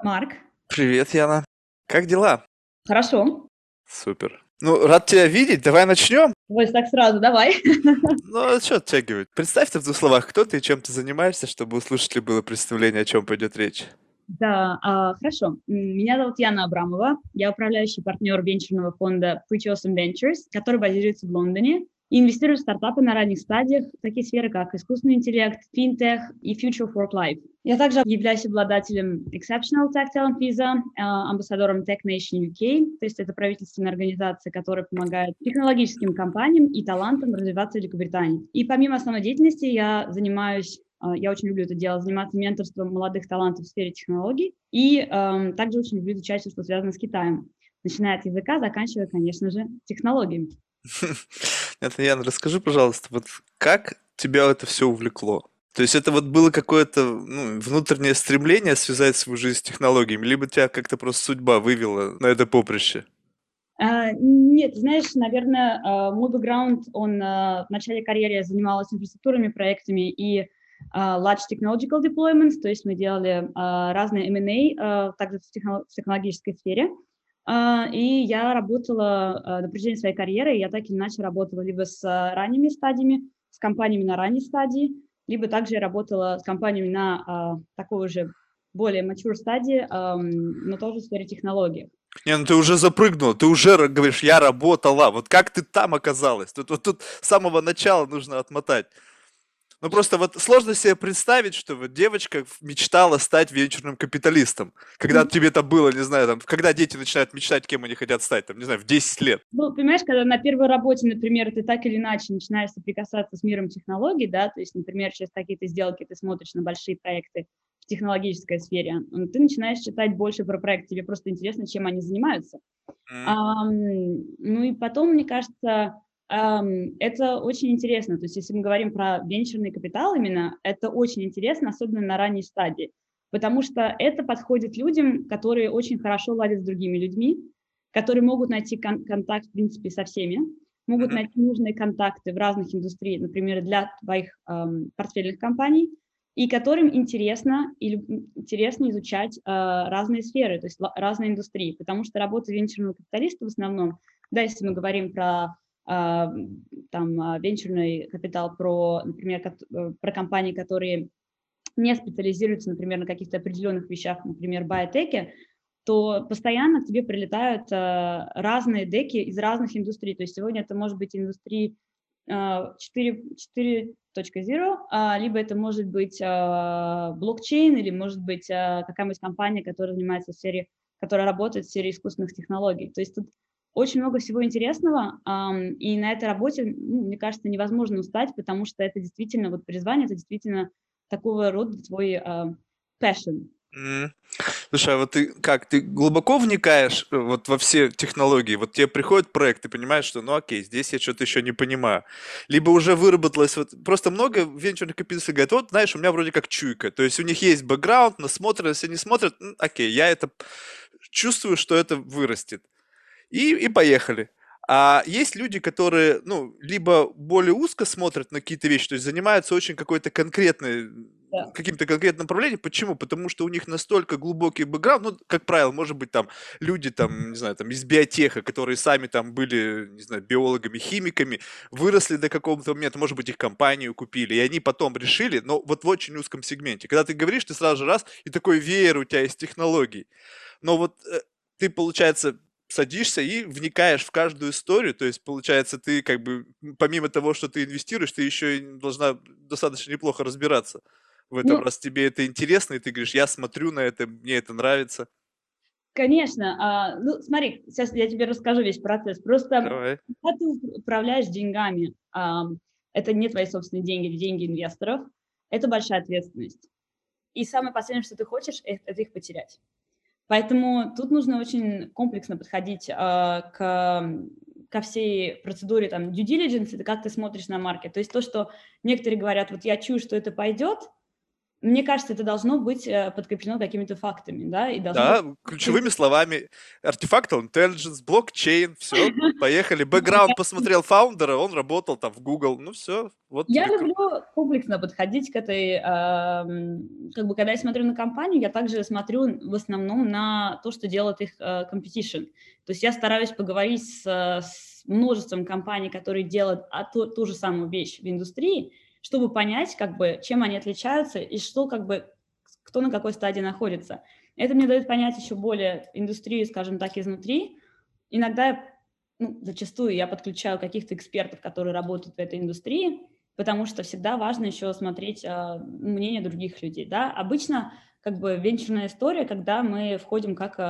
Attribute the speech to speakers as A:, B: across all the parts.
A: Марк,
B: Привет, Яна. Как дела?
A: хорошо.
B: Супер. Ну, рад тебя видеть. Давай начнем.
A: Вот так сразу, давай.
B: Ну, а что оттягивать? Представь-то в двух словах, кто ты и чем ты занимаешься, чтобы у слушателей было представление, о чем пойдет речь.
A: Да, хорошо. Меня зовут Яна Абрамова. Я управляющий партнер венчурного фонда Pretty Awesome Ventures, который базируется в Лондоне и инвестирует в стартапы на ранних стадиях в такие сферы, как искусственный интеллект, финтех и Future of Work Life. Я также являюсь обладателем Exceptional Tech Talent Visa, амбассадором Tech Nation UK, то есть это правительственная организация, которая помогает технологическим компаниям и талантам развиваться в Великобритании. И помимо основной деятельности я очень люблю это дело, заниматься менторством молодых талантов в сфере технологий. И также очень люблю изучать все, что связано с Китаем. Начиная от языка, заканчивая, конечно же, технологиями.
B: Это, Яна, расскажи, пожалуйста, вот как тебя это все увлекло? То есть это вот было какое-то внутреннее стремление связать свою жизнь с технологиями, либо тебя как-то просто судьба вывела на это поприще?
A: Нет, знаешь, наверное, мой бэкграунд, он в начале карьеры я занималась инфраструктурными проектами и large technological deployments, то есть мы делали разные M&A, также в технологической сфере. И я работала на протяжении своей карьеры, я так или иначе работала либо с ранними стадиями, с компаниями на ранней стадии, либо также я работала с компаниями на такой уже более mature стадии, но тоже в сфере технологий.
B: Не, ну ты уже запрыгнул, ты уже говоришь, я работала. Вот как ты там оказалась? Тут с самого начала нужно отмотать. Ну просто вот сложно себе представить, что вот девочка мечтала стать венчурным капиталистом. Когда тебе это было, не знаю, там, когда дети начинают мечтать, кем они хотят стать, там, не знаю, в 10 лет.
A: Ну, понимаешь, когда на первой работе, например, ты так или иначе начинаешь соприкасаться с миром технологий, да, то есть, например, через какие-то сделки ты смотришь на большие проекты в технологической сфере, ты начинаешь читать больше про проект, тебе просто интересно, чем они занимаются.
B: М,
A: Ну и потом, мне кажется, это очень интересно. То есть если мы говорим про венчурный капитал именно, это очень интересно, особенно на ранней стадии, потому что это подходит людям, которые очень хорошо ладят с другими людьми, которые могут найти контакт, в принципе, со всеми, могут
B: мгм.
A: найти нужные контакты в разных индустриях, например, для твоих портфельных компаний, и которым интересно изучать разные сферы, то есть разные индустрии, потому что работа венчурного капиталиста в основном, да, если мы говорим про венчурный капитал, например, про компании, которые не специализируются, например, на каких-то определенных вещах, например, биотеке, то постоянно к тебе прилетают разные деки из разных индустрий. То есть сегодня это может быть индустрии 4.0, либо это может быть блокчейн, или может быть какая-нибудь компания, которая работает в сфере искусственных технологий. То есть тут очень много всего интересного, и на этой работе, мне кажется, невозможно устать, потому что это действительно, вот призвание, это действительно такого рода твой passion.
B: М. Слушай, а вот ты как, ты глубоко вникаешь вот во все технологии? Вот тебе приходит проект, ты понимаешь, что ну окей, здесь я что-то еще не понимаю. Либо уже выработалось, вот просто много венчурных капиталистов говорят, вот знаешь, у меня вроде как чуйка. То есть у них есть бэкграунд, насмотренность, если не смотрят, окей, я это чувствую, что это вырастет. И поехали. А есть люди, которые, ну, либо более узко смотрят на какие-то вещи, то есть занимаются очень
A: Да.
B: каким-то конкретным направлением. Почему? Потому что у них настолько глубокий бэкграунд, ну, как правило, может быть, там, люди, там, не знаю, там, из биотеха, которые сами там были, не знаю, биологами, химиками, выросли до какого-то момента, может быть, их компанию купили, и они потом решили, но вот в очень узком сегменте. Когда ты говоришь, ты сразу же раз, и такой веер у тебя из технологий. Но вот ты, получается, садишься и вникаешь в каждую историю. То есть, получается, ты как бы, помимо того, что ты инвестируешь, ты еще и должна достаточно неплохо разбираться в этом,
A: Ну,
B: раз тебе это интересно, и ты говоришь, я смотрю на это, мне это нравится.
A: конечно. Ну, смотри, сейчас я тебе расскажу весь процесс. Просто
B: Давай.
A: когда ты управляешь деньгами, это не твои собственные деньги, это деньги инвесторов, это большая ответственность. И самое последнее, что ты хочешь, это их потерять. Поэтому тут нужно очень комплексно подходить ко всей процедуре там due diligence, это как ты смотришь на маркет. То есть то, что некоторые говорят, вот я чую, что это пойдет, мне кажется, это должно быть подкреплено какими-то фактами, да, и должно быть...
B: Да, ключевыми словами. Artificial Intelligence, блокчейн, все, поехали. Бэкграунд посмотрел фаундера, он работал там в Google, ну все, вот
A: Я
B: тебе...
A: люблю комплексно подходить к этой, как бы, когда я смотрю на компанию, я также смотрю в основном на то, что делает их competition. То есть я стараюсь поговорить с множеством компаний, которые делают ту же самую вещь в индустрии, чтобы понять, как бы, чем они отличаются и что, как бы, кто на какой стадии находится. Это мне дает понять еще более индустрию, скажем так, изнутри. Иногда, ну, зачастую я подключаю каких-то экспертов, которые работают в этой индустрии, потому что всегда важно еще смотреть мнение других людей, да. Обычно как бы венчурная история, когда мы входим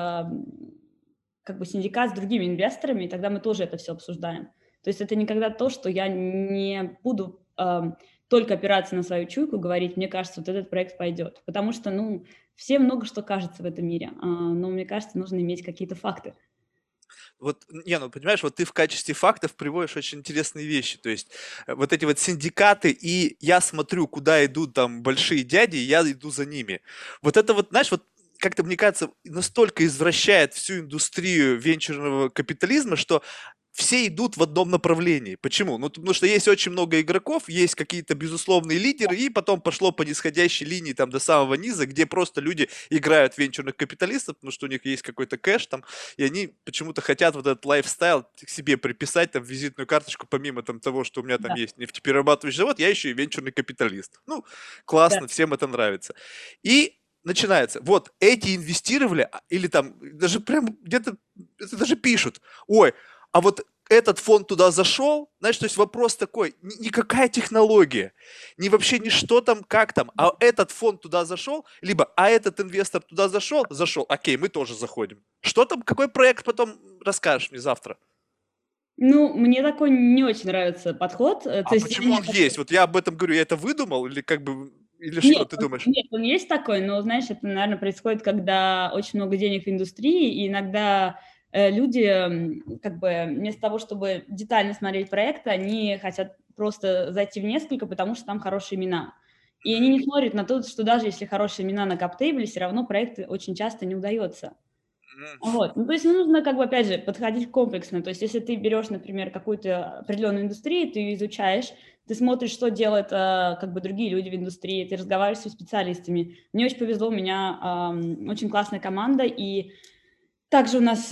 A: как бы синдикат с другими инвесторами, и тогда мы тоже это все обсуждаем. То есть это никогда то, что я не буду только опираться на свою чуйку, говорить, мне кажется, вот этот проект пойдет. Потому что, ну, всем много что кажется в этом мире, но мне кажется, нужно иметь какие-то факты.
B: Вот, не, ну, понимаешь, вот ты в качестве фактов приводишь очень интересные вещи. То есть вот эти вот синдикаты, и я смотрю, куда идут там большие дяди, и я иду за ними. Вот это вот, знаешь, вот как-то, мне кажется, настолько извращает всю индустрию венчурного капитализма, что все идут в одном направлении. Почему? Ну, потому что есть очень много игроков, есть какие-то безусловные лидеры, и потом пошло по нисходящей линии там до самого низа, где просто люди играют в венчурных капиталистов, потому что у них есть какой-то кэш там, и они почему-то хотят вот этот лайфстайл к себе приписать, там, визитную карточку, помимо там того, что у меня там
A: Да,
B: есть нефтеперерабатывающий завод, я еще и венчурный капиталист. Ну,
A: да.
B: классно, всем это нравится. И начинается. Вот, эти инвестировали, или там, даже прям где-то, это даже пишут, ой, а вот этот фонд туда зашел, знаешь, то есть вопрос такой, никакая технология, ни вообще ни что там, как там, а этот фонд туда зашел, либо, а этот инвестор туда зашел, окей, мы тоже заходим. Что там, какой проект потом расскажешь мне завтра?
A: Ну, мне такой не очень нравится подход. То
B: А
A: есть
B: почему он есть? Вот я об этом говорю, я это выдумал, или как бы, или что,
A: нет,
B: ты думаешь?
A: нет, он есть такой, но, знаешь, это, наверное, происходит, когда очень много денег в индустрии, и иногда люди, как бы, вместо того, чтобы детально смотреть проекты, они хотят просто зайти в несколько, потому что там хорошие имена. И они не смотрят на то, что даже если хорошие имена на каптейбле, все равно проект очень часто не удается.
B: Мгм.
A: Вот. Ну, то есть нужно, как бы, опять же, подходить комплексно. То есть если ты берешь, например, какую-то определенную индустрию, ты ее изучаешь, ты смотришь, что делают как бы другие люди в индустрии, ты разговариваешь со специалистами. Мне очень повезло, у меня очень классная команда, и также у нас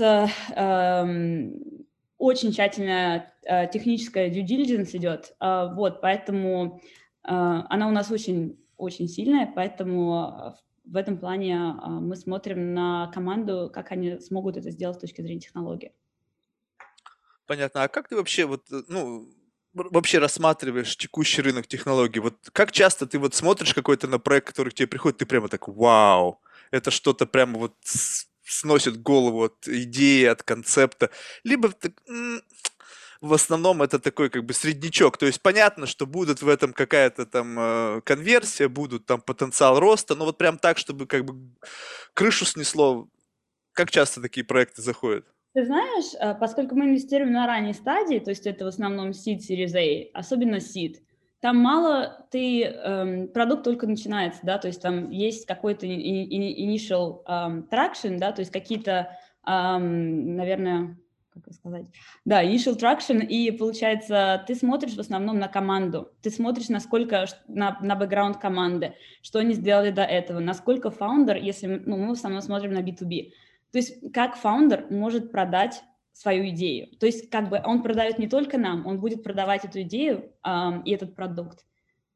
A: очень тщательная техническая due diligence идет, вот, поэтому она у нас очень, очень сильная, поэтому в этом плане мы смотрим на команду, как они смогут это сделать с точки зрения технологии.
B: Понятно. А как ты вообще вот, ну, вообще рассматриваешь текущий рынок технологий? Вот как часто ты вот смотришь какой-то на проект, который к тебе приходит, ты прямо так, вау, это что-то прямо вот сносит голову от идеи, от концепта. Либо в основном это такой как бы среднячок. То есть понятно, что будут в этом какая-то там конверсия, будут там потенциал роста, но вот прям так, чтобы как бы крышу снесло. Как часто такие проекты заходят?
A: Ты знаешь, поскольку мы инвестируем на ранней стадии, то есть это в основном seed, Series A, особенно seed, там мало продукт только начинается, да, то есть там есть какой-то initial traction, да, то есть какие-то, наверное, как это сказать, да, initial traction, и получается, ты смотришь в основном на команду, ты смотришь, насколько, на бэкграунд команды, что они сделали до этого, насколько фаундер, если, ну, мы в основном смотрим на B2B, то есть как фаундер может продать свою идею. То есть как бы он продает не только нам, он будет продавать эту идею и этот продукт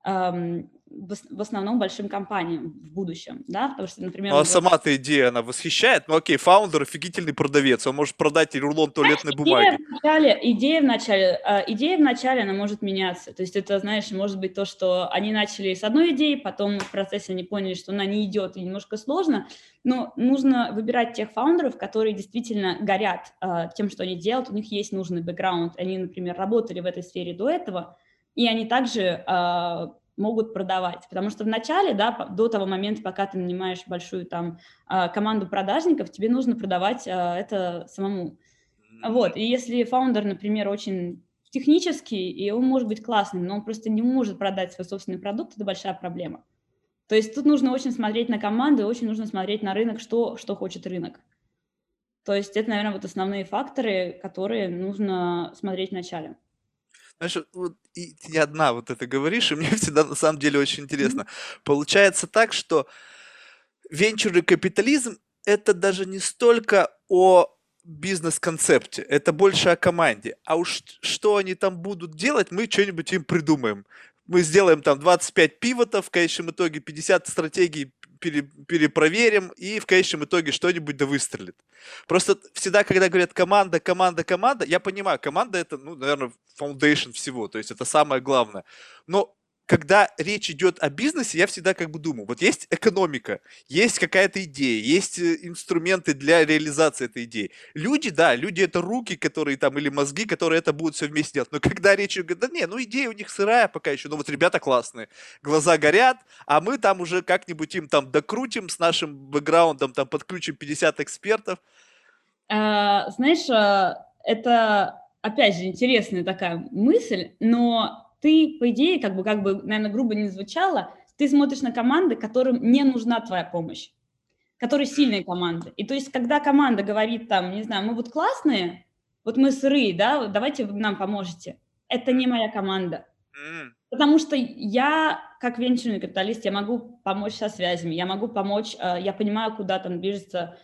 A: в основном большим компаниям в будущем, да, потому что, например,
B: Ну, а
A: он говорит,
B: сама-то идея, она восхищает. Ну, окей, фаундер офигительный продавец. Он может продать и рулон
A: знаешь,
B: туалетной бумаги.
A: идея в начале, она может меняться. То есть это, знаешь, может быть то, что они начали с одной идеи, потом в процессе они поняли, что она не идет и немножко сложно, но нужно выбирать тех фаундеров, которые действительно горят тем, что они делают, у них есть нужный бэкграунд, они, например, работали в этой сфере до этого, и они также могут продавать. Потому что в начале, да, до того момента, пока ты нанимаешь большую там команду продажников, тебе нужно продавать это самому. Вот, и если фаундер, например, очень технический, и он может быть классным, но он просто не может продать свой собственный продукт, это большая проблема. То есть тут нужно очень смотреть на команды, очень нужно смотреть на рынок, что хочет рынок. То есть это, наверное, вот основные факторы, которые нужно смотреть вначале.
B: Знаешь, вот и ты не одна вот это говоришь, и мне всегда на самом деле очень
A: Мгм.
B: интересно. Получается так, что венчурный капитализм — это даже не столько о бизнес-концепте, это больше о команде. А уж что они там будут делать, мы что-нибудь им придумаем. Мы сделаем там 25 пивотов, в конечном итоге 50 стратегий перепроверим, и в конечном итоге что-нибудь да выстрелит. Просто всегда, когда говорят команда, команда, команда, я понимаю, команда — это, ну, наверное, foundation всего, то есть это самое главное. Но когда речь идет о бизнесе, я всегда как бы думаю, вот есть экономика, есть какая-то идея, есть инструменты для реализации этой идеи. Люди, да, люди — это руки, которые там, или мозги, которые это будут все вместе делать. Но когда речь идет, да не, ну идея у них сырая пока еще, но вот ребята классные, глаза горят, а мы там уже как-нибудь им там докрутим с нашим бэкграундом, там подключим 50 экспертов.
A: Знаешь, это, опять же, интересная такая мысль, но ты, по идее, как бы, наверное, грубо не звучало, ты смотришь на команды, которым не нужна твоя помощь, которые сильные команды. И то есть, когда команда говорит там, не знаю, мы вот классные, вот мы сырые, да, вот давайте вы нам поможете. Это не моя команда.
B: М,
A: Потому что я, как венчурный капиталист, я могу помочь со связями, я могу помочь, я понимаю, куда там движутся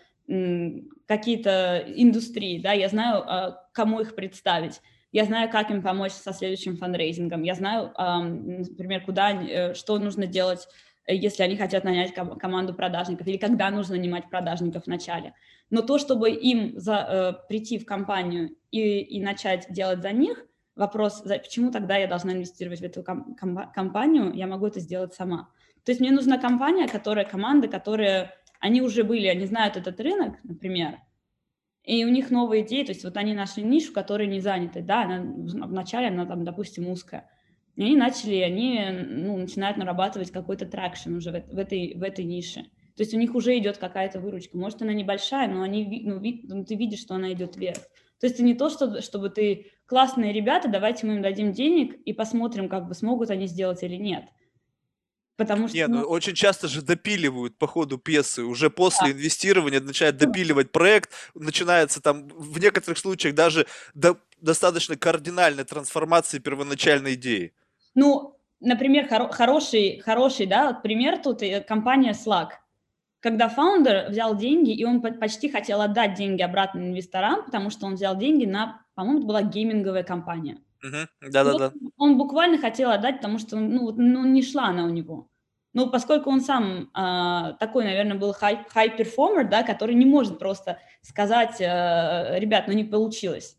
A: какие-то индустрии, да, я знаю, кому их представить, я знаю, как им помочь со следующим фандрейзингом, я знаю, например, что нужно делать, если они хотят нанять команду продажников, или когда нужно нанимать продажников вначале. Но то, чтобы им прийти в компанию и начать делать за них, вопрос, почему тогда я должна инвестировать в эту компанию, я могу это сделать сама. То есть мне нужна команда, которые, они уже были, они знают этот рынок, например, и у них новые идеи, то есть вот они нашли нишу, которая не занята, да, вначале она там, допустим, узкая. И они начинают нарабатывать какой-то тракшн уже в этой нише. То есть у них уже идет какая-то выручка. Может, она небольшая, но ты видишь, что она идет вверх. То есть это не то, чтобы ты классные ребята, давайте мы им дадим денег и посмотрим, как бы смогут они сделать или нет. Потому что,
B: Не, ну очень часто же допиливают по ходу пьесы, уже после инвестирования начинают допиливать проект, начинается там в некоторых случаях даже достаточно кардинальная трансформация первоначальной идеи.
A: например, хороший, да, вот пример тут компания Slack. Когда фаундер взял деньги, и он почти хотел отдать деньги обратно инвесторам, потому что он взял деньги по-моему, это была гейминговая компания.
B: Мгм.
A: И вот
B: Да-да-да.
A: он буквально хотел отдать, потому что, не шла она у него. Ну, поскольку он сам такой, наверное, был high-performer, да, который не может просто сказать, ребят, не получилось.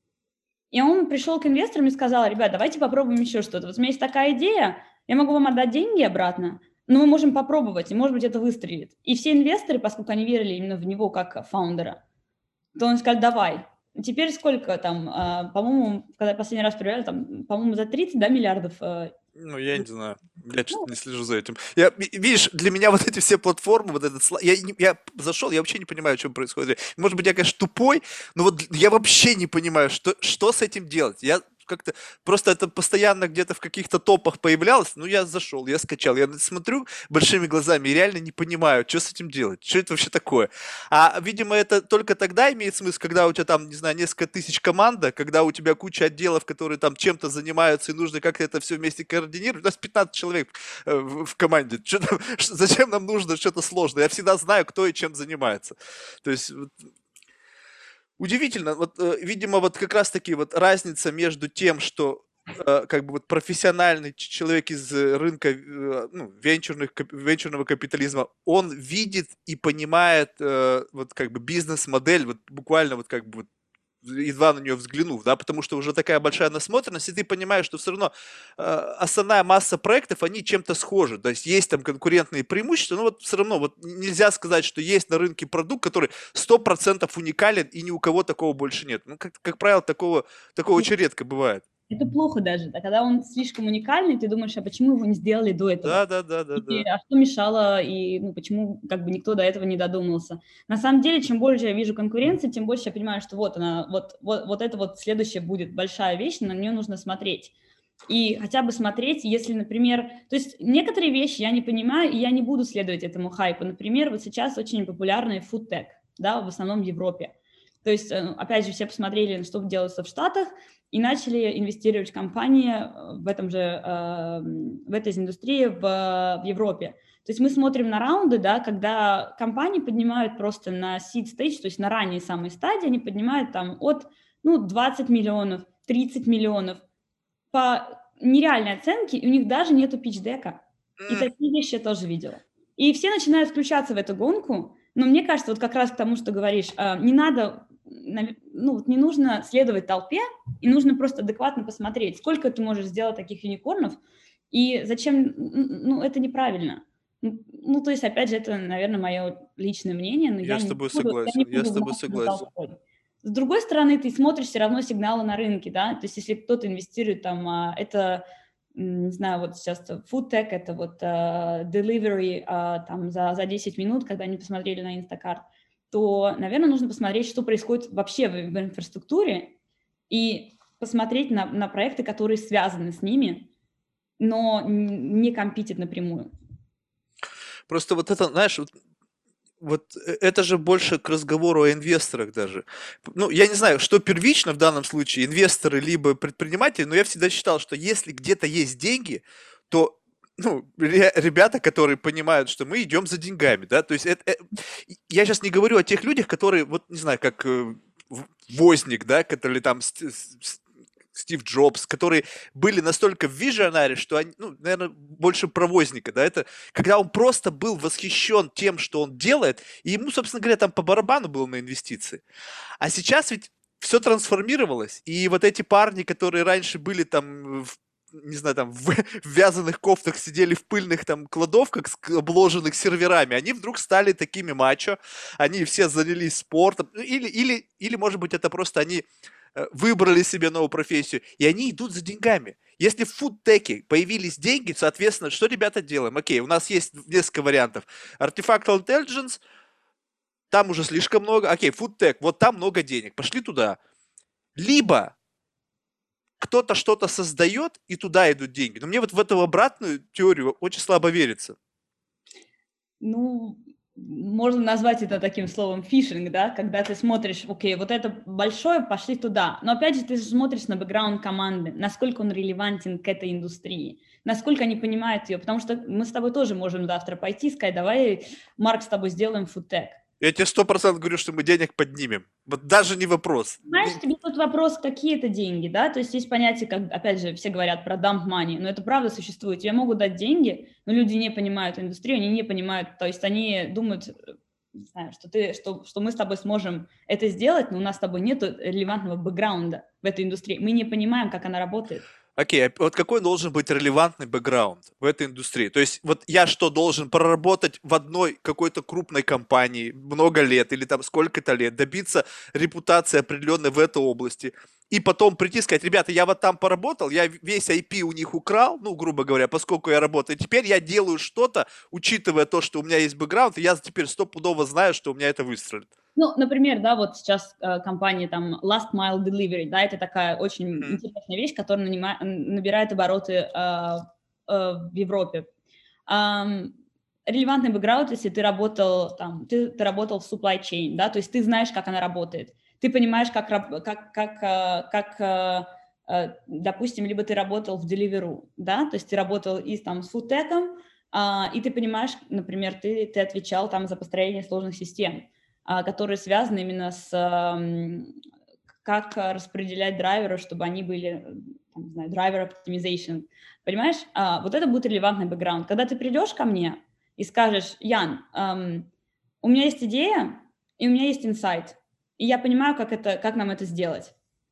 A: И он пришел к инвесторам и сказал, ребят, давайте попробуем еще что-то. Вот у меня есть такая идея, я могу вам отдать деньги обратно, но мы можем попробовать, и, может быть, это выстрелит. И все инвесторы, поскольку они верили именно в него как фаундера, то он сказал, давай. Теперь сколько там, по-моему, когда я последний раз проверяли, там, по-моему, за 30, да, миллиардов.
B: Ну, я не знаю. Я что-то
A: Ну,
B: не слежу за этим. Видишь, для меня вот эти все платформы, вот этот я зашел, я вообще не понимаю, о чем происходит. Может быть, я, конечно, тупой, но вот я вообще не понимаю, что с этим делать. Я как-то просто это постоянно где-то в каких-то топах появлялось. Ну, я зашел, я скачал, я смотрю большими глазами и реально не понимаю, что с этим делать, что это вообще такое. А, видимо, это только тогда имеет смысл, когда у тебя там, не знаю, несколько тысяч команда, когда у тебя куча отделов, которые там чем-то занимаются, и нужно как-то это все вместе координировать. У нас 15 человек в команде. Зачем нам нужно что-то сложное? Я всегда знаю, кто и чем занимается. То есть вот, удивительно, вот, видимо, вот как раз-таки вот разница между тем, что как бы вот профессиональный человек из рынка ну, венчурного капитализма, он видит и понимает вот как бы бизнес-модель, вот буквально вот как бы вот едва на нее взглянув, да, потому что уже такая большая насмотренность, и ты понимаешь, что все равно основная масса проектов, они чем-то схожи, то есть есть там конкурентные преимущества, но вот все равно вот нельзя сказать, что есть на рынке продукт, который 100% уникален, и ни у кого такого больше нет. Ну, как правило, такого очень редко бывает.
A: это плохо даже, да, когда он слишком уникальный, ты думаешь, а почему его не сделали до этого?
B: Да, да, да, да,
A: И,
B: да.
A: а что мешало, и почему как бы никто до этого не додумался. На самом деле, чем больше я вижу конкуренции, тем больше я понимаю, что вот она, вот это вот следующая будет большая вещь, на нее нужно смотреть. и хотя бы смотреть, если, например, то есть некоторые вещи я не понимаю, и я не буду следовать этому хайпу. Например, вот сейчас очень популярный фудтек, да, в основном в Европе. То есть, опять же, все посмотрели, что делается в Штатах, и начали инвестировать в компании в этом же, в этой индустрии в Европе. То есть мы смотрим на раунды, да, когда компании поднимают просто на seed stage, то есть на ранней самой стадии, они поднимают там от 20 миллионов, 30 миллионов по нереальной оценке, и у них даже нету питч-дека. И такие вещи я тоже видела. И все начинают включаться в эту гонку, но мне кажется, вот как раз к тому, что говоришь, не надо, не нужно следовать толпе, и нужно просто адекватно посмотреть, сколько ты можешь сделать таких юникорнов, и зачем, это неправильно. То есть, опять же, это, наверное, мое личное мнение, но
B: Я
A: я
B: с
A: не
B: тобой
A: буду, я не
B: согласен, я
A: буду
B: с тобой
A: гнаться за
B: согласен.
A: толпой. С другой стороны, ты смотришь все равно сигналы на рынке, да, то есть если кто-то инвестирует там, это, не знаю, вот сейчас food tech, это вот delivery там за 10 минут, когда они посмотрели на Instacart, то, наверное, нужно посмотреть, что происходит вообще в инфраструктуре и посмотреть на проекты, которые связаны с ними, но не компетят напрямую.
B: Просто вот это, знаешь, это же больше к разговору о инвесторах даже. Ну, я не знаю, что первично в данном случае, инвесторы либо предприниматели, но я всегда считал, что если где-то есть деньги, то ребята, которые понимают, что мы идем за деньгами, да, то есть я сейчас не говорю о тех людях, которые, вот не знаю, как Возник, да, который там Стив Джобс, которые были настолько визионари, что они, наверное, больше про Возника, да, это когда он просто был восхищен тем, что он делает, и ему, собственно говоря, там по барабану было на инвестиции. А сейчас ведь все трансформировалось, и вот эти парни, которые раньше были там не знаю, там в вязаных кофтах сидели в пыльных там кладовках, обложенных серверами, они вдруг стали такими мачо, они все занялись спортом, или может быть, это просто они выбрали себе новую профессию, и они идут за деньгами. Если в фудтеке появились деньги, соответственно, что ребята делаем? Окей, у нас есть несколько вариантов. Artificial Intelligence, там уже слишком много. Окей, фудтек, вот там много денег, пошли туда. Либо кто-то что-то создает, и туда идут деньги. Но мне вот в эту обратную теорию очень слабо верится.
A: Можно назвать это таким словом фишинг, да, когда ты смотришь, окей, вот это большое, пошли туда. Но опять же, ты смотришь на бэкграунд команды, насколько он релевантен к этой индустрии, насколько они понимают ее, потому что мы с тобой тоже можем завтра пойти и сказать, давай, Марк, с тобой сделаем фудтек.
B: Я тебе 100% говорю, что мы денег поднимем. Вот даже не вопрос.
A: Знаешь, тебе тут вопрос, какие это деньги, да? То есть есть понятие, как, опять же, все говорят про dump money, но это правда существует. Тебе могут дать деньги, но люди не понимают индустрию, они не понимают, то есть они думают, не знаю, что мы с тобой сможем это сделать, но у нас с тобой нет релевантного бэкграунда в этой индустрии. Мы не понимаем, как она работает.
B: Окей, вот какой должен быть релевантный бэкграунд в этой индустрии? То есть вот я что, должен проработать в одной какой-то крупной компании много лет или там сколько-то лет, добиться репутации определенной в этой области, и потом прийти и сказать, ребята, я вот там поработал, я весь IP у них украл, грубо говоря, поскольку я работаю, теперь я делаю что-то, учитывая то, что у меня есть бэкграунд, и я теперь стопудово знаю, что у меня это выстрелит.
A: Например, да, вот сейчас компания там Last Mile Delivery, да, это такая очень интересная вещь, которая набирает обороты в Европе. Релевантный бэкграунд, если ты работал там, ты работал в supply chain, да, то есть ты знаешь, как она работает, ты понимаешь, допустим, либо ты работал в Deliveroo, да, то есть ты работал и там с фудтеком, и ты понимаешь, например, ты отвечал там за построение сложных систем, которые связаны именно с как распределять драйверов, чтобы они были, там, не знаю, driver optimization. Понимаешь? Вот это будет релевантный бэкграунд. Когда ты придешь ко мне и скажешь, Ян, у меня есть идея, и у меня есть инсайт, и я понимаю, как нам это сделать.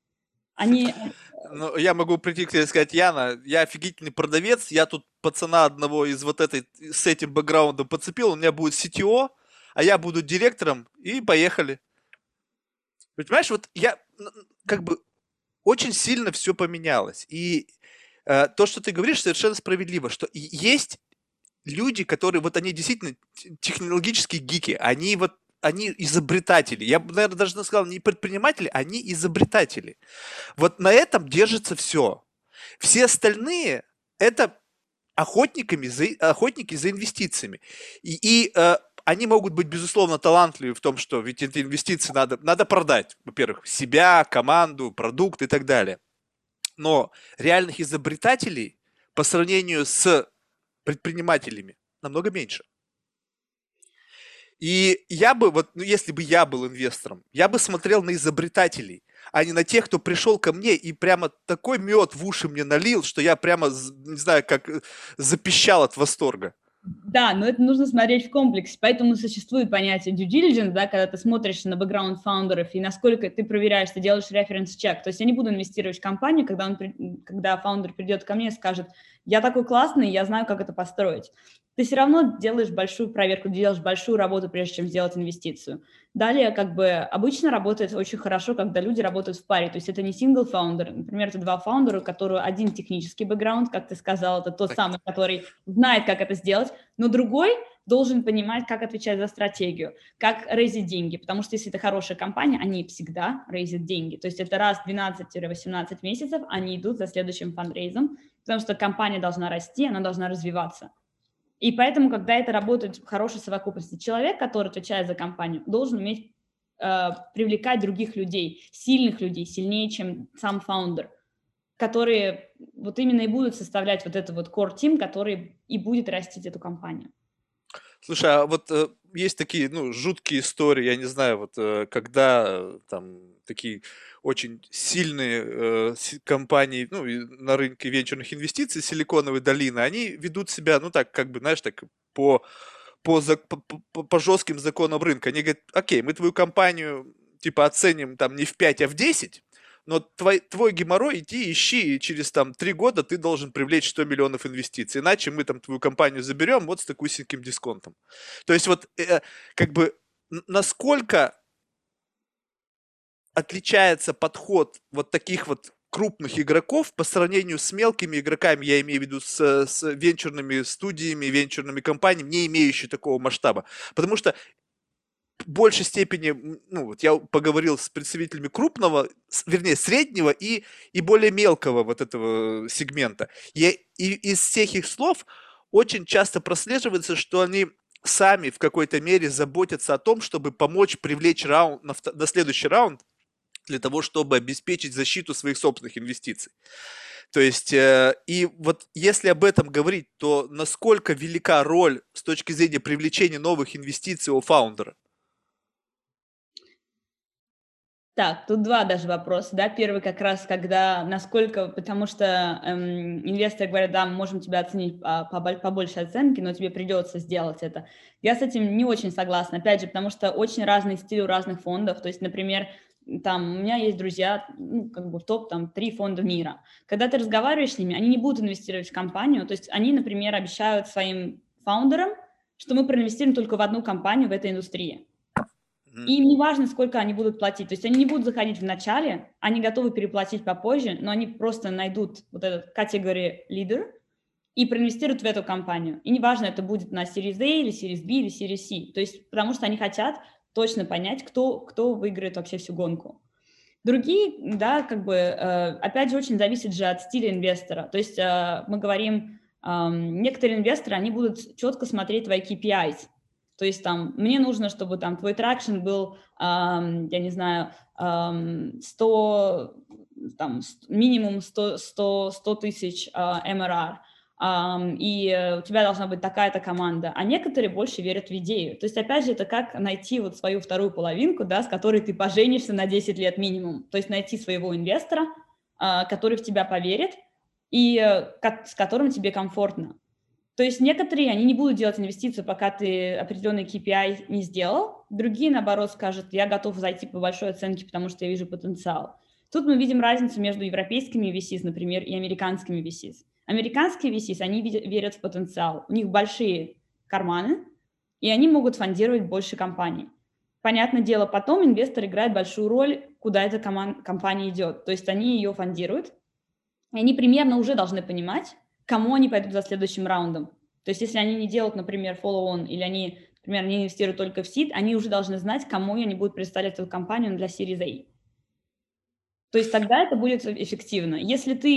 B: Я могу прийти к тебе и сказать, Яна, я офигительный продавец, я тут пацана одного с этим бэкграундом подцепил, у меня будет CTO, а я буду директором, и поехали. Понимаешь, вот я очень сильно все поменялось. И то, что ты говоришь, совершенно справедливо, что есть люди, которые, вот они действительно технологические гики, они изобретатели. Я бы, наверное, даже сказал, не предприниматели, они изобретатели. Вот на этом держится все. Все остальные– это охотники за инвестициями. Они могут быть, безусловно, талантливы в том, что ведь эти инвестиции надо продать. Во-первых, себя, команду, продукт и так далее. Но реальных изобретателей по сравнению с предпринимателями намного меньше. И я бы, вот, если бы я был инвестором, я бы смотрел на изобретателей, а не на тех, кто пришел ко мне и прямо такой мед в уши мне налил, что я прямо, не знаю, как запищал от восторга.
A: Да, но это нужно смотреть в комплексе, поэтому существует понятие due diligence, да, когда ты смотришь на бэкграунд фаундеров и насколько ты проверяешь, ты делаешь референс-чек. То есть я не буду инвестировать в компанию, когда фаундер придет ко мне и скажет, я такой классный, я знаю, как это построить. Ты все равно делаешь большую проверку, делаешь большую работу, прежде чем сделать инвестицию. Далее, как бы, обычно работает очень хорошо, когда люди работают в паре, то есть это не single founder, например, это два фаундера, у которых один технический бэкграунд, как ты сказал, это тот самый, который знает, как это сделать, но другой должен понимать, как отвечать за стратегию, как рейзить деньги, потому что если это хорошая компания, они всегда рейзят деньги, то есть это раз в 12-18 месяцев они идут за следующим фандрейзом, потому что компания должна расти, она должна развиваться. И поэтому, когда это работает в хорошей совокупности, человек, который отвечает за компанию, должен уметь привлекать других людей, сильных людей, сильнее, чем сам фаундер, которые вот именно и будут составлять вот этот вот core team, который и будет растить эту компанию.
B: Слушай, а вот есть такие, ну, жуткие истории, я не знаю, вот когда там такие очень сильные компании, ну, на рынке венчурных инвестиций, Силиконовой долины, они ведут себя, ну, так, как бы, знаешь, так, по жестким законам рынка. Они говорят, окей, мы твою компанию, типа, оценим там не в 5, а в 10, но твой геморрой иди ищи, и через там 3 года ты должен привлечь 100 миллионов инвестиций. Иначе мы там твою компанию заберем вот с такусеньким дисконтом. То есть вот как бы насколько отличается подход вот таких вот крупных игроков по сравнению с мелкими игроками, я имею в виду с венчурными студиями, венчурными компаниями, не имеющими такого масштаба. Потому что в большей степени, ну, вот я поговорил с представителями крупного, вернее, среднего и более мелкого вот этого сегмента. И из всех их слов очень часто прослеживается, что они сами в какой-то мере заботятся о том, чтобы помочь привлечь на следующий раунд для того, чтобы обеспечить защиту своих собственных инвестиций. То есть, и вот если об этом говорить, то насколько велика роль с точки зрения привлечения новых инвестиций у фаундера?
A: Так, тут два даже вопроса, да. Первый как раз, когда, насколько, потому что инвесторы говорят, да, мы можем тебя оценить по большей оценке, но тебе придется сделать это. Я с этим не очень согласна, опять же, потому что очень разный стиль у разных фондов. То есть, например, там у меня есть друзья, ну, как бы в топ там 3 фонда мира. Когда ты разговариваешь с ними, они не будут инвестировать в компанию. То есть они, например, обещают своим фаундерам, что мы проинвестируем только в одну компанию в этой индустрии. И им не важно, сколько они будут платить. То есть они не будут заходить в начале, они готовы переплатить попозже, но они просто найдут вот этот категорию лидер и проинвестируют в эту компанию. И неважно, это будет на Series A или Series B или Series C. То есть потому что они хотят точно понять, кто выиграет вообще всю гонку. Другие, да, как бы, опять же, очень зависит же от стиля инвестора. То есть мы говорим, некоторые инвесторы, они будут четко смотреть твои KPIs. То есть там мне нужно, чтобы там твой тракшн был, я не знаю, 100, там, минимум 100 тысяч MRR, и у тебя должна быть такая-то команда. А некоторые больше верят в идею. То есть, опять же, это как найти вот свою вторую половинку, да, с которой ты поженишься на 10 лет минимум. То есть найти своего инвестора, который в тебя поверит и с которым тебе комфортно. То есть некоторые, они не будут делать инвестицию, пока ты определенный KPI не сделал. Другие, наоборот, скажут, я готов зайти по большой оценке, потому что я вижу потенциал. Тут мы видим разницу между европейскими VCs, например, и американскими VCs. Американские VCs, они верят в потенциал. У них большие карманы, и они могут фондировать больше компаний. Понятное дело, потом инвестор играет большую роль, куда эта компания идет. То есть они ее фондируют, и они примерно уже должны понимать, кому они пойдут за следующим раундом. То есть если они не делают, например, follow-on, или они, например, не инвестируют только в seed, они уже должны знать, кому они будут представлять эту компанию для Series A. То есть тогда это будет эффективно. Если ты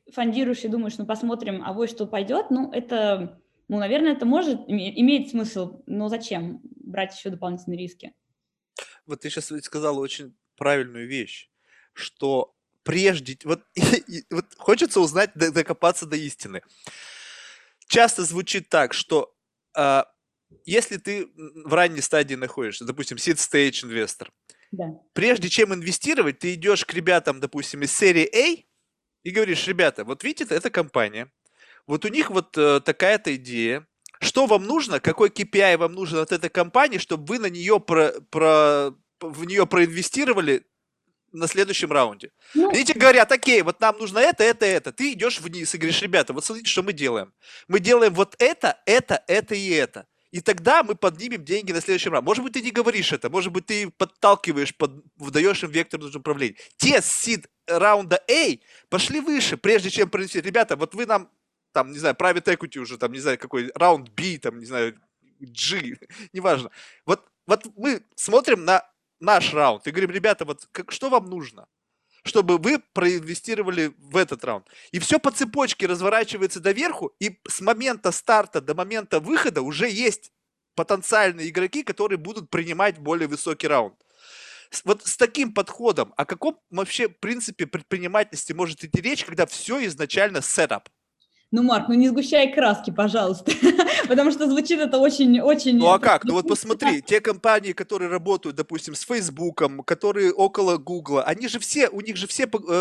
A: фондируешь и думаешь, ну, посмотрим, а вот что пойдет, ну, это, ну, наверное, это может, имеет смысл, но зачем брать еще дополнительные риски?
B: Вот ты сейчас сказала очень правильную вещь, что прежде, вот, вот хочется узнать, докопаться до истины. Часто звучит так, что а, если ты в ранней стадии находишься, допустим, seed stage инвестор,
A: Да.
B: прежде чем инвестировать, ты идешь к ребятам, допустим, из серии A и говоришь: ребята, вот видите, это компания, вот у них вот такая-то идея, что вам нужно, какой KPI вам нужен от этой компании, чтобы вы на нее в нее проинвестировали на следующем раунде. Они
A: Ну,
B: тебе говорят: окей, вот нам нужно это. Ты идешь вниз и говоришь: ребята, вот смотрите, что мы делаем. Мы делаем вот это и это. И тогда мы поднимем деньги на следующем раунде. Может быть, ты не говоришь это, может быть, ты подталкиваешь, вдаешь им вектор направления. Те с сид раунда A пошли выше, прежде чем принести. Ребята, вот вы нам, там, не знаю, private equity уже, там, не знаю, какой раунд B, там, не знаю, G, неважно. Вот мы смотрим на наш раунд и говорим: ребята, вот что вам нужно, чтобы вы проинвестировали в этот раунд. И все по цепочке разворачивается доверху, и с момента старта до момента выхода уже есть потенциальные игроки, которые будут принимать более высокий раунд. Вот с таким подходом, о каком вообще принципе предпринимательности может идти речь, когда все изначально setup?
A: ну, Марк, ну не сгущай краски, пожалуйста, потому что звучит это очень-очень...
B: Ну а как? Ну вот посмотри, те компании, которые работают, допустим, с Фейсбуком, которые около Гугла, они же все, у них же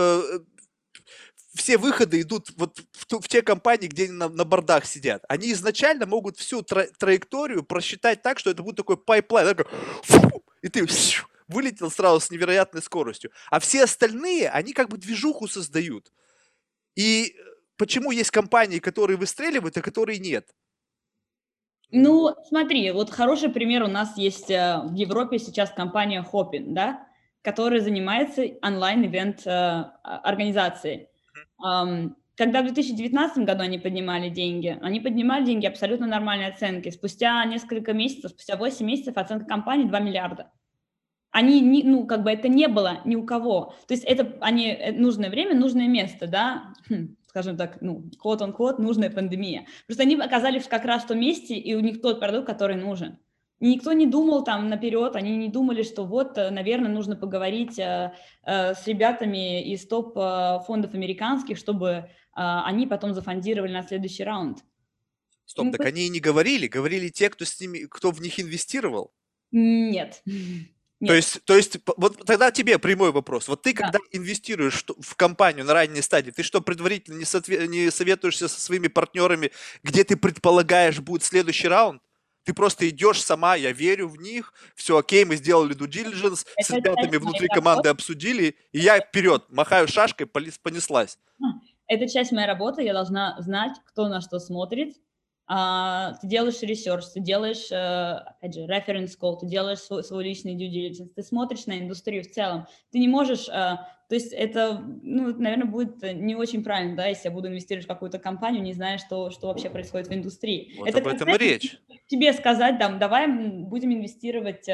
B: все выходы идут вот в те компании, где они на бордах сидят. Они изначально могут всю траекторию просчитать так, что это будет такой пайплайн, такой, и ты вылетел сразу с невероятной скоростью. А все остальные, они как бы движуху создают. И почему есть компании, которые выстреливают, а которые нет?
A: Ну, смотри, вот хороший пример у нас есть в Европе сейчас компания Hopin, да, которая занимается онлайн-ивент организацией. Когда в 2019 году они поднимали деньги абсолютно нормальной оценки. Спустя несколько месяцев, спустя 8 месяцев оценка компании 2 миллиарда. Они, ну, как бы это не было ни у кого. То есть это нужное время, нужное место, да, скажем так, ну, quote-unquote, нужная пандемия. Просто они оказались как раз в том месте, и у них тот продукт, который нужен. И никто не думал там наперед, они не думали, что вот, наверное, нужно поговорить с ребятами из топ-фондов американских, чтобы они потом зафондировали на следующий раунд.
B: Стоп, так они и не говорили, говорили те, кто с ними, кто в них инвестировал.
A: Нет.
B: То
A: Нет.
B: есть, вот тогда тебе прямой вопрос. Вот ты,
A: Да.
B: когда инвестируешь в компанию на ранней стадии, ты что, предварительно не советуешься со своими партнерами, где ты предполагаешь будет следующий раунд? Ты просто идешь сама, я верю в них, все окей, мы сделали due diligence, с
A: Это часть
B: ребятами
A: моей
B: внутри команды
A: работы.
B: обсудили, и я вперед, махаю шашкой, понеслась.
A: Это часть моей работы, я должна знать, кто на что смотрит. Ты делаешь ресерч, ты делаешь, опять же, reference call, ты делаешь свой личный due diligence, ты смотришь на индустрию в целом. Ты не можешь, то есть это, ну, наверное, будет не очень правильно, да, если я буду инвестировать в какую-то компанию, не зная, что вообще происходит в индустрии.
B: Вот
A: Это
B: об
A: как,
B: этом и
A: знаешь,
B: речь.
A: тебе сказать, там, давай будем инвестировать,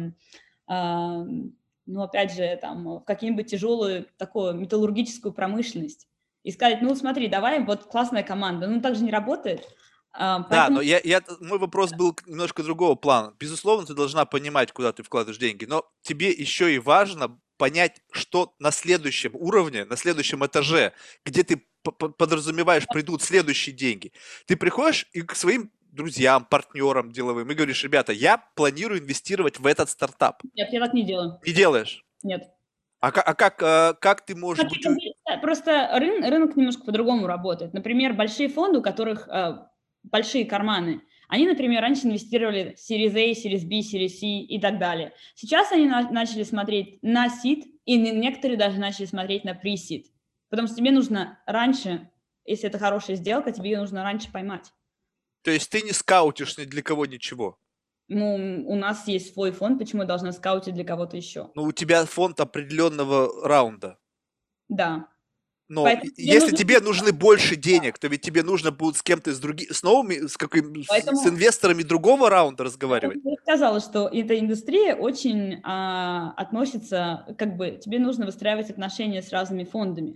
A: ну, опять же, там, в какую-нибудь тяжелую такую металлургическую промышленность. И сказать: ну, смотри, давай, вот классная команда. Ну, так же не работает.
B: Да,
A: Поэтому
B: но мой вопрос был немножко другого плана. Безусловно, ты должна понимать, куда ты вкладываешь деньги, но тебе еще и важно понять, что на следующем уровне, на следующем этаже, где ты подразумеваешь, придут следующие деньги. Ты приходишь и к своим друзьям, партнерам деловым и говоришь: ребята, я планирую инвестировать в этот стартап.
A: нет, я так не делаю.
B: Не делаешь.
A: Нет.
B: Как ты можешь
A: Смотри,
B: быть...
A: просто рынок немножко по-другому работает. Например, большие фонды, у которых большие карманы, они, например, раньше инвестировали в Series A, Series B, Series C и так далее. Сейчас они начали смотреть на seed, и некоторые даже начали смотреть на pre-seed. Потому что тебе нужно раньше, если это хорошая сделка, тебе ее нужно раньше поймать.
B: То есть ты не скаутишь ни для кого ничего.
A: Ну, у нас есть свой фонд, почему я должна скаутить для кого-то еще?
B: Но у тебя фонд определенного раунда.
A: Да.
B: Но
A: Поэтому тебе
B: если
A: нужно...
B: тебе нужны больше денег, то ведь тебе нужно будет с кем-то с новыми, с
A: Поэтому
B: инвесторами другого раунда разговаривать.
A: я сказала, что эта индустрия очень относится, как бы тебе нужно выстраивать отношения с разными фондами.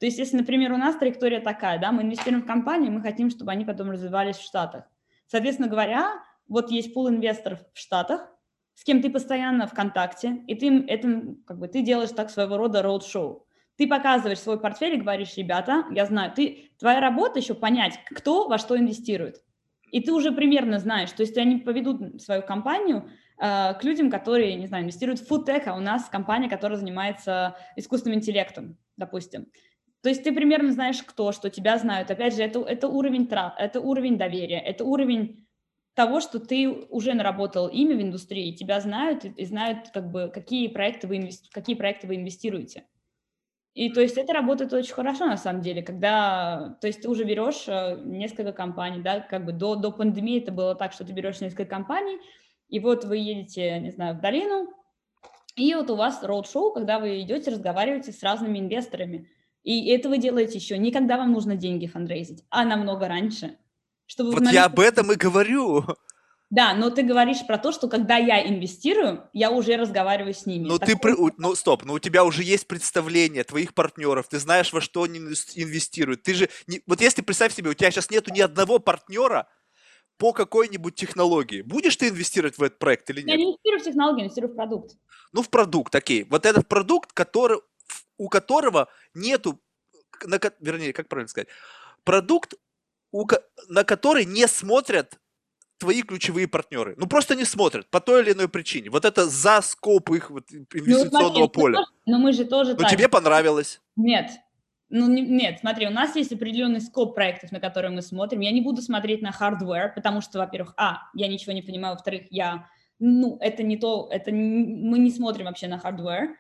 A: То есть, если, например, у нас траектория такая, да, мы инвестируем в компании, мы хотим, чтобы они потом развивались в Штатах. Соответственно говоря, вот есть пул инвесторов в Штатах, с кем ты постоянно в контакте, и ты этим, как бы, ты делаешь так своего рода роуд-шоу. Ты показываешь свой портфель и говоришь: ребята, я знаю, твоя работа еще понять, кто во что инвестирует. И ты уже примерно знаешь, то есть они поведут свою компанию к людям, которые, не знаю, инвестируют в фудтек, а у нас компания, которая занимается искусственным интеллектом, допустим. То есть ты примерно знаешь, кто, что тебя знают. Опять же, это уровень доверия, это уровень того, что ты уже наработал имя в индустрии, тебя знают и знают, как бы, какие проекты вы инвестируете. И то есть это работает очень хорошо на самом деле, когда, то есть ты уже берешь несколько компаний, да, как бы до пандемии это было так, что ты берешь несколько компаний, и вот вы едете, не знаю, в долину, и вот у вас роуд-шоу, когда вы идете, разговариваете с разными инвесторами. И это вы делаете еще не когда вам нужно деньги фандрейзить, а намного раньше. Чтобы в
B: Вот я
A: момент...
B: об этом и говорю.
A: Да, но ты говоришь про то, что когда я инвестирую, я уже разговариваю с ними.
B: Ну, стоп, но у тебя уже есть представление твоих партнеров, ты знаешь, во что они инвестируют. Ты же, вот если представь себе, у тебя сейчас нету ни одного партнера по какой-нибудь технологии. Будешь ты инвестировать в этот проект или
A: Я
B: нет?
A: не инвестирую в технологии, я инвестирую в продукт.
B: Ну, в продукт, окей. Вот этот продукт, у которого нету, вернее, как правильно сказать, продукт, на который не смотрят твои ключевые партнеры. Ну, просто не смотрят по той или иной причине. Вот это за скоп их вот, инвестиционного поля.
A: Но мы же тоже
B: Но
A: так.
B: тебе понравилось.
A: Нет. Нет, смотри, у нас есть определенный скоп проектов, на которые мы смотрим. Я не буду смотреть на hardware, потому что, во-первых, я ничего не понимаю, во-вторых, это не то, мы не смотрим вообще на hardware.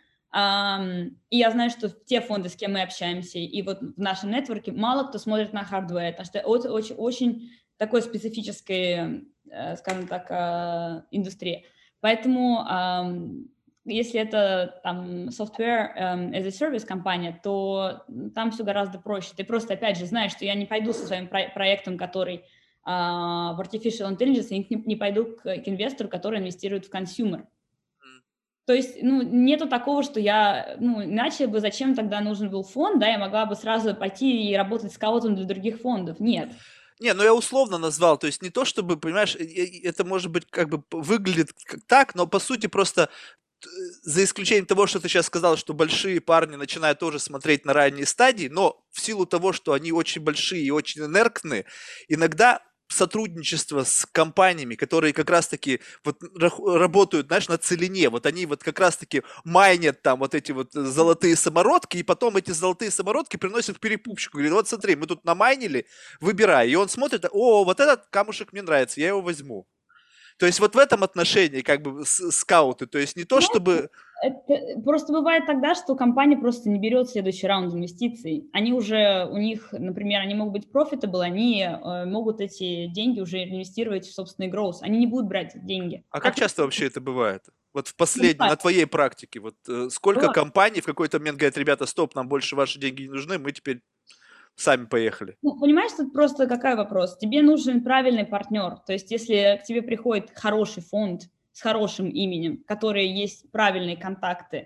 A: И я знаю, что те фонды, с кем мы общаемся, и вот в нашем нетворке мало кто смотрит на hardware, потому что это очень, очень такой специфической, скажем так, индустрия. Поэтому если это там software as a service компания, то там все гораздо проще. Ты просто, опять же, знаешь, что я не пойду со своим проектом, который в artificial intelligence, и не пойду к инвестору, который инвестирует в consumer. То есть, нету такого, что иначе бы зачем тогда нужен был фонд, да, я могла бы сразу пойти и работать скаутом для других фондов. Нет.
B: Не, ну я условно назвал, то есть не то чтобы, понимаешь, это может быть как бы выглядит так, но по сути просто за исключением того, что ты сейчас сказал, что большие парни начинают тоже смотреть на ранние стадии, но в силу того, что они очень большие и очень энергные, иногда сотрудничество с компаниями, которые как раз-таки вот работают, знаешь, на целине, вот они вот как раз-таки майнят там вот эти вот золотые самородки, и потом эти золотые самородки приносят к перекупщику, говорит: вот смотри, мы тут намайнили, выбирай, и он смотрит: о, вот этот камушек мне нравится, я его возьму. То есть вот в этом отношении как бы скауты, то есть не то чтобы...
A: Это просто бывает тогда, что компания просто не берет следующий раунд инвестиций. У них, например, они могут быть profitable, они могут эти деньги уже инвестировать в собственный growth. Они не будут брать деньги.
B: А как часто вообще это бывает? Вот в последнем, на твоей практике, вот сколько компаний в какой-то момент говорят: ребята, стоп, нам больше ваши деньги не нужны, мы теперь сами поехали.
A: Понимаешь, тут просто какой вопрос? Тебе нужен правильный партнер. То есть если к тебе приходит хороший фонд с хорошим именем, который есть правильные контакты,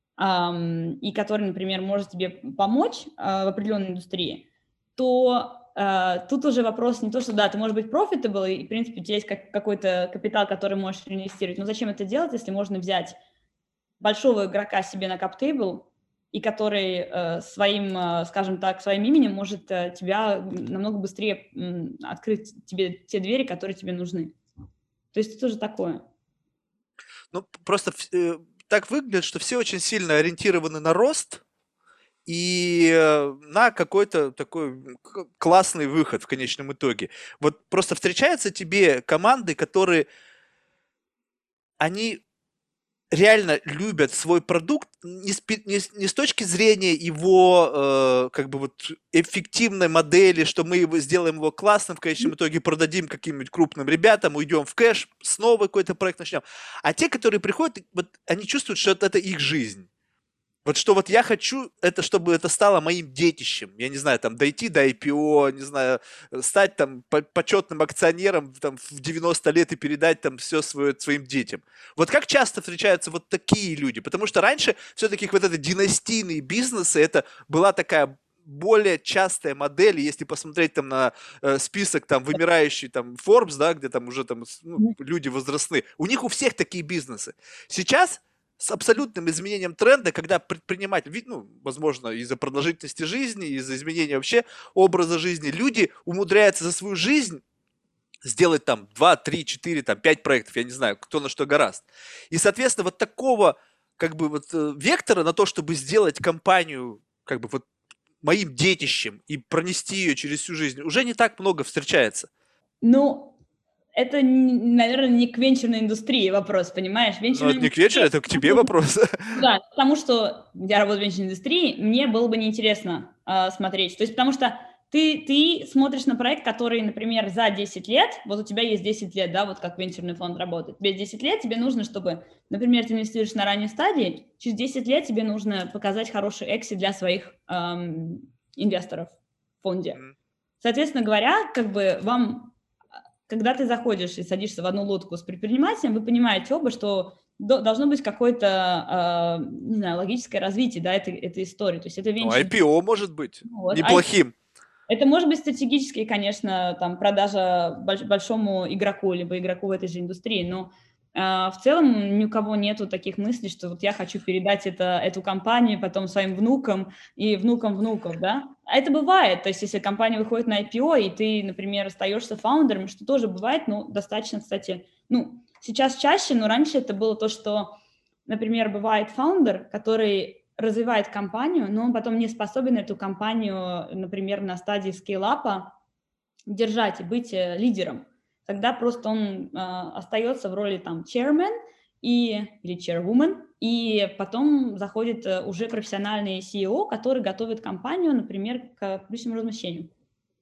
A: и который, например, может тебе помочь в определенной индустрии, то тут уже вопрос не то, что да, ты можешь быть profitable, и, в принципе, у тебя есть какой-то капитал, который можешь инвестировать. Но зачем это делать, если можно взять большого игрока себе на cap-table, и который скажем так, своим именем может тебя намного быстрее открыть тебе те двери, которые тебе нужны. То есть это тоже такое.
B: Ну, просто так выглядит, что все очень сильно ориентированы на рост и на какой-то такой классный выход в конечном итоге. Вот просто встречаются тебе команды, которые, они реально любят свой продукт не с точки зрения его как бы вот эффективной модели, что мы сделаем его классным, в конечном итоге продадим каким-нибудь крупным ребятам, уйдем в кэш, снова какой-то проект начнем. А те, которые приходят, вот они чувствуют, что это их жизнь. Вот что вот я хочу, это чтобы это стало моим детищем. Я не знаю, там, дойти до IPO, не знаю, стать там почетным акционером там, в 90 лет и передать там все своим детям. Вот как часто встречаются вот такие люди? Потому что раньше все-таки вот это династийные бизнесы, это была такая более частая модель, если посмотреть там на список там вымирающий там Forbes, да, где там уже там
A: Мгм.
B: люди возрастные, у них у всех такие бизнесы. Сейчас с абсолютным изменением тренда, когда предприниматель, возможно, из-за продолжительности жизни, из-за изменения вообще образа жизни, люди умудряются за свою жизнь сделать там 2, 3, 4, там 5 проектов, я не знаю, кто на что гораст. И, соответственно, вот такого как бы вот вектора на то, чтобы сделать компанию как бы вот моим детищем и пронести ее через всю жизнь, уже не так много встречается.
A: Ну, это, наверное, не к венчурной индустрии вопрос, понимаешь?
B: Но
A: Венчурная
B: это не к вечеру,
A: индустрия,
B: это к тебе вопрос.
A: ну да, потому что я работаю в венчурной индустрии, мне было бы неинтересно смотреть. То есть потому что ты смотришь на проект, который, например, за 10 лет, вот у тебя есть 10 лет, да, вот как венчурный фонд работает. Тебе 10 лет, тебе нужно, чтобы, например, ты инвестируешь на ранней стадии, через 10 лет тебе нужно показать хороший эксит для своих инвесторов в фонде. Соответственно говоря, как бы вам, когда ты заходишь и садишься в одну лодку с предпринимателем, вы понимаете оба, что должно быть какое-то, не знаю, логическое развитие, да, этой истории. То есть это
B: Ну,
A: венчурный.
B: IPO может быть
A: Вот.
B: неплохим.
A: Это может быть стратегически, конечно, там, продажа большому игроку, либо игроку в этой же индустрии, но в целом ни у кого нету таких мыслей, что вот я хочу передать эту компанию потом своим внукам и внукам внуков, да. А это бывает, то есть если компания выходит на IPO, и ты, например, остаешься фаундером, что тоже бывает, но достаточно, кстати, сейчас чаще, но раньше это было то, что, например, бывает фаундер, который развивает компанию, но он потом не способен эту компанию, например, на стадии скейлапа держать и быть лидером. Тогда просто он остается в роли там chairman или chairwoman, и потом заходит уже профессиональный CEO, который готовит компанию, например, к публичному размещению.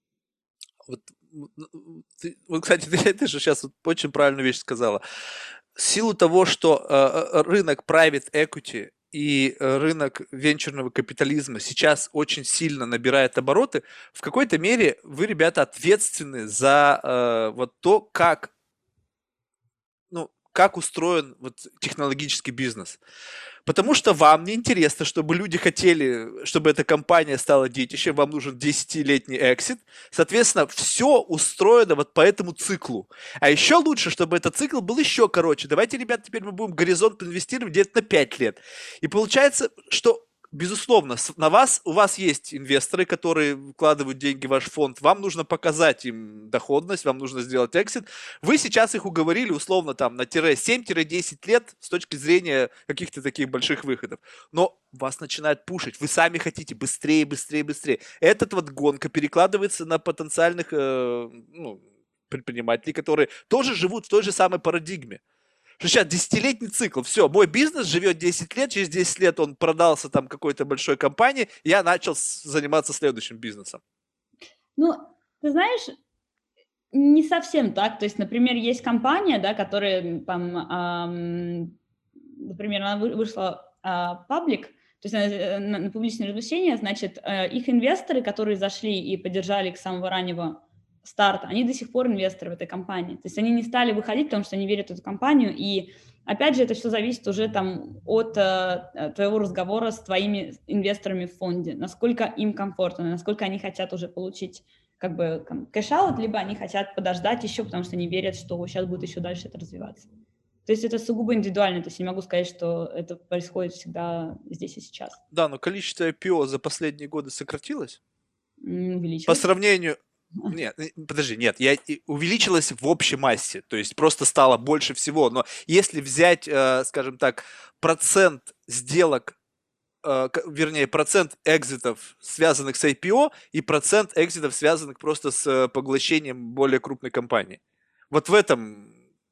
B: Вот, кстати, ты же сейчас очень правильную вещь сказала. В силу того, что рынок private equity и рынок венчурного капитализма сейчас очень сильно набирает обороты, в какой-то мере вы, ребята, ответственны за вот то, как устроен вот технологический бизнес. Потому что вам не интересно, чтобы люди хотели, чтобы эта компания стала детищем, вам нужен 10-летний эксит. Соответственно, все устроено вот по этому циклу. А еще лучше, чтобы этот цикл был еще короче. Давайте, ребят, теперь мы будем горизонт инвестировать где-то на 5 лет. И получается, что безусловно, у вас есть инвесторы, которые вкладывают деньги в ваш фонд, вам нужно показать им доходность, вам нужно сделать эксит. Вы сейчас их уговорили условно там на 7-10 лет с точки зрения каких-то таких больших выходов. Но вас начинают пушить, вы сами хотите быстрее, быстрее, быстрее. Этот вот гонка перекладывается на потенциальных предпринимателей, которые тоже живут в той же самой парадигме. Что сейчас 10-летний цикл, все, мой бизнес живет 10 лет, через 10 лет он продался там какой-то большой компании, я начал заниматься следующим бизнесом.
A: Ну, ты знаешь, не совсем так. То есть, например, есть компания, да, которая там, например, она вышла паблик, то есть на публичное размещение, значит, их инвесторы, которые зашли и поддержали их с самого раннего старта, они до сих пор инвесторы в этой компании. То есть они не стали выходить, потому что они верят в эту компанию. И опять же, это все зависит уже там от твоего разговора с твоими инвесторами в фонде, насколько им комфортно, насколько они хотят уже получить как бы кэш-аут, либо они хотят подождать еще, потому что они верят, что сейчас будет еще дальше это развиваться. То есть это сугубо индивидуально, то есть я не могу сказать, что это происходит всегда здесь и сейчас.
B: Да, но количество IPO за последние годы сократилось?
A: Увеличилось.
B: По сравнению... Нет, подожди, нет, увеличилось в общей массе, то есть просто стало больше всего, но если взять, скажем так, процент сделок, вернее, процент экзитов, связанных с IPO, и процент экзитов, связанных просто с поглощением более крупной компании. Вот в этом,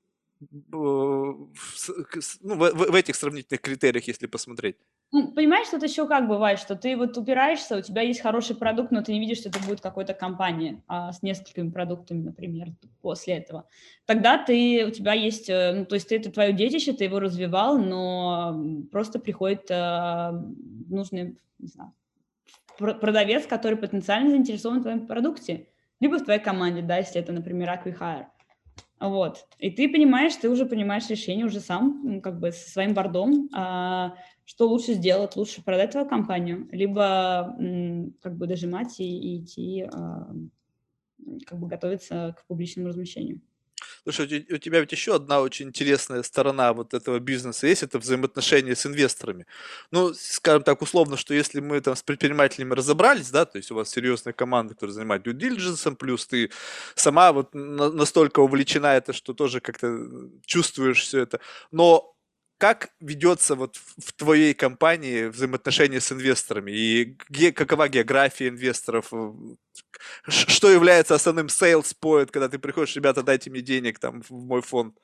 B: в этих сравнительных критериях, если посмотреть.
A: Понимаешь, тут еще как бывает, что ты вот упираешься, у тебя есть хороший продукт, но ты не видишь, что это будет какой-то компания с несколькими продуктами, например, после этого. Тогда у тебя есть, то есть это твое детище, ты его развивал, но просто приходит нужный, не знаю, продавец, который потенциально заинтересован в твоем продукте, либо в твоей команде, да, если это, например, acqui-hire. Вот. И ты понимаешь, ты уже принимаешь решение уже сам, как бы со своим бордом, что лучше сделать, лучше продать твою компанию, либо как бы дожимать и идти, как бы готовиться к публичному размещению.
B: Слушай, у тебя ведь еще одна очень интересная сторона вот этого бизнеса есть, это взаимоотношения с инвесторами. Ну, скажем так, условно, что если мы там с предпринимателями разобрались, да, то есть у вас серьезная команда, которая занимает due diligence, плюс ты сама вот настолько увлечена это, что тоже как-то чувствуешь все это. Но как ведется вот в твоей компании взаимоотношения с инвесторами и какова география инвесторов, что является основным sales point, когда ты приходишь, ребята, дайте мне денег там в мой фонд?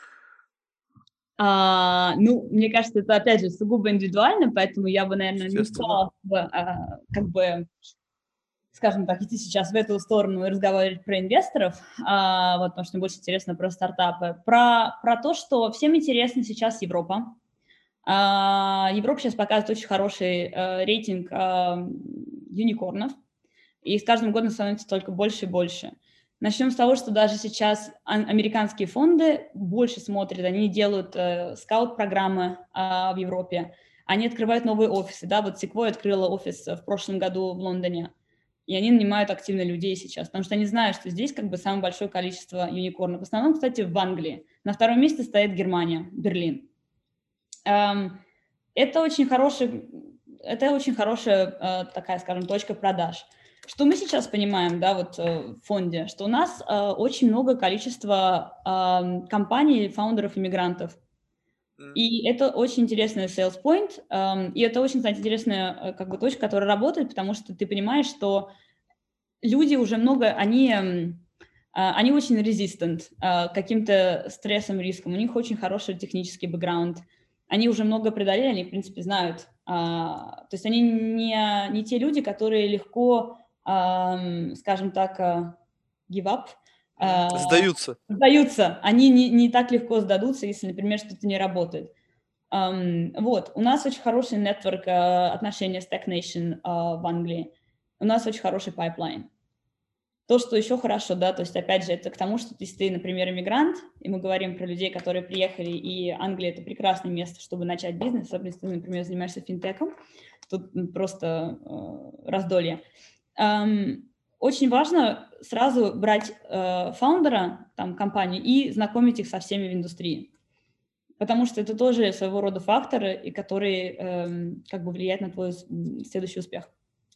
A: Ну, мне кажется, это, опять же, сугубо индивидуально, поэтому я бы, наверное, не
B: Естественно.
A: стала как бы, скажем так, идти сейчас в эту сторону и разговаривать про инвесторов, вот, потому что мне больше интересно про стартапы. Про то, что всем интересна сейчас Европа. Европа сейчас показывает очень хороший рейтинг юникорнов, и с каждым годом становится только больше и больше. Начнем с того, что даже сейчас американские фонды больше смотрят, они делают скаут-программы в Европе, они открывают новые офисы, да, вот Sequoia открыла офис в прошлом году в Лондоне, и они нанимают активно людей сейчас, потому что они знают, что здесь как бы самое большое количество юникорнов. В основном, кстати, в Англии. На втором месте стоит Германия, Берлин. Это очень хорошая такая, скажем, точка продаж. Что мы сейчас понимаем, да, вот в фонде, что у нас очень много количества компаний, фаундеров, иммигрантов. И это очень интересный sales point, и это очень, кстати, интересная как бы точка, которая работает, потому что ты понимаешь, что люди уже много, они очень резистент к каким-то стрессам, рискам, у них очень хороший технический бэкграунд, они уже много преодолели, они, в принципе, знают. То есть они не те люди, которые легко, скажем так, give up,
B: Сдаются.
A: сдаются. Они не так легко сдадутся, если, например, что-то не работает. Вот. У нас очень хороший нетворк отношения с Tech Nation в Англии. У нас очень хороший пайплайн. То, что еще хорошо, да, то есть, опять же, это к тому, что если ты, например, иммигрант, и мы говорим про людей, которые приехали, и Англия – это прекрасное место, чтобы начать бизнес, особенно если ты, например, занимаешься финтеком, тут просто раздолье. Очень важно сразу брать фаундера, там, компании и знакомить их со всеми в индустрии, потому что это тоже своего рода факторы, и которые как бы влияют на твой следующий успех.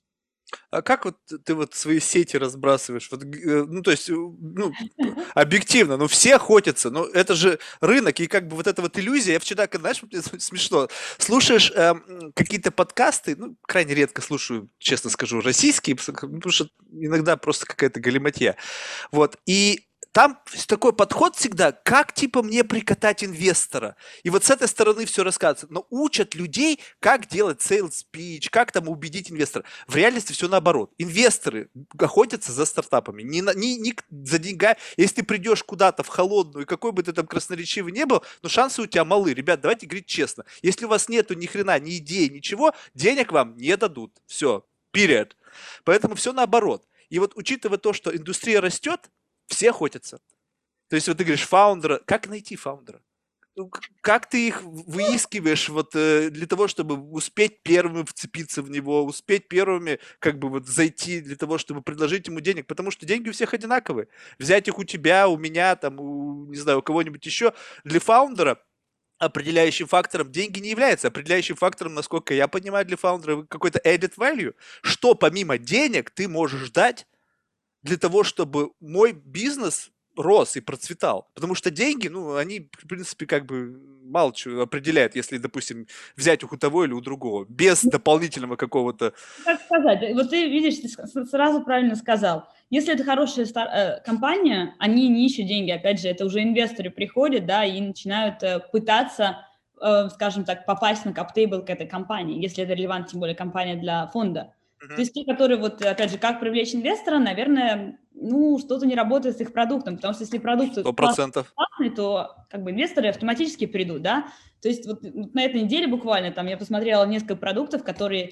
B: А как вот ты вот свои сети разбрасываешь? Вот, ну, то есть, ну, объективно, ну, все охотятся, ну, это же рынок, и как бы вот эта вот иллюзия. Я вчера, знаешь, вот мне смешно, слушаешь какие-то подкасты, ну, крайне редко слушаю, честно скажу, российские, потому что иногда просто какая-то галиматья. Вот, и там такой подход всегда, как типа мне прикатать инвестора. И вот с этой стороны все рассказывается. Но учат людей, как делать sales pitch, как там убедить инвестора. В реальности все наоборот. Инвесторы охотятся за стартапами, не за деньгами. Если ты придешь куда-то в холодную, и какой бы ты там красноречивый не был, но шансы у тебя малы. Ребят, давайте говорить честно. Если у вас нету ни хрена, ни идеи, ничего, денег вам не дадут. Все. Period. Поэтому все наоборот. И вот учитывая то, что индустрия растет, все охотятся. То есть вот ты говоришь фаундера, как найти фаундера? Ну, как ты их выискиваешь вот для того, чтобы успеть первыми вцепиться в него, успеть первыми как бы вот зайти для того, чтобы предложить ему денег, потому что деньги у всех одинаковые. Взять их у тебя, у меня, там, не знаю, у кого-нибудь еще. Для фаундера определяющим фактором деньги не является. Определяющим фактором, насколько я понимаю, для фаундера какой-то added value. Что помимо денег ты можешь дать для того, чтобы мой бизнес рос и процветал. Потому что деньги, ну, они, в принципе, как бы мало чего определяют, если, допустим, взять у того или у другого, без дополнительного какого-то...
A: Как сказать? Вот ты видишь, ты сразу правильно сказал. Если это хорошая компания, они не ищут деньги. Опять же, это уже инвесторы приходят, да, и начинают пытаться, скажем так, попасть на кап-тейбл к этой компании, если это релевант, тем более компания для фонда. То есть те, которые, вот, опять же, как привлечь инвестора, наверное, ну, что-то не работает с их продуктом, потому что если продукт
B: 100%.
A: классный, то как бы инвесторы автоматически придут, да. То есть вот на этой неделе буквально там я посмотрела несколько продуктов, которые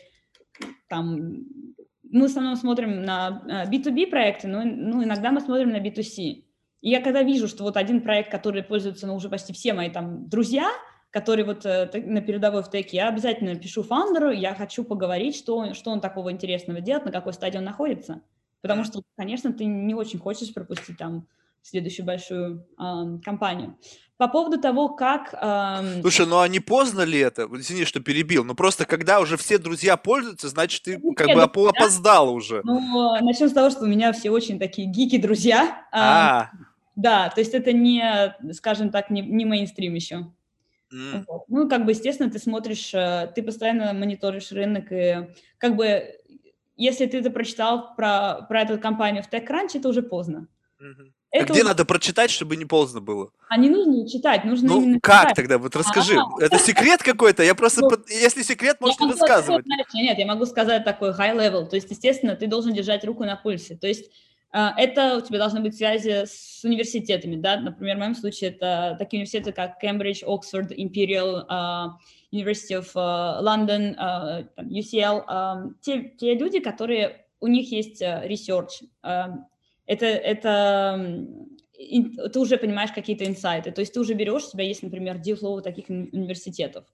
A: там, мы в основном смотрим на B2B проекты, но иногда мы смотрим на B2C. И я когда вижу, что вот один проект, который пользуются, ну, уже почти все мои там друзья, которые вот на передовой в теке, я обязательно пишу фаундеру, я хочу поговорить, что он такого интересного делает, на какой стадии он находится. Потому что, конечно, ты не очень хочешь пропустить там следующую большую компанию. По поводу того, как...
B: Слушай, ну а не поздно ли это? Вот извини, что перебил, но просто когда уже все друзья пользуются, значит, ты как бы
A: Да?
B: опоздал уже.
A: Ну, начнем с того, что у меня все очень такие гики-друзья.
B: А,
A: Да, то есть это не, скажем так, не мейнстрим еще. Вот. Ну, как бы, естественно, ты смотришь, ты постоянно мониторишь рынок, и как бы, если ты это прочитал про эту компанию в TechCrunch, это уже поздно.
B: а
A: Это
B: где
A: уже...
B: надо прочитать, чтобы не поздно было?
A: А не нужно читать, нужно
B: Ну,
A: именно
B: как
A: читать.
B: тогда? Вот расскажи. Это секрет какой-то? Я просто,
A: Ну,
B: если секрет,
A: я
B: можешь не
A: могу сказать,
B: рассказывать.
A: знаешь, нет, я могу сказать такой high level, то есть, естественно, ты должен держать руку на пульсе, то есть это у тебя должны быть связи с университетами, да, например, в моем случае это такие университеты, как Cambridge, Oxford, Imperial, University of London, UCL, те люди, которые, у них есть research, ты уже понимаешь какие-то инсайты, то есть ты уже берешь, у тебя есть, например, deal таких университетов,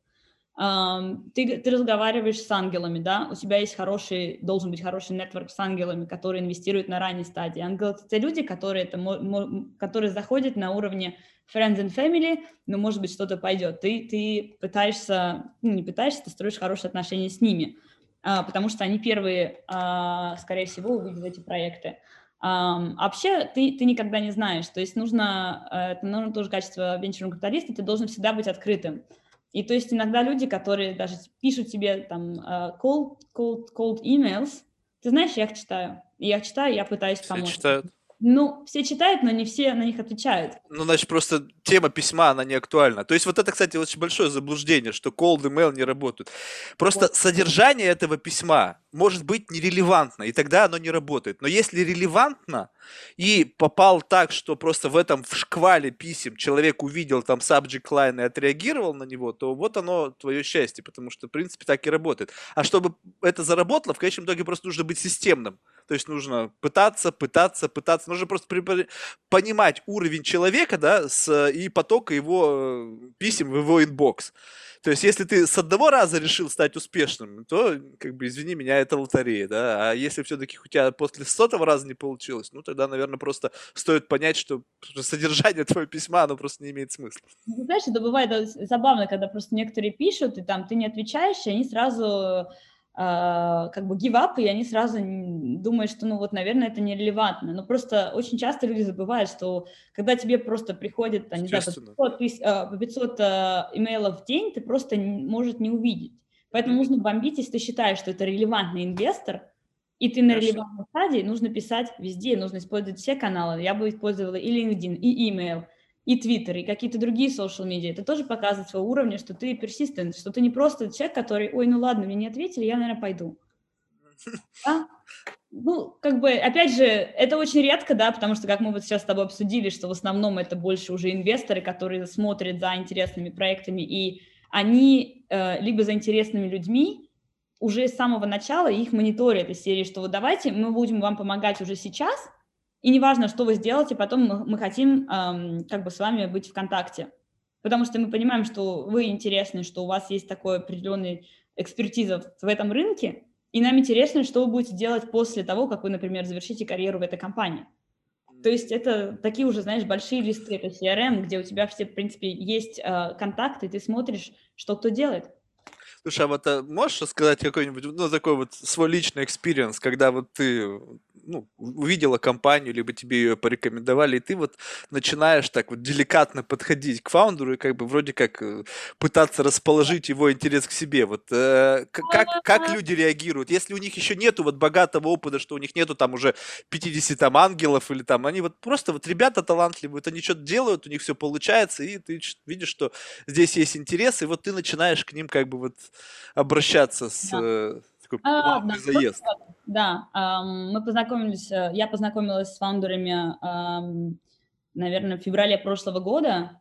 A: ты разговариваешь с ангелами, да, у тебя есть должен быть хороший нетворк с ангелами, которые инвестируют на ранней стадии. Ангелы — это люди, которые заходят на уровне friends and family, но, может быть, что-то пойдет. Ты пытаешься, ну, не пытаешься, ты строишь хорошие отношения с ними, потому что они первые, скорее всего, увидят эти проекты. Вообще ты никогда не знаешь, то есть это нужно тоже качество венчурного капиталиста, ты должен всегда быть открытым. И то есть иногда люди, которые даже пишут тебе там cold emails, ты знаешь, я их читаю. Я пытаюсь
B: Все
A: помочь.
B: читают.
A: Ну, все читают, но не все на них отвечают.
B: Ну, значит, просто тема письма, она не актуальна. То есть вот это, кстати, очень большое заблуждение, что cold email не работают. Просто
A: Вот.
B: содержание этого письма может быть нерелевантно, и тогда оно не работает. Но если релевантно и попал так, что просто в этом в шквале писем человек увидел там subject line и отреагировал на него, то вот оно твое счастье, потому что, в принципе, так и работает. А чтобы это заработало, в конечном итоге просто нужно быть системным. То есть нужно пытаться. Нужно просто понимать уровень человека, да, и потока его писем в его инбокс. То есть, если ты с одного раза решил стать успешным, то, как бы, извини меня, это лотерея, да. А если все-таки у тебя после 100-го раза не получилось, ну, тогда, наверное, просто стоит понять, что содержание твоего письма, оно просто не имеет смысла.
A: Ну, знаешь, это бывает забавно, когда просто некоторые пишут, и там ты не отвечаешь, и они сразу как бы give up, и они сразу думают, что, ну вот, наверное, это нерелевантно. Но просто очень часто люди забывают, что когда тебе просто приходит, не знаю,
B: Естественно.
A: по 500 имейлов в день, ты просто может не увидеть. Поэтому нужно бомбить, если ты считаешь, что это релевантный инвестор, и ты на
B: Конечно.
A: релевантной стадии, нужно писать везде, нужно использовать все каналы. Я бы использовала и LinkedIn, и email, и Twitter, и какие-то другие social media. Это тоже показывает свой уровень, что ты persistent, что ты не просто человек, который, ой, ну ладно, мне не ответили, я, наверное, пойду. Да? Ну, как бы, опять же, это очень редко, да, потому что, как мы вот сейчас с тобой обсудили, что в основном это больше уже инвесторы, которые смотрят за интересными проектами, и они либо за интересными людьми уже с самого начала их мониторят из серии, что вот давайте мы будем вам помогать уже сейчас, и неважно, что вы сделаете, потом мы хотим как бы с вами быть в контакте. Потому что мы понимаем, что вы интересны, что у вас есть такой определенный экспертиза в этом рынке, и нам интересно, что вы будете делать после того, как вы, например, завершите карьеру в этой компании. То есть это такие уже, знаешь, большие листы, это CRM, где у тебя все, в принципе, есть контакты, ты смотришь, что кто делает.
B: Слушай, а вот можешь рассказать какой-нибудь, ну, такой вот свой личный экспириенс, когда вот ты, ну, увидела компанию, либо тебе ее порекомендовали, и ты вот начинаешь так вот деликатно подходить к фаундеру и как бы вроде как пытаться расположить его интерес к себе. Вот как люди реагируют? Если у них еще нету вот богатого опыта, что у них нету там уже 50 там ангелов или там, они вот просто вот ребята талантливые, вот они что-то делают, у них все получается, и ты видишь, что здесь есть интерес, и вот ты начинаешь к ним как бы вот обращаться с
A: Да.
B: такой
A: Да,
B: плавный заезд.
A: да, я познакомилась с фаундерами, наверное, в феврале прошлого года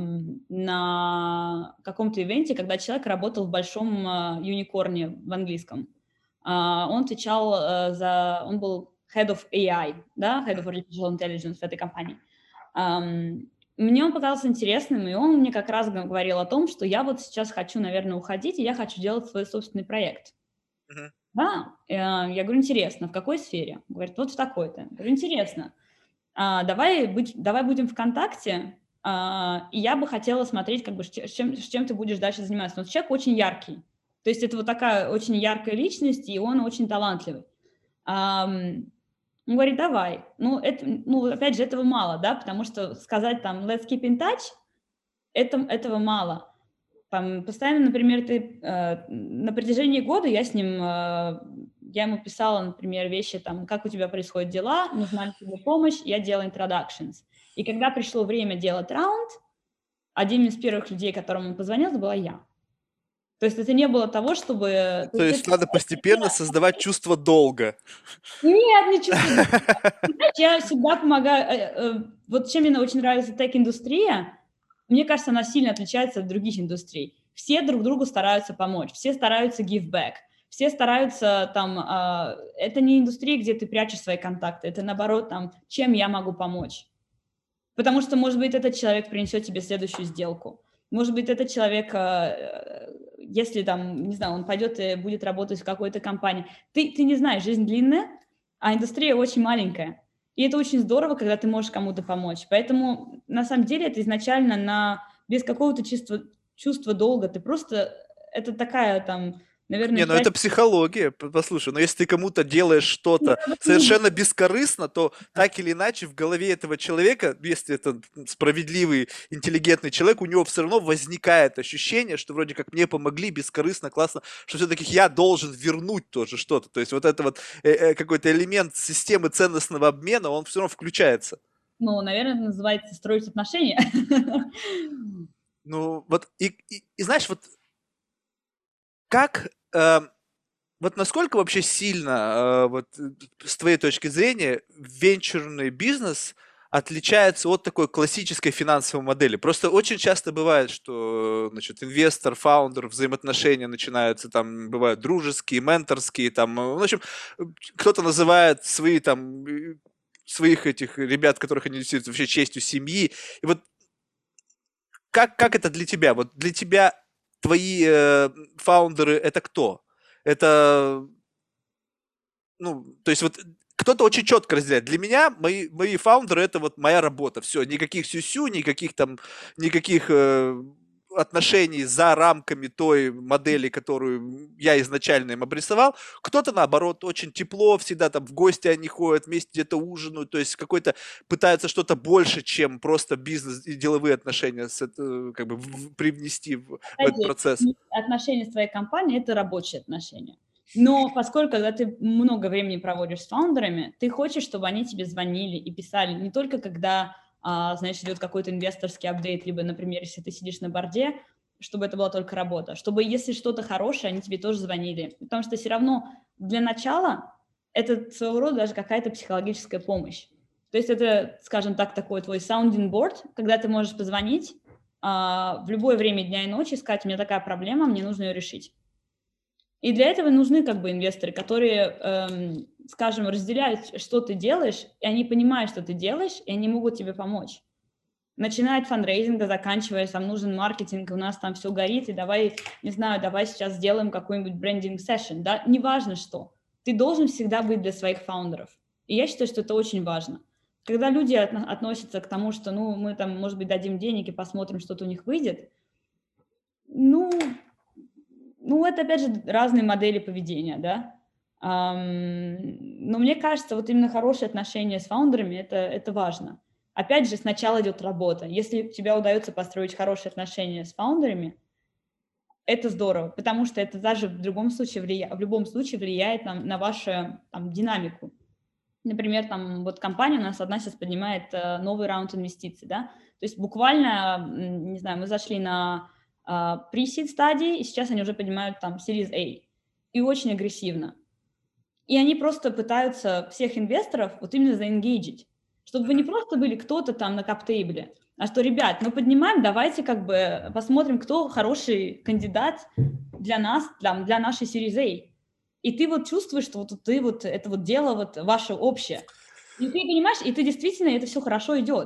A: на каком-то ивенте, когда человек работал в большом юникорне в английском. Он отвечал он был Head of AI, да, Head of Artificial Intelligence в этой компании. Мне он показался интересным, и он мне как раз говорил о том, что я вот сейчас хочу, наверное, уходить, и я хочу делать свой собственный проект.
B: Мгм.
A: Да, я говорю, интересно, в какой сфере? Говорит, вот в такой-то. Я говорю, интересно. Давай будем в контакте, и я бы хотела смотреть, как бы, с чем ты будешь дальше заниматься. Но человек очень яркий. То есть это вот такая очень яркая личность, и он очень талантливый. Он говорит, давай. Опять же, этого мало, да, потому что сказать там let's keep in touch, этого мало. Там постоянно, например, на протяжении года я ему писала, например, вещи там, как у тебя происходят дела, нужна ли тебе помощь, я делала introductions. И когда пришло время делать раунд, один из первых людей, которому он позвонил, это была я. То есть это не было того, чтобы...
B: То есть надо постепенно создавать чувство долга.
A: Нет, не чувствую. Знаешь, я всегда помогаю. Вот чем мне очень нравится тек-индустрия, мне кажется, она сильно отличается от других индустрий. Все друг другу стараются помочь, все стараются give back, все стараются там... Это не индустрия, где ты прячешь свои контакты, это наоборот, там, чем я могу помочь. Потому что, может быть, этот человек принесет тебе следующую сделку. Может быть, этот человек, если там, не знаю, он пойдет и будет работать в какой-то компании. Ты не знаешь, жизнь длинная, а индустрия очень маленькая. И это очень здорово, когда ты можешь кому-то помочь. Поэтому, на самом деле, это изначально без какого-то чувства долга. Ты просто... Это такая там, наверное,
B: Не, ну это психология, послушай, но если ты кому-то делаешь что-то совершенно бескорыстно, то так или иначе в голове этого человека, если это справедливый, интеллигентный человек, у него все равно возникает ощущение, что вроде как мне помогли бескорыстно, классно, что все-таки я должен вернуть тоже что-то. То есть вот это вот какой-то элемент системы ценностного обмена, он все равно включается.
A: Ну, наверное, это называется строить отношения.
B: Ну, вот, и знаешь, вот как, вот насколько вообще сильно, с твоей точки зрения, венчурный бизнес отличается от такой классической финансовой модели? Просто очень часто бывает, что, значит, инвестор, фаундер, взаимоотношения начинаются, там, бывают дружеские, менторские, там, в общем, кто-то называет своих этих ребят, которых они инвестируют, вообще честью семьи. И вот как это для тебя? Вот для тебя твои фаундеры это кто? Это, ну, то есть вот кто-то очень четко разделяет. Для меня мои фаундеры это вот моя работа. Все, никаких сюсю, никаких отношений за рамками той модели, которую я изначально им обрисовал. Кто-то, наоборот, очень тепло, всегда там в гости они ходят, вместе где-то ужинают, то есть какой-то пытаются что-то больше, чем просто бизнес и деловые отношения как бы привнести в этот процесс.
A: Отношения с твоей компанией – это рабочие отношения. Но поскольку, когда ты много времени проводишь с фаундерами, ты хочешь, чтобы они тебе звонили и писали не только когда, знаешь, идет какой-то инвесторский апдейт, либо, например, если ты сидишь на борде, чтобы это была только работа, чтобы, если что-то хорошее, они тебе тоже звонили. Потому что все равно для начала это своего рода даже какая-то психологическая помощь. То есть это, скажем так, такой твой sounding board, когда ты можешь позвонить в любое время дня и ночи, сказать, у меня такая проблема, мне нужно ее решить. И для этого нужны как бы инвесторы, которые, скажем, разделяют, что ты делаешь, и они понимают, что ты делаешь, и они могут тебе помочь. Начиная от фандрейзинга, заканчивая, там нужен маркетинг, у нас там все горит, и давай, не знаю, давай сейчас сделаем какой-нибудь брендинг-сессион, да, неважно что. Ты должен всегда быть для своих фаундеров. И я считаю, что это очень важно. Когда люди относятся к тому, что, ну, мы там, может быть, дадим денег и посмотрим, что-то у них выйдет, это, опять же, разные модели поведения, да. Но мне кажется, вот именно хорошие отношения с фаундерами это важно. Опять же, сначала идет работа. Если у тебя удается построить хорошие отношения с фаундерами, это здорово, потому что это даже в любом случае влияет на вашу там, динамику. Например, там вот компания у нас одна сейчас поднимает новый раунд инвестиций, да, то есть буквально, не знаю, мы зашли на pre-seed стадии, и сейчас они уже поднимают там Series A, и очень агрессивно. И они просто пытаются всех инвесторов вот именно заэнгейджить, чтобы вы не просто были кто-то там на кап-тейбле, а что, ребят, мы поднимаем, давайте как бы посмотрим, кто хороший кандидат для нас, для нашей Series A. И ты вот чувствуешь, что вот ты вот это вот дело вот ваше общее. И ты понимаешь, и ты действительно, это все хорошо идет.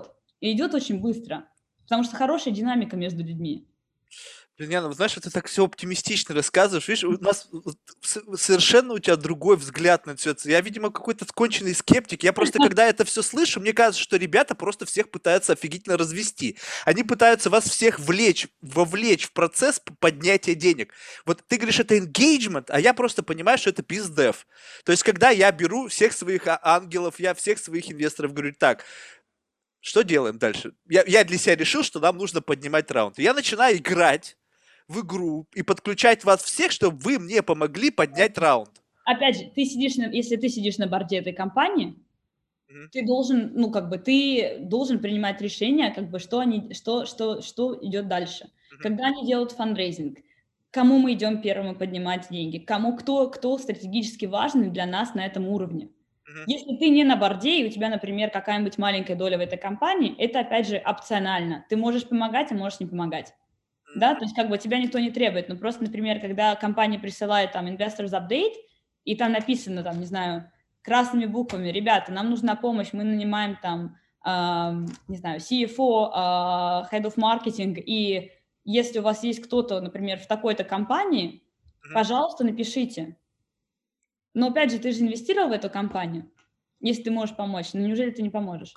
A: и идет очень быстро, потому что хорошая динамика между людьми.
B: Блин, Яна, вот знаешь, вот ты так все оптимистично рассказываешь. Видишь, у нас вот совершенно у тебя другой взгляд на все. Я, видимо, какой-то конченый скептик. Я просто, когда это все слышу, мне кажется, что ребята просто всех пытаются офигительно развести. Они пытаются вас всех вовлечь в процесс поднятия денег. Вот ты говоришь, это engagement, а я просто понимаю, что это бездев. То есть, когда я беру всех своих ангелов, я всех своих инвесторов говорю, так, что делаем дальше? Я для себя решил, что нам нужно поднимать раунд. Я начинаю играть в игру и подключать вас всех, чтобы вы мне помогли поднять раунд.
A: Опять же, если ты сидишь на борде этой компании, ты должен, ты должен принимать решение, что идет дальше. Когда они делают фандрейзинг, кому мы идем первым поднимать деньги, кто стратегически важный для нас на этом уровне. Если ты не на борде, и у тебя, например, какая-нибудь маленькая доля в этой компании, это, опять же, опционально. Ты можешь помогать, а можешь не помогать. Да, то есть тебя никто не требует. Но просто, например, когда компания присылает там Investors Update, и там написано, там, не знаю, красными буквами, ребята, нам нужна помощь, мы нанимаем там, не знаю, CFO, Head of Marketing, и если у вас есть кто-то, например, в такой-то компании, пожалуйста, напишите. Но опять же, ты же инвестировал в эту компанию, если ты можешь помочь. Но неужели ты не поможешь?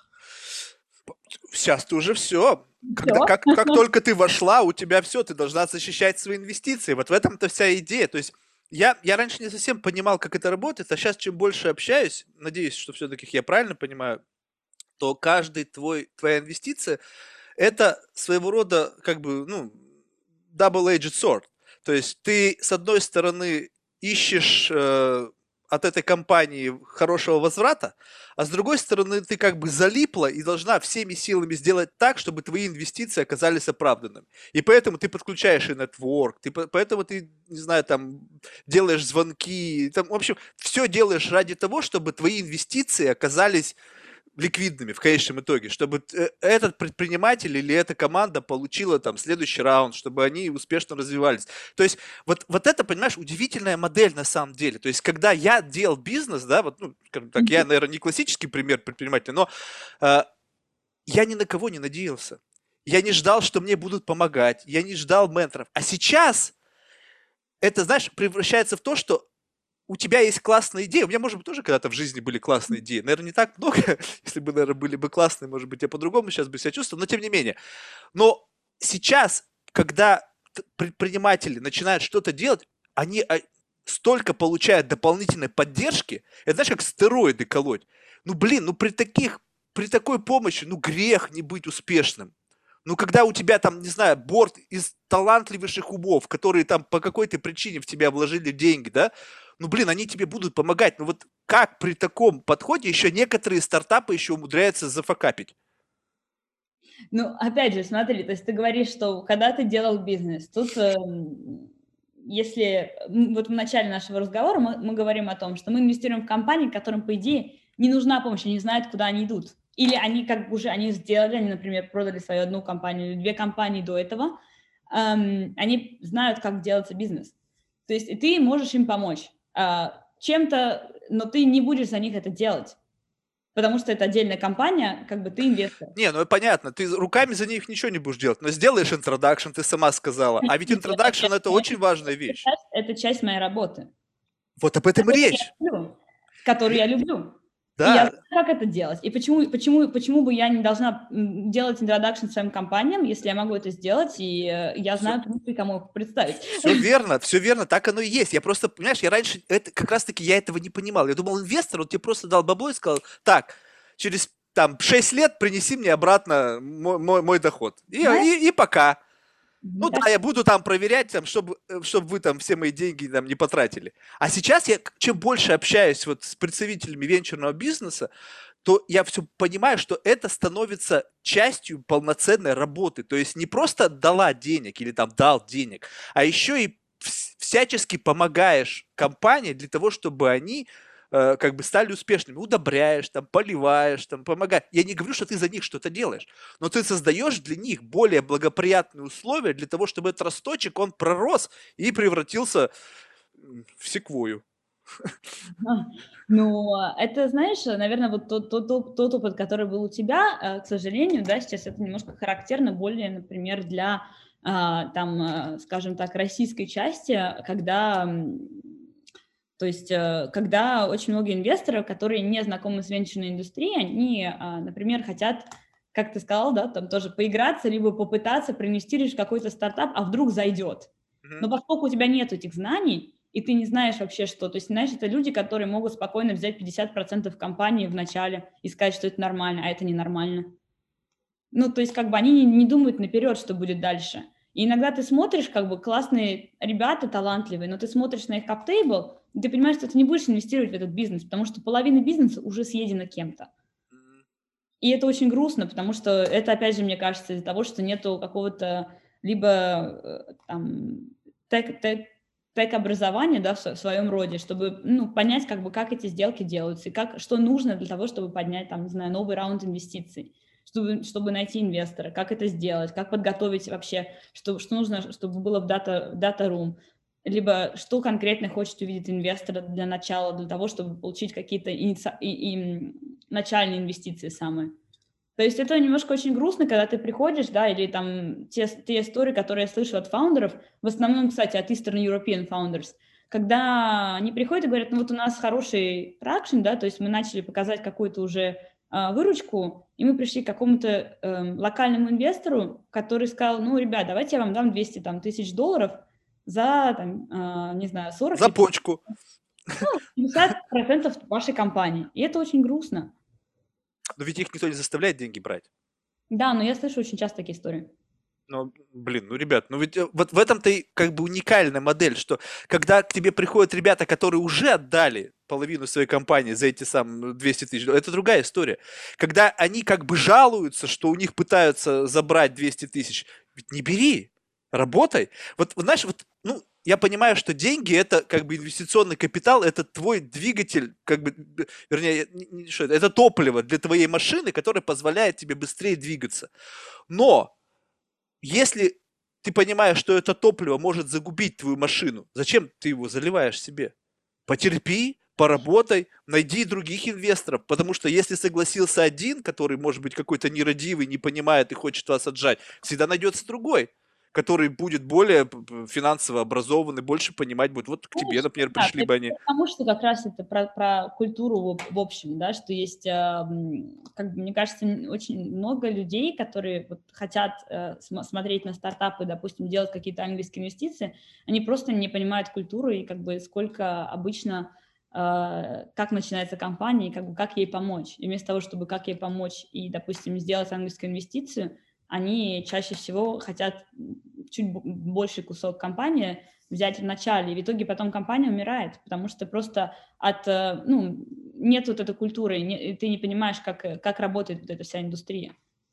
B: Сейчас ты уже все. Как только ты вошла, у тебя все, ты должна защищать свои инвестиции. Вот в этом-то вся идея. То есть я раньше не совсем понимал, как это работает, а сейчас чем больше общаюсь, надеюсь, что все-таки я правильно понимаю, то каждая твоя инвестиция это своего рода double-edged sword. То есть ты, с одной стороны, ищешь от этой компании хорошего возврата, а с другой стороны, ты залипла и должна всеми силами сделать так, чтобы твои инвестиции оказались оправданными. И поэтому ты подключаешь и нетворк, поэтому ты, не знаю, там, делаешь звонки, там, в общем, все делаешь ради того, чтобы твои инвестиции оказались ликвидными в конечном итоге, чтобы этот предприниматель или эта команда получила там следующий раунд, чтобы они успешно развивались. То есть вот это, понимаешь, удивительная модель на самом деле. То есть когда я делал бизнес, да, скажем так, я, наверное, не классический пример предпринимателя, но я ни на кого не надеялся. Я не ждал, что мне будут помогать, я не ждал менторов. А сейчас это, знаешь, превращается в то, что у тебя есть классная идея. У меня, может быть, тоже когда-то в жизни были классные идеи. Наверное, не так много. Если бы, наверное, были бы классные, может быть, я по-другому сейчас бы себя чувствовал. Но тем не менее. Но сейчас, когда предприниматели начинают что-то делать, они столько получают дополнительной поддержки. Это, знаешь, как стероиды колоть. При такой помощи, грех не быть успешным. Когда у тебя там, не знаю, борд из талантливейших умов, которые там по какой-то причине в тебя вложили деньги, да, они тебе будут помогать. Вот как при таком подходе еще некоторые стартапы еще умудряются зафакапить?
A: Опять же, смотри, то есть ты говоришь, что когда ты делал бизнес, тут, если вот в начале нашего разговора мы говорим о том, что мы инвестируем в компании, которым, по идее, не нужна помощь, они знают, куда они идут. Или они они сделали, они, например, продали свою одну компанию или две компании до этого, они знают, как делается бизнес. То есть и ты можешь им помочь чем-то, но ты не будешь за них это делать, потому что это отдельная компания, ты инвестор.
B: Понятно, ты руками за них ничего не будешь делать, но сделаешь интродакшн, ты сама сказала, а ведь интродакшн это очень важная вещь.
A: Это часть моей работы.
B: Вот об этом и речь.
A: Которую я люблю.
B: Да.
A: И я знаю, как это делать. И почему бы я не должна делать интродакшн своим компаниям, если я могу это сделать, и я знаю, кому их представить.
B: Все верно, так оно и есть. Я просто, понимаешь, я раньше, как раз-таки я этого не понимал. Я думал, инвестор, он тебе просто дал бабло и сказал, так, через 6 лет принеси мне обратно мой доход. И пока. Я буду там проверять, чтобы вы там все мои деньги там не потратили. А сейчас я, чем больше общаюсь вот с представителями венчурного бизнеса, то я все понимаю, что это становится частью полноценной работы. То есть не просто дала денег или там дал денег, а еще и всячески помогаешь компании для того, чтобы они стали успешными. Удобряешь, там, поливаешь, там, помогаешь. Я не говорю, что ты за них что-то делаешь, но ты создаешь для них более благоприятные условия для того, чтобы этот росточек, он пророс и превратился в секвою.
A: А, Ну, это, знаешь, наверное, вот тот опыт, который был у тебя, к сожалению, да, сейчас это немножко характерно более, например, для, там, скажем так, российской части, когда, то есть, когда очень много инвесторов, которые не знакомы с венчурной индустрией, они, например, хотят, как ты сказал, да, там тоже поиграться, либо попытаться проинвестировать в какой-то стартап, а вдруг зайдет. Но
B: Мгм.
A: поскольку у тебя нет этих знаний, и ты не знаешь вообще что, то есть, знаешь, это люди, которые могут спокойно взять 50% компании в начале и сказать, что это нормально, а это ненормально. Ну, то есть, как бы они не думают наперед, что будет дальше. И иногда ты смотришь, как бы классные ребята, талантливые, но ты смотришь на их каптейбл, и ты понимаешь, что ты не будешь инвестировать в этот бизнес, потому что половина бизнеса уже съедена кем-то.
B: М.
A: И это очень грустно, потому что это, опять же, мне кажется, из-за того, что нету какого-то либо там тег, тег, тег-образования, да, в своем роде, чтобы, ну, понять, как бы, как эти сделки делаются, и как, что нужно для того, чтобы поднять, там, не знаю, новый раунд инвестиций, чтобы найти инвестора, как это сделать, как подготовить вообще, что нужно, чтобы было в дата room, либо что конкретно хочет увидеть инвестор для начала, для того, чтобы получить какие-то начальные инвестиции самые. То есть это немножко очень грустно, когда ты приходишь, да, или там те истории, которые я слышу от фаундеров, в основном, кстати, от Eastern European founders, когда они приходят и говорят, ну вот у нас хороший тракшн, да, то есть мы начали показать какую-то уже выручку, и мы пришли к какому-то локальному инвестору, который сказал, ну, ребят, давайте я вам дам 200 там, тысяч долларов за, там, не знаю, 40
B: За
A: или
B: почку.
A: 50% вашей компании. И это очень грустно.
B: Но ведь их никто не заставляет деньги брать.
A: Да, но я слышу очень часто такие истории.
B: Ну, блин, ну, ребят, ну ведь вот в этом-то и как бы уникальная модель, что когда к тебе приходят ребята, которые уже отдали половину своей компании за эти самые 200 тысяч, это другая история. Когда они как бы жалуются, что у них пытаются забрать 200 тысяч, ведь не бери, работай. Вот, знаешь, вот, ну, я понимаю, что деньги это как бы инвестиционный капитал, это твой двигатель, как бы, вернее, что это топливо для твоей машины, которое позволяет тебе быстрее двигаться. Но если ты понимаешь, что это топливо может загубить твою машину, зачем ты его заливаешь себе? Потерпи, поработай, найди других инвесторов, потому что если согласился один, который, может быть, какой-то нерадивый, не понимает и хочет вас отжать, всегда найдется другой, который будет более финансово образованный, больше понимать будет. Вот к тебе,
A: Знаешь,
B: например,
A: да,
B: пришли
A: это
B: бы они.
A: потому что как раз это про культуру в общем, да, что есть, как бы, мне кажется, очень много людей, которые вот хотят смотреть на стартапы, допустим, делать какие-то английские инвестиции, они просто не понимают культуру и как бы сколько обычно, как начинается компания и как бы как ей помочь. И вместо того, чтобы как ей помочь и, допустим, сделать английскую инвестицию, они чаще всего хотят чуть больший кусок компании, взять в начале, и в итоге потом компания умирает, потому что просто ну, нет вот этой культуры, ты не понимаешь, как работает вот эта вся индустрия.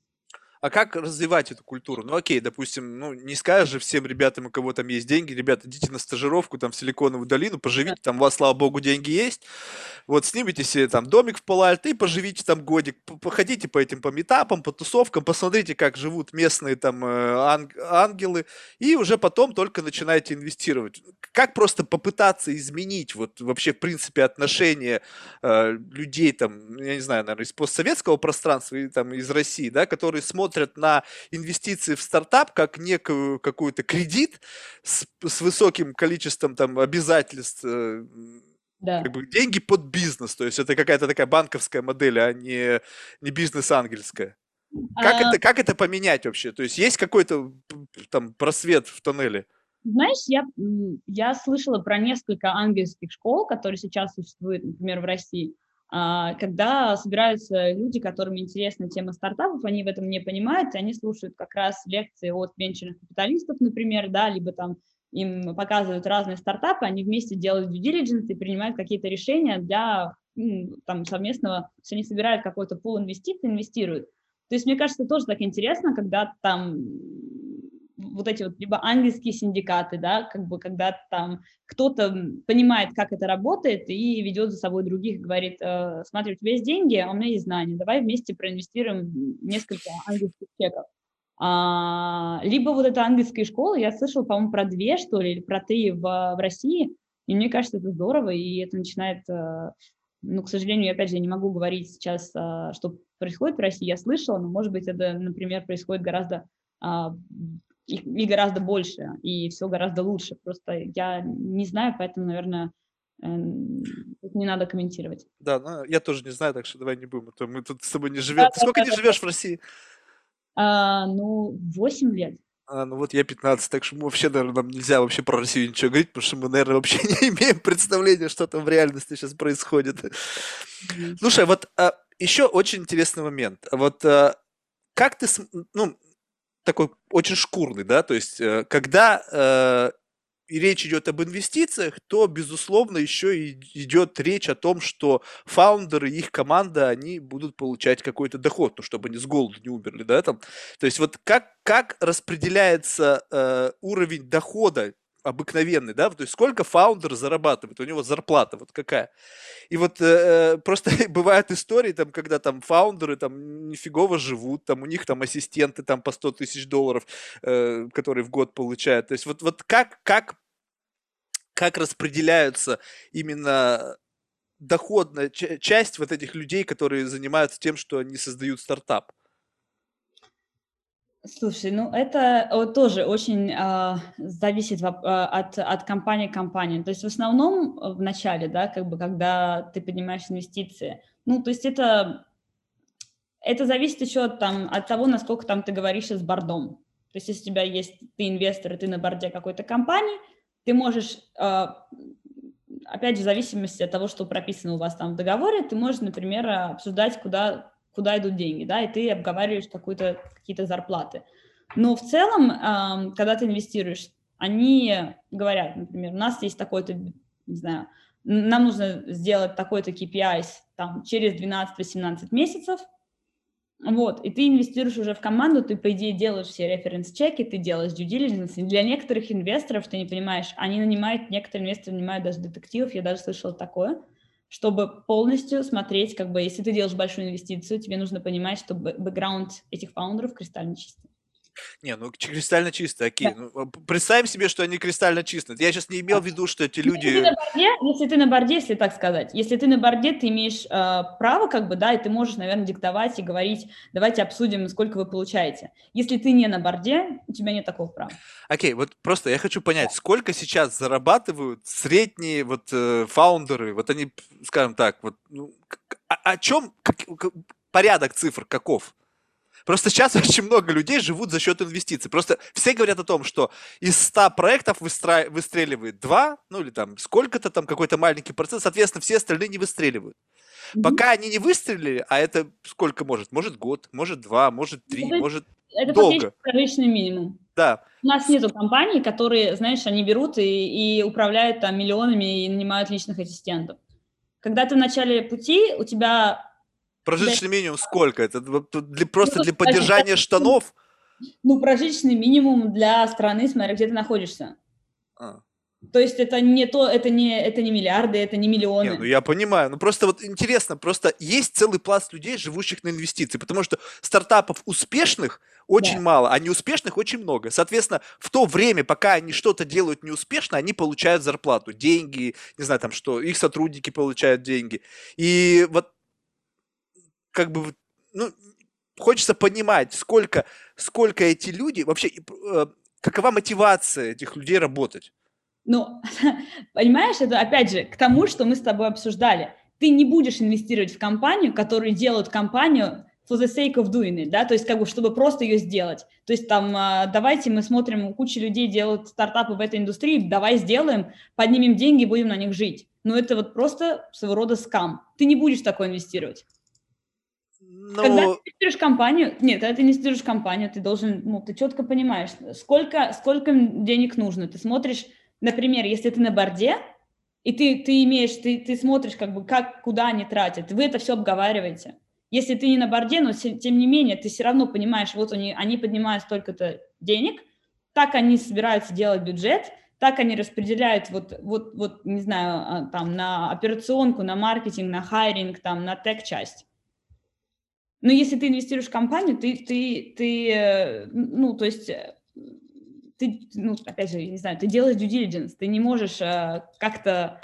B: А как развивать эту культуру? Ну, окей, допустим, ну, не скажешь же всем ребятам, у кого там есть деньги, ребята, идите на стажировку там в Силиконовую долину,
A: Да.
B: поживите, там у вас, слава богу, деньги есть, вот снимите себе там домик в Пало-Альто и поживите там годик, походите по этим по метапам, по тусовкам, посмотрите, как живут местные там ангелы, и уже потом только начинаете инвестировать. Как просто попытаться изменить вот вообще, в принципе, отношения людей там, я не знаю, наверное, из постсоветского пространства и там из России, да, которые смотрят на инвестиции в стартап как некую какой-то кредит с высоким количеством там обязательств, как
A: Да.
B: бы деньги под бизнес, то есть это какая-то такая банковская модель, а не бизнес ангельская.
A: А,
B: Как это поменять вообще? То есть есть какой-то там просвет в тоннеле?
A: знаешь, я слышала про несколько ангельских школ, которые сейчас существуют, например, в России, когда собираются люди, которым интересна тема стартапов, они в этом не понимают, и они слушают как раз лекции от венчурных капиталистов, например, да, либо там им показывают разные стартапы, они вместе делают due diligence и принимают какие-то решения для там, совместного, то есть они собирают какой-то пул инвестиций, инвестируют. То есть мне кажется, тоже так интересно, когда там вот эти вот либо английские синдикаты, да, как бы когда там кто-то понимает, как это работает, и ведет за собой других, говорит, смотри, у тебя есть деньги, а у меня есть знания, давай вместе проинвестируем несколько английских чеков. Либо вот эта английская школа, я слышала, по-моему, про две, что ли, или про три в России, И мне кажется, это здорово, и это начинает, ну, к сожалению, опять же, я не могу говорить сейчас, что происходит в России, я слышала, но, может быть, это, например, происходит гораздо, а, и гораздо больше, и все гораздо лучше. Просто я не знаю, поэтому, наверное, тут не надо комментировать.
B: Да, ну, я тоже не знаю, так что давай не будем, а то мы тут с тобой не живем. Ты сколько не
A: Да-да-да-да-да.
B: живешь в России?
A: Ну, 8 лет.
B: Ну вот я 15, так что мы вообще, наверное, нам нельзя вообще про Россию ничего говорить, потому что мы, наверное, вообще не имеем представления, что там в реальности сейчас происходит.
A: Мгм.
B: Слушай, вот еще очень интересный момент. Вот как ты, ну, такой очень шкурный, да, то есть когда и речь идет об инвестициях, то, безусловно, еще и идет речь о том, что фаундеры и их команда, они будут получать какой-то доход, ну, чтобы они с голоду не умерли, да, там. То есть вот как распределяется уровень дохода обыкновенный, да, то есть сколько фаундер зарабатывает, у него зарплата вот какая. И вот просто бывают истории, там, когда там фаундеры там нифигово живут, там у них там ассистенты там по 100 тысяч долларов, которые в год получают. То есть вот как распределяются именно доходная часть вот этих людей, которые занимаются тем, что они создают стартап?
A: Слушай, ну это тоже очень зависит от компании к компании. То есть в основном в начале, да, как бы когда ты поднимаешь инвестиции, ну то есть это зависит еще от того, насколько там ты говоришь с бордом. То есть если у тебя есть, ты инвестор, и ты на борде какой-то компании, ты можешь, опять же, в зависимости от того, что прописано у вас там в договоре, ты можешь, например, обсуждать, куда идут деньги, да, и ты обговариваешь какие-то зарплаты. Но в целом, когда ты инвестируешь, они говорят, например, у нас есть такой-то, не знаю, нам нужно сделать такой-то KPI там, через 12-18 месяцев, вот, и ты инвестируешь уже в команду, ты, по идее, делаешь все референс-чеки, ты делаешь due diligence. И для некоторых инвесторов, ты не понимаешь, некоторые инвесторы нанимают даже детективов, я даже слышала такое, чтобы полностью смотреть, как бы, если ты делаешь большую инвестицию, тебе нужно понимать, что бэкграунд этих фаундеров кристально чистый.
B: Не, ну кристально чисто,
A: Да.
B: окей. Ну, представим себе, что они кристально чистые. Я сейчас не имел в виду, что эти люди...
A: Если так сказать, если ты на борде, ты имеешь право, как бы, да, и ты можешь, наверное, диктовать и говорить, давайте обсудим, сколько вы получаете. Если ты не на борде, у тебя нет такого права.
B: Окей, вот просто я хочу понять, сколько сейчас зарабатывают средние вот фаундеры, вот они, скажем так, вот ну, о чем порядок цифр каков? Просто сейчас очень много людей живут за счет инвестиций. Просто все говорят о том, что из 100 проектов выстреливает 2, ну или там сколько-то там какой-то маленький процент, соответственно, все остальные не выстреливают.
A: Мгм.
B: Пока они не выстрелили, а это сколько может? Может год, может 2, может 3,
A: Это,
B: может
A: это фактически
B: долго.
A: прожиточный минимум.
B: Да.
A: У нас нету компаний, которые, знаешь, они берут и управляют там миллионами и нанимают личных ассистентов. Когда ты в начале пути, у тебя
B: Прожиточный минимум сколько? Это вот просто
A: ну,
B: для поддержания штанов?
A: ну, прожиточный минимум для страны, смотря где ты находишься.
B: А.
A: То есть это не миллиарды, это не
B: Не, ну
A: миллионы.
B: я понимаю. Ну просто вот интересно, просто есть целый пласт людей, живущих на инвестиции, потому что стартапов успешных очень
A: Да.
B: мало, а неуспешных очень много. Соответственно, в то время, пока они что-то делают неуспешно, они получают зарплату, деньги, не знаю там что, их сотрудники получают деньги. И вот как бы, ну, хочется понимать, сколько эти люди, вообще, какова мотивация этих людей работать.
A: Ну, понимаешь, это опять же к тому, что мы с тобой обсуждали. Ты не будешь инвестировать в компанию, которые делают компанию for the sake of doing it, да, то есть как бы чтобы просто ее сделать. То есть там давайте мы смотрим, куча людей делают стартапы в этой индустрии, давай сделаем, поднимем деньги, будем на них жить. Но это вот просто своего рода скам. Ты не будешь в такое инвестировать. Когда ты
B: Ну,
A: инвестируешь в компанию, нет, когда ты инвестируешь в компанию, ты должен, ну, ты четко понимаешь, сколько денег нужно. Ты смотришь, например, если ты на борде, и ты смотришь, как бы, куда они тратят, вы это все обговариваете. Если ты не на борде, но тем не менее, ты все равно понимаешь, вот они поднимают столько-то денег, так они собираются делать бюджет, так они распределяют вот, не знаю, там, на операционку, на маркетинг, на хайринг, там, на тег-часть. Но если ты инвестируешь в компанию, ну, то есть ну, опять же, не знаю, ты делаешь due diligence, ты не можешь как-то,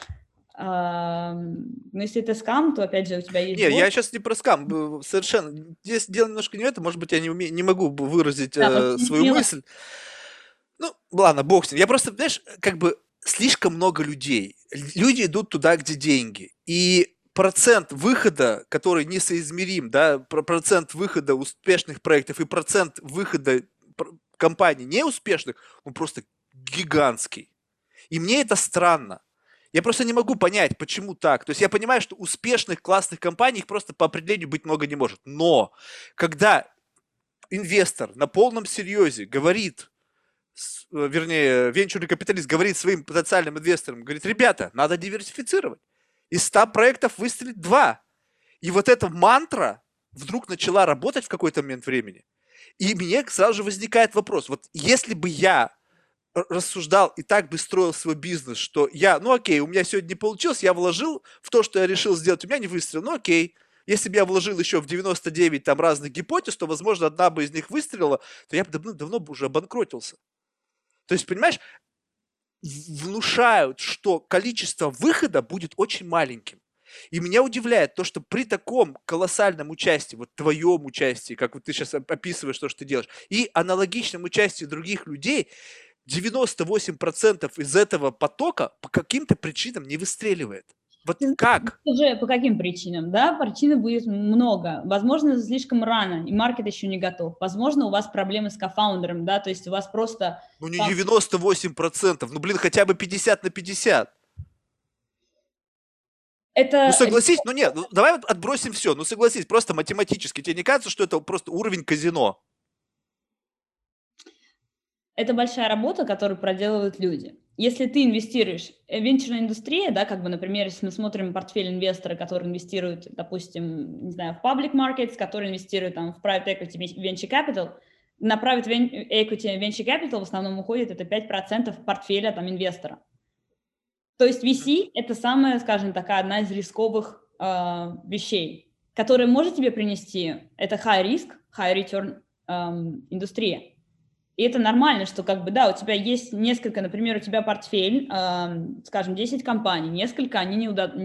A: ну, если это скам, то, опять же, у тебя есть
B: Не,
A: бот.
B: я сейчас не про скам, совершенно. Здесь дело немножко не в этом, может быть, я не могу выразить
A: Да, просто не
B: свою
A: поняла.
B: мысль. Ну, ладно, бог с ним. Я просто, знаешь, как бы слишком много людей. Люди идут туда, где деньги. И процент выхода, который несоизмерим, да, процент выхода успешных проектов и процент выхода компаний неуспешных, он просто гигантский. И мне это странно. Я просто не могу понять, почему так. То есть я понимаю, что успешных, классных компаний их просто по определению быть много не может. Но когда инвестор на полном серьезе говорит, вернее, венчурный капиталист говорит своим потенциальным инвесторам, говорит, ребята, надо диверсифицировать. Из 100 проектов выстрелит 2. И вот эта мантра вдруг начала работать в какой-то момент времени. И мне сразу же возникает вопрос, вот если бы я рассуждал и так бы строил свой бизнес, что я, ну окей, у меня сегодня не получилось, я вложил в то, что я решил сделать, у меня не выстрелил, ну окей. Если бы я вложил еще в 99 там разных гипотез, то, возможно, одна бы из них выстрелила, то я бы давно бы уже обанкротился. То есть, понимаешь, внушают, что количество выхода будет очень маленьким. И меня удивляет то, что при таком колоссальном участии, вот твоем участии, как вот ты сейчас описываешь то, что ты делаешь, и аналогичном участии других людей, 98% из этого потока по каким-то причинам не выстреливает. Вот
A: Ты знаешь,
B: как?
A: уже по каким причинам, да? Причин будет много. Возможно, слишком рано, и маркет еще не готов. Возможно, у вас проблемы с кофаундером, да, то есть у вас просто...
B: Ну не 98%, ну блин, хотя бы 50 на 50. Ну
A: Это
B: согласись, ну нет, ну, давай вот отбросим все, ну согласись, просто математически. Тебе не кажется, что это просто уровень казино?
A: Это большая работа, которую проделывают люди. Если ты инвестируешь, венчурная индустрия, да, как бы, например, если мы смотрим портфель инвестора, который инвестирует, допустим, не знаю, в public markets, который инвестирует там в private equity, venture capital, на private equity venture capital в основном уходит это 5% портфеля там инвестора. То есть VC – это самая, скажем, такая одна из рисковых вещей, которая может тебе принести, это high risk, high return индустрия. И это нормально, что как бы, да, у тебя есть несколько, например, у тебя портфель, скажем, 10 компаний, несколько, они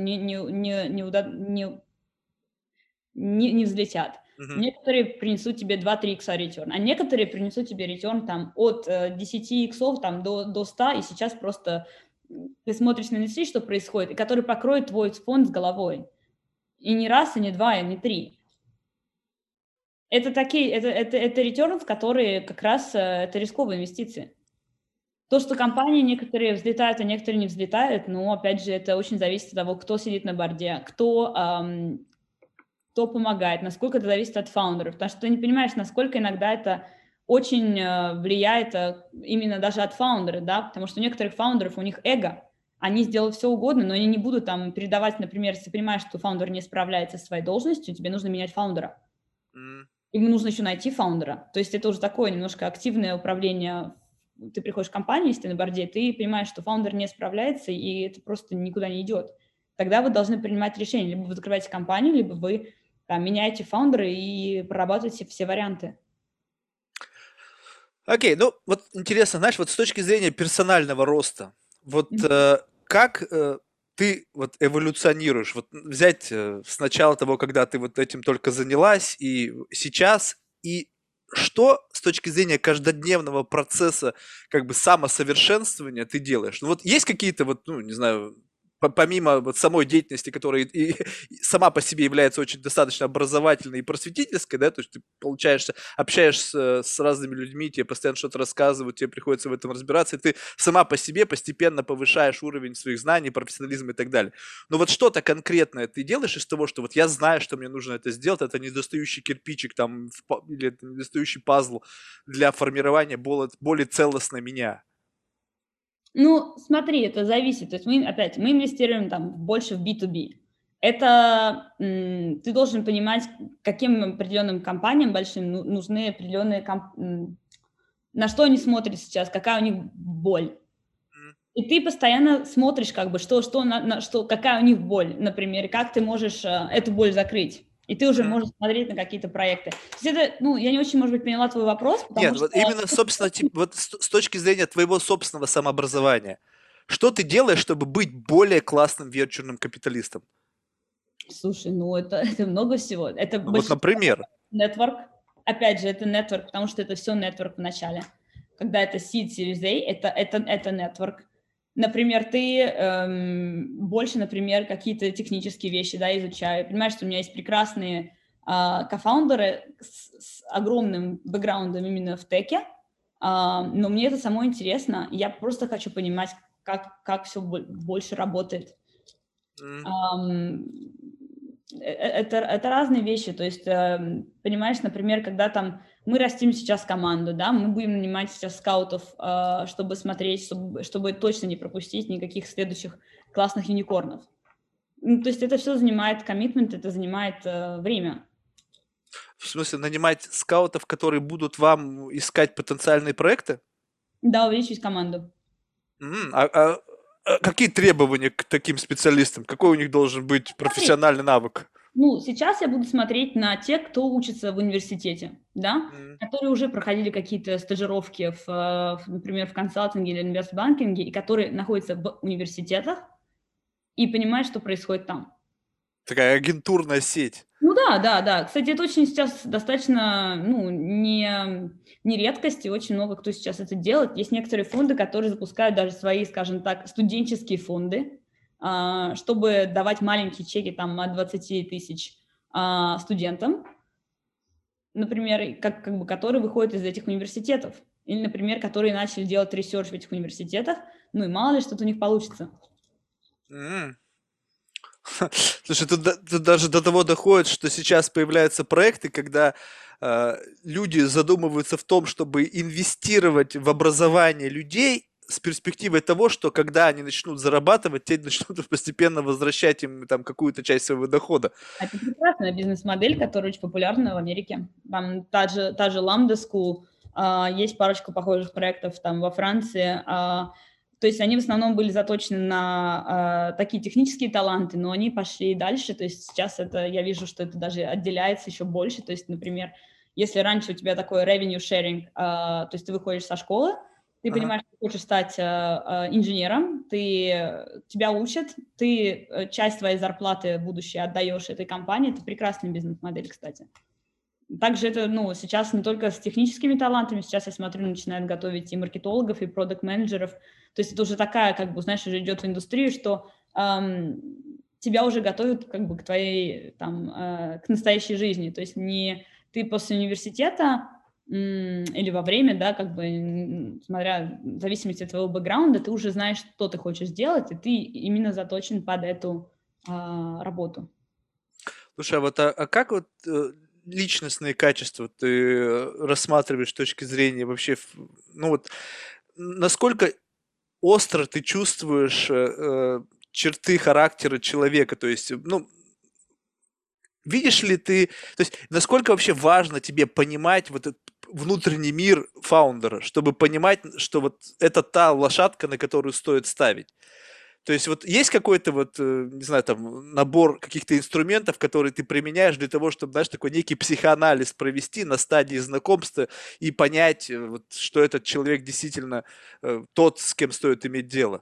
A: не взлетят.
B: Мгм.
A: Некоторые принесут тебе 2-3 икса return, а некоторые принесут тебе return там от 10 иксов там, до 100, и сейчас просто ты смотришь на индустрию, что происходит, и который покроет твой фонд с головой. И не раз, и не два, и не три. Это такие, это returns, которые как раз это рисковые инвестиции. То, что компании некоторые взлетают, а некоторые не взлетают, ну, опять же, это очень зависит от того, кто сидит на борде, кто помогает, насколько это зависит от фаундеров, потому что ты не понимаешь, насколько иногда это очень влияет именно даже от фаундера, да, потому что у некоторых фаундеров, у них эго, они сделают все угодно, но они не будут там передавать, например, если ты понимаешь, что фаундер не справляется со своей должностью, тебе нужно менять фаундера.
B: М.
A: Ему нужно еще найти фаундера. То есть это уже такое немножко активное управление. Ты приходишь в компанию, если ты на борде, ты понимаешь, что фаундер не справляется, и это просто никуда не идет. Тогда вы должны принимать решение. Либо вы закрываете компанию, либо вы там, меняете фаундера и прорабатываете все варианты.
B: Окей, ну вот интересно, знаешь, вот с точки зрения персонального роста, вот как ты вот эволюционируешь? Вот взять с начала того, когда ты вот этим только занялась, и сейчас, и что с точки зрения каждодневного процесса как бы самосовершенствования ты делаешь? Ну вот есть какие-то вот, ну, не знаю, помимо вот самой деятельности, которая и сама по себе является очень достаточно образовательной и просветительской, да, то есть ты получаешься, общаешься с разными людьми, тебе постоянно что-то рассказывают, тебе приходится в этом разбираться, и ты сама по себе постепенно повышаешь уровень своих знаний, профессионализма и так далее. Но вот что-то конкретное ты делаешь из того, что вот я знаю, что мне нужно это сделать, это недостающий кирпичик там, или это недостающий пазл для формирования более целостно меня.
A: Ну, смотри, это зависит. То есть мы, опять, мы инвестируем там больше в B2B. Это ты должен понимать, каким определенным компаниям большим нужны определенные на что они смотрят сейчас, какая у них боль. И ты постоянно смотришь, как бы, что, какая у них боль, например, как ты можешь эту боль закрыть. И ты уже можешь смотреть на какие-то проекты. То есть это, ну, я не очень, может быть, поняла твой вопрос, потому
B: Нет,
A: что...
B: вот именно, собственно, вот с точки зрения твоего собственного самообразования, что ты делаешь, чтобы быть более классным венчурным капиталистом?
A: Слушай, ну это много всего. Это
B: Ну вот,
A: большинство
B: например.
A: нетворк. Опять же, это нетворк, потому что это все нетворк в начале. Когда это seed, series A, это нетворк. Например, ты больше, например, какие-то технические вещи, да, изучаю. Понимаешь, что у меня есть прекрасные кофаундеры с огромным бэкграундом именно в теке, но мне это самое интересно. Я просто хочу понимать, как все больше работает. Это разные вещи, то есть, понимаешь, например, когда там мы растим сейчас команду, да, мы будем нанимать сейчас скаутов, чтобы смотреть, чтобы точно не пропустить никаких следующих классных юникорнов. Ну, то есть это все занимает коммитмент, это занимает время.
B: В смысле, нанимать скаутов, которые будут вам искать потенциальные проекты?
A: Да, увеличить команду.
B: Какие требования к таким специалистам? Какой у них должен быть
A: Смотри,
B: профессиональный навык?
A: ну, сейчас я буду смотреть на тех, кто учится в университете, да, которые уже проходили какие-то стажировки, например, в консалтинге или инвестбанкинге, и которые находятся в университетах и понимают, что происходит там.
B: Такая агентурная сеть.
A: Ну да, да, да. Кстати, это очень сейчас достаточно, ну, не редкость, и очень много кто сейчас это делает. Есть некоторые фонды, которые запускают даже свои, скажем так, студенческие фонды, чтобы давать маленькие чеки там от 20 тысяч студентам, например, как бы, которые выходят из этих университетов. Или, например, которые начали делать ресерч в этих университетах, ну и мало ли что-то у них получится.
B: М. Слушай, тут даже до того доходит, что сейчас появляются проекты, когда люди задумываются в том, чтобы инвестировать в образование людей с перспективой того, что когда они начнут зарабатывать, те начнут постепенно возвращать им там какую-то часть своего дохода.
A: Это прекрасная бизнес-модель, которая очень популярна в Америке. Там та же Lambda School, есть парочка похожих проектов там во Франции. То есть они в основном были заточены на такие технические таланты, но они пошли дальше. То есть сейчас это, я вижу, что это даже отделяется еще больше. То есть, например, если раньше у тебя такой revenue sharing, то есть ты выходишь со школы, ты
B: Ага.
A: понимаешь, что ты хочешь стать инженером, тебя учат, ты часть своей зарплаты будущей отдаешь этой компании. Это прекрасная бизнес-модель, кстати. Также это, ну, сейчас не только с техническими талантами, сейчас, я смотрю, начинают готовить и маркетологов, и продакт-менеджеров. То есть это уже такая, как бы, знаешь, уже идет в индустрию, что тебя уже готовят как бы к твоей, там, к настоящей жизни. То есть не ты после университета или во время, да, как бы, смотря в зависимости от твоего бэкграунда, ты уже знаешь, что ты хочешь сделать, и ты именно заточен под эту работу.
B: Слушай, а как вот личностные качества ты рассматриваешь с точки зрения вообще, ну вот, насколько остро ты чувствуешь черты характера человека, то есть, ну, видишь ли ты, то есть, насколько вообще важно тебе понимать вот этот внутренний мир фаундера, чтобы понимать, что вот это та лошадка, на которую стоит ставить? То есть вот есть какой-то вот, не знаю, там, набор каких-то инструментов, которые ты применяешь для того, чтобы, знаешь, такой некий психоанализ провести на стадии знакомства и понять, вот, что этот человек действительно тот, с кем стоит иметь дело?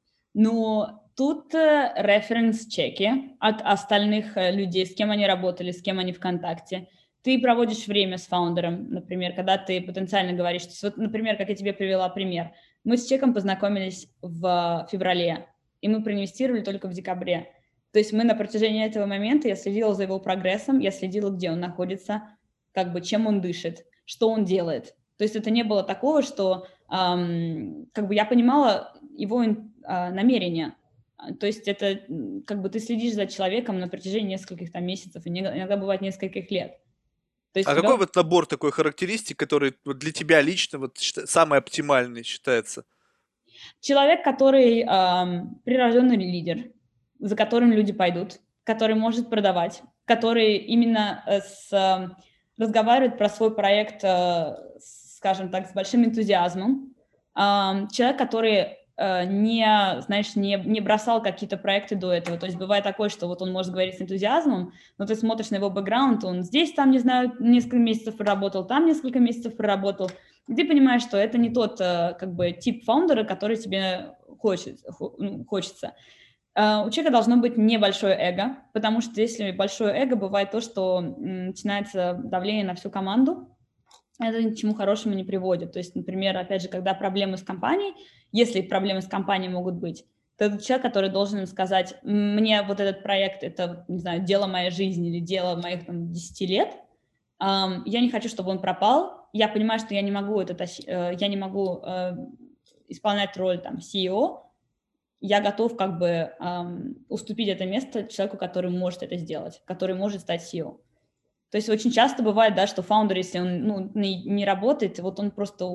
A: Но тут референс-чеки от остальных людей, с кем они работали, с кем они в контакте. Ты проводишь время с фаундером, например, когда ты потенциально говоришь, вот, например, как я тебе привела пример. Мы с человеком познакомились в феврале, и мы проинвестировали только в декабре. То есть мы на протяжении этого момента, я следила за его прогрессом, я следила, где он находится, как бы чем он дышит, что он делает. То есть это не было такого, что как бы я понимала его намерения. То есть это как бы ты следишь за человеком на протяжении нескольких там месяцев, иногда бывает нескольких лет. То есть
B: А
A: у тебя
B: какой вот набор такой характеристик, который вот для тебя лично вот самый оптимальный считается?
A: человек, который прирожденный лидер, за которым люди пойдут, который может продавать, который именно разговаривает про свой проект, скажем так, с большим энтузиазмом. Человек, который знаешь, не бросал какие-то проекты до этого. То есть бывает такое, что вот он может говорить с энтузиазмом, но ты смотришь на его бэкграунд, он здесь, там, не знаю, несколько месяцев проработал, там несколько месяцев проработал, и ты понимаешь, что это не тот, как бы, тип фаундера, который тебе хочется. У человека должно быть небольшое эго, потому что если большое эго, бывает то, что начинается давление на всю команду, это ни к чему хорошему не приводит. То есть, например, опять же, когда проблемы с компанией, если проблемы с компанией могут быть, то это человек, который должен им сказать, мне вот этот проект, это, не знаю, дело моей жизни или дело моих там, 10 лет, я не хочу, чтобы он пропал, я понимаю, что я не могу, исполнять роль там CEO, я готов как бы уступить это место человеку, который может это сделать, который может стать CEO. То есть очень часто бывает, да, что фаундер, если он не работает, вот он просто,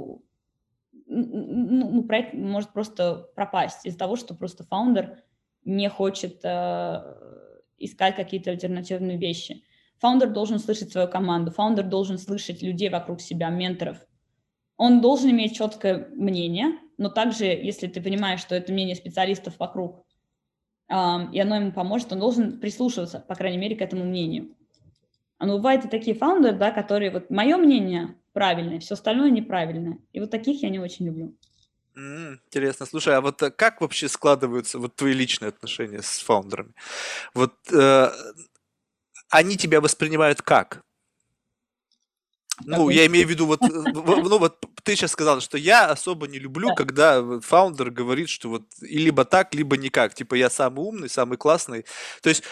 A: проект может просто пропасть из-за того, что просто фаундер не хочет искать какие-то альтернативные вещи. Фаундер должен слышать свою команду, фаундер должен слышать людей вокруг себя, менторов. Он должен иметь четкое мнение, но также, если ты понимаешь, что это мнение специалистов вокруг, и оно ему поможет, он должен прислушиваться, по крайней мере, к этому мнению. Но бывают и такие фаундеры, да, которые, вот мое мнение правильное, все остальное неправильное. И вот таких я не очень люблю.
B: Интересно. Слушай, а вот как вообще складываются вот твои личные отношения с фаундерами? Вот они тебя воспринимают как? Ну, я имею в виду, вот, ну, вот ты сейчас сказал, что я особо не люблю,
A: Да.
B: когда фаундер говорит, что вот и либо так, либо никак. Типа я самый умный, самый классный. То есть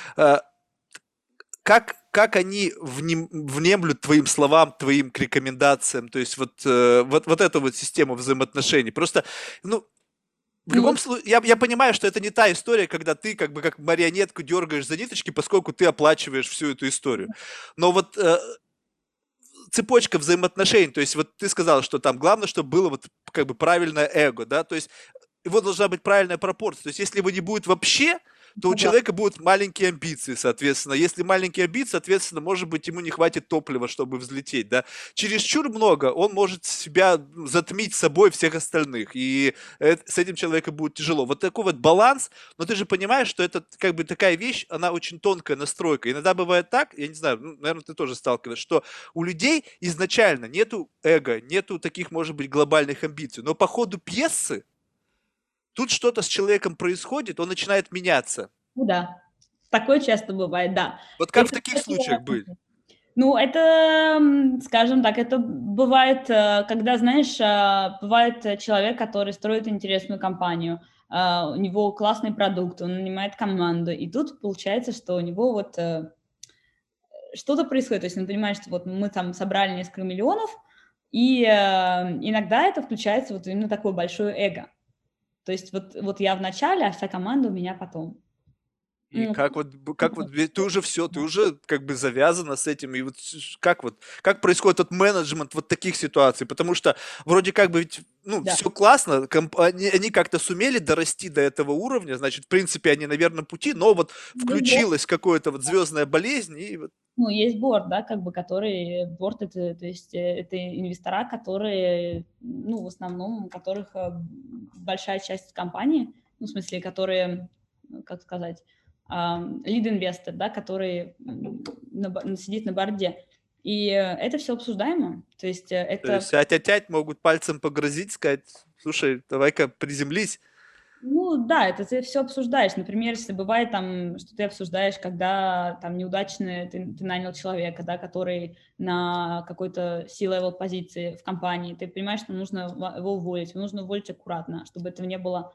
B: как они внемлют твоим словам, твоим рекомендациям, то есть вот эту вот систему взаимоотношений. Просто, ну, в любом случае, я понимаю, что это не та история, когда ты как бы как марионетку дергаешь за ниточки, поскольку ты оплачиваешь всю эту историю. Но вот цепочка взаимоотношений, то есть вот ты сказал, что там главное, чтобы было вот как бы правильное эго, да, то есть его должна быть правильная пропорция. То есть если его не будет вообще, то у человека будут маленькие амбиции, соответственно. Если маленькие амбиции, соответственно, может быть, ему не хватит топлива, чтобы взлететь, да. Чересчур много, он может себя затмить собой всех остальных, и с этим человеком будет тяжело. Вот такой вот баланс, но ты же понимаешь, что это как бы такая вещь, она очень тонкая настройка. Иногда бывает так, я не знаю, наверное, ты тоже сталкиваешься, что у людей изначально нету эго, нету таких, может быть, глобальных амбиций, но по ходу пьесы тут что-то с человеком происходит, он начинает меняться.
A: Ну да, такое часто бывает, да.
B: Вот как в таких случаях быть?
A: Ну, это, скажем так, это бывает, когда, знаешь, бывает человек, который строит интересную компанию, у него классный продукт, он нанимает команду, и тут получается, что у него вот что-то происходит, то есть он понимает, что вот мы там собрали несколько миллионов, и иногда это включается вот именно такое большое эго. То есть вот я в начале, а вся команда у меня потом.
B: И как вот ты уже все, ты уже как бы завязана с этим, и вот как происходит тот менеджмент вот таких ситуаций, потому что вроде как бы ведь, ну,
A: Да.
B: все классно, они как-то сумели дорасти до этого уровня, значит, в принципе, они на верном пути, но вот включилась какая-то вот звездная болезнь, и вот
A: Ну, есть борд, да, как бы, который, борд это, то есть это инвестора, которые, ну, в основном, у которых большая часть компании, ну, в смысле, которые, как сказать, лид-инвестор, да, который сидит на борде. И это все обсуждаемо, то есть
B: то
A: это...
B: есть тять могут пальцем погрозить, сказать, слушай, давай-ка приземлись.
A: Ну да, это ты все обсуждаешь. Например, если бывает там, что ты обсуждаешь, когда там неудачно ты нанял человека, да, который на какой-то C-level позиции в компании, ты понимаешь, что нужно его уволить, его нужно уволить аккуратно, чтобы этого не было,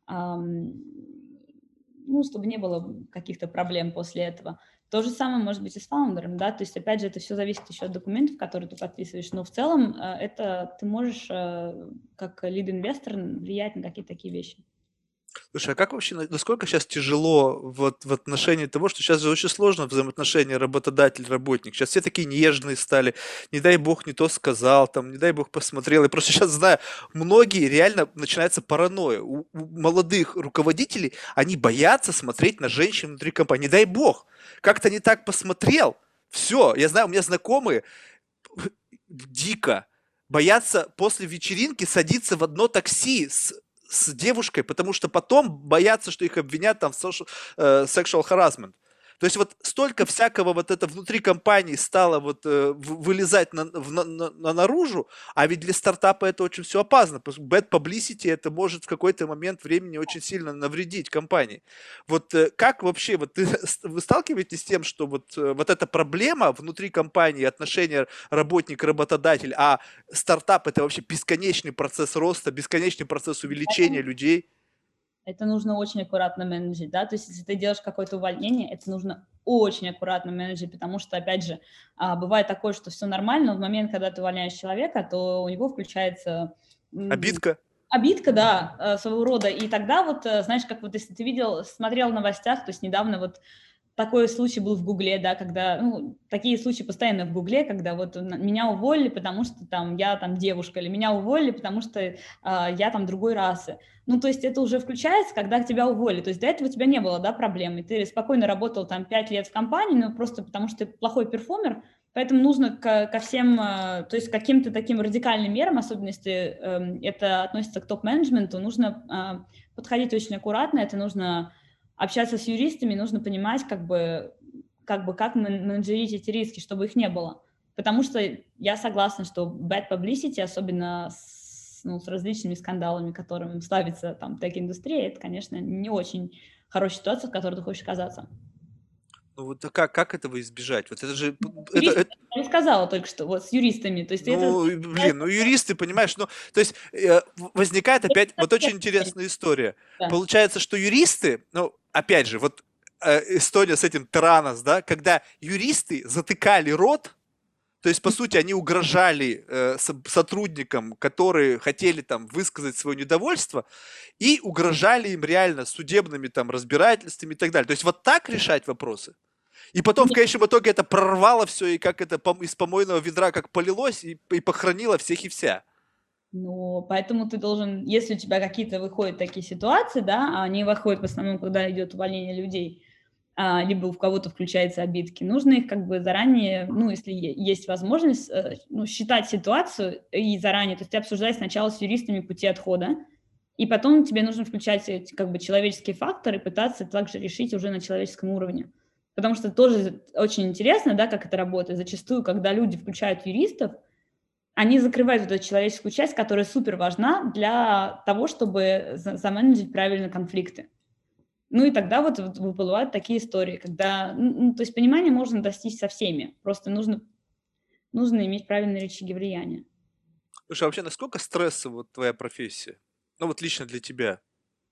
A: ну, чтобы не было каких-то проблем после этого. То же самое может быть и с фаундером, да, то есть, опять же, это все зависит еще от документов, которые ты подписываешь, но в целом это ты можешь как лид-инвестор влиять на какие-то такие вещи.
B: Слушай, а как вообще, насколько сейчас тяжело вот в отношении того, что сейчас же очень сложно взаимоотношения работодатель-работник. Сейчас все такие нежные стали, не дай бог не то сказал, там, не дай бог посмотрел. Я просто сейчас знаю, многие реально начинается паранойя. У молодых руководителей, они боятся смотреть на женщин внутри компании. Не дай бог, как-то не так посмотрел. Все, я знаю, у меня знакомые дико боятся после вечеринки садиться в одно такси с с девушкой, потому что потом боятся, что их обвинят там в sexual harassment. То есть вот столько всякого вот это внутри компании стало вот вылезать наружу, а ведь для стартапа это очень все опасно, потому что bad publicity это может в какой-то момент времени очень сильно навредить компании. Вот как вообще, вот вы сталкиваетесь с тем, что вот эта проблема внутри компании, отношения работник-работодатель, а стартап это вообще бесконечный процесс роста, бесконечный процесс увеличения людей?
A: Это нужно очень аккуратно менеджить, да, то есть если ты делаешь какое-то увольнение, это нужно очень аккуратно менеджить, потому что, опять же, бывает такое, что все нормально, но в момент, когда ты увольняешь человека, то у него включается
B: Обидка?
A: обидка, да, своего рода, и тогда вот, знаешь, как вот если ты смотрел в новостях, то есть недавно вот такой случай был в Гугле, да, когда, ну, такие случаи постоянно в Гугле, когда вот меня уволили, потому что там я там девушка, или меня уволили, потому что я там другой расы. Ну, то есть это уже включается, когда тебя уволили. То есть до этого у тебя не было, да, проблем, и ты спокойно работал там 5 лет в компании, но просто потому что ты плохой перформер, поэтому нужно ко всем, то есть к каким-то таким радикальным мерам, особенно если это относится к топ-менеджменту, нужно подходить очень аккуратно, это нужно общаться с юристами, нужно понимать, как менеджерить эти риски, чтобы их не было. Потому что я согласна, что bad publicity, особенно с различными скандалами, которым славится там тек-индустрия, это, конечно, не очень хорошая ситуация, в которой ты хочешь оказаться.
B: Ну вот а как этого избежать? Вот это же,
A: Юристы, я сказала только что, вот с юристами, то есть это...
B: ну, блин, ну юристы, понимаешь, ну, то есть возникает опять вот очень интересная история.
A: Да.
B: Получается, что юристы, ну, опять же, вот история с этим Таранос, да, когда юристы затыкали рот, то есть, по сути, они угрожали сотрудникам, которые хотели там высказать свое недовольство, и угрожали им реально судебными там разбирательствами и так далее. То есть, вот так решать вопросы. И потом в конечном итоге это прорвало все, и как это из помойного ведра как полилось, и похоронило всех и вся.
A: Ну, поэтому ты должен, если у тебя какие-то выходят такие ситуации, да, а они выходят в основном, когда идет увольнение людей, либо у кого-то включаются обидки, нужно их как бы заранее, ну, если есть возможность, ну, считать ситуацию и заранее, то есть ты обсуждаешь сначала с юристами пути отхода, и потом тебе нужно включать эти, как бы, человеческие факторы и пытаться также решить уже на человеческом уровне. Потому что тоже очень интересно, да, как это работает. Зачастую, когда люди включают юристов, они закрывают вот эту человеческую часть, которая супер важна для того, чтобы заменеджить правильно конфликты. Ну и тогда вот выплывают такие истории, когда, ну, то есть понимание можно достичь со всеми, просто нужно иметь правильные рычаги влияния.
B: Слушай, а вообще насколько стрессова вот твоя профессия? Ну вот лично для тебя.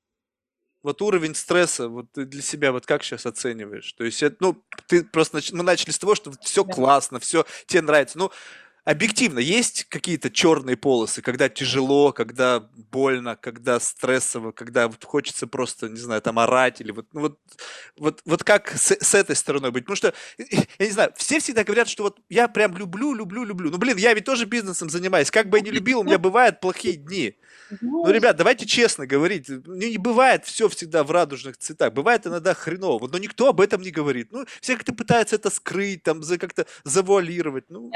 B: Вот уровень стресса, вот ты для себя вот как сейчас оцениваешь? То есть, ну, ты просто мы начали с того, что все
A: Да.
B: классно, все тебе нравится. Ну, объективно, есть какие-то черные полосы, когда тяжело, когда больно, когда стрессово, когда вот хочется просто, не знаю, там орать или вот, ну вот как с этой стороной быть? Потому что, я не знаю, все всегда говорят, что вот я прям люблю. Ну, блин, я ведь тоже бизнесом занимаюсь. Как бы я ни любил, у меня бывают плохие дни. Ну,
A: Знаешь,
B: ребят, давайте честно говорить. Не бывает все всегда в радужных цветах. Бывает иногда хреново, но никто об этом не говорит. Ну, все как-то пытаются это скрыть, там, как-то завуалировать. Ну,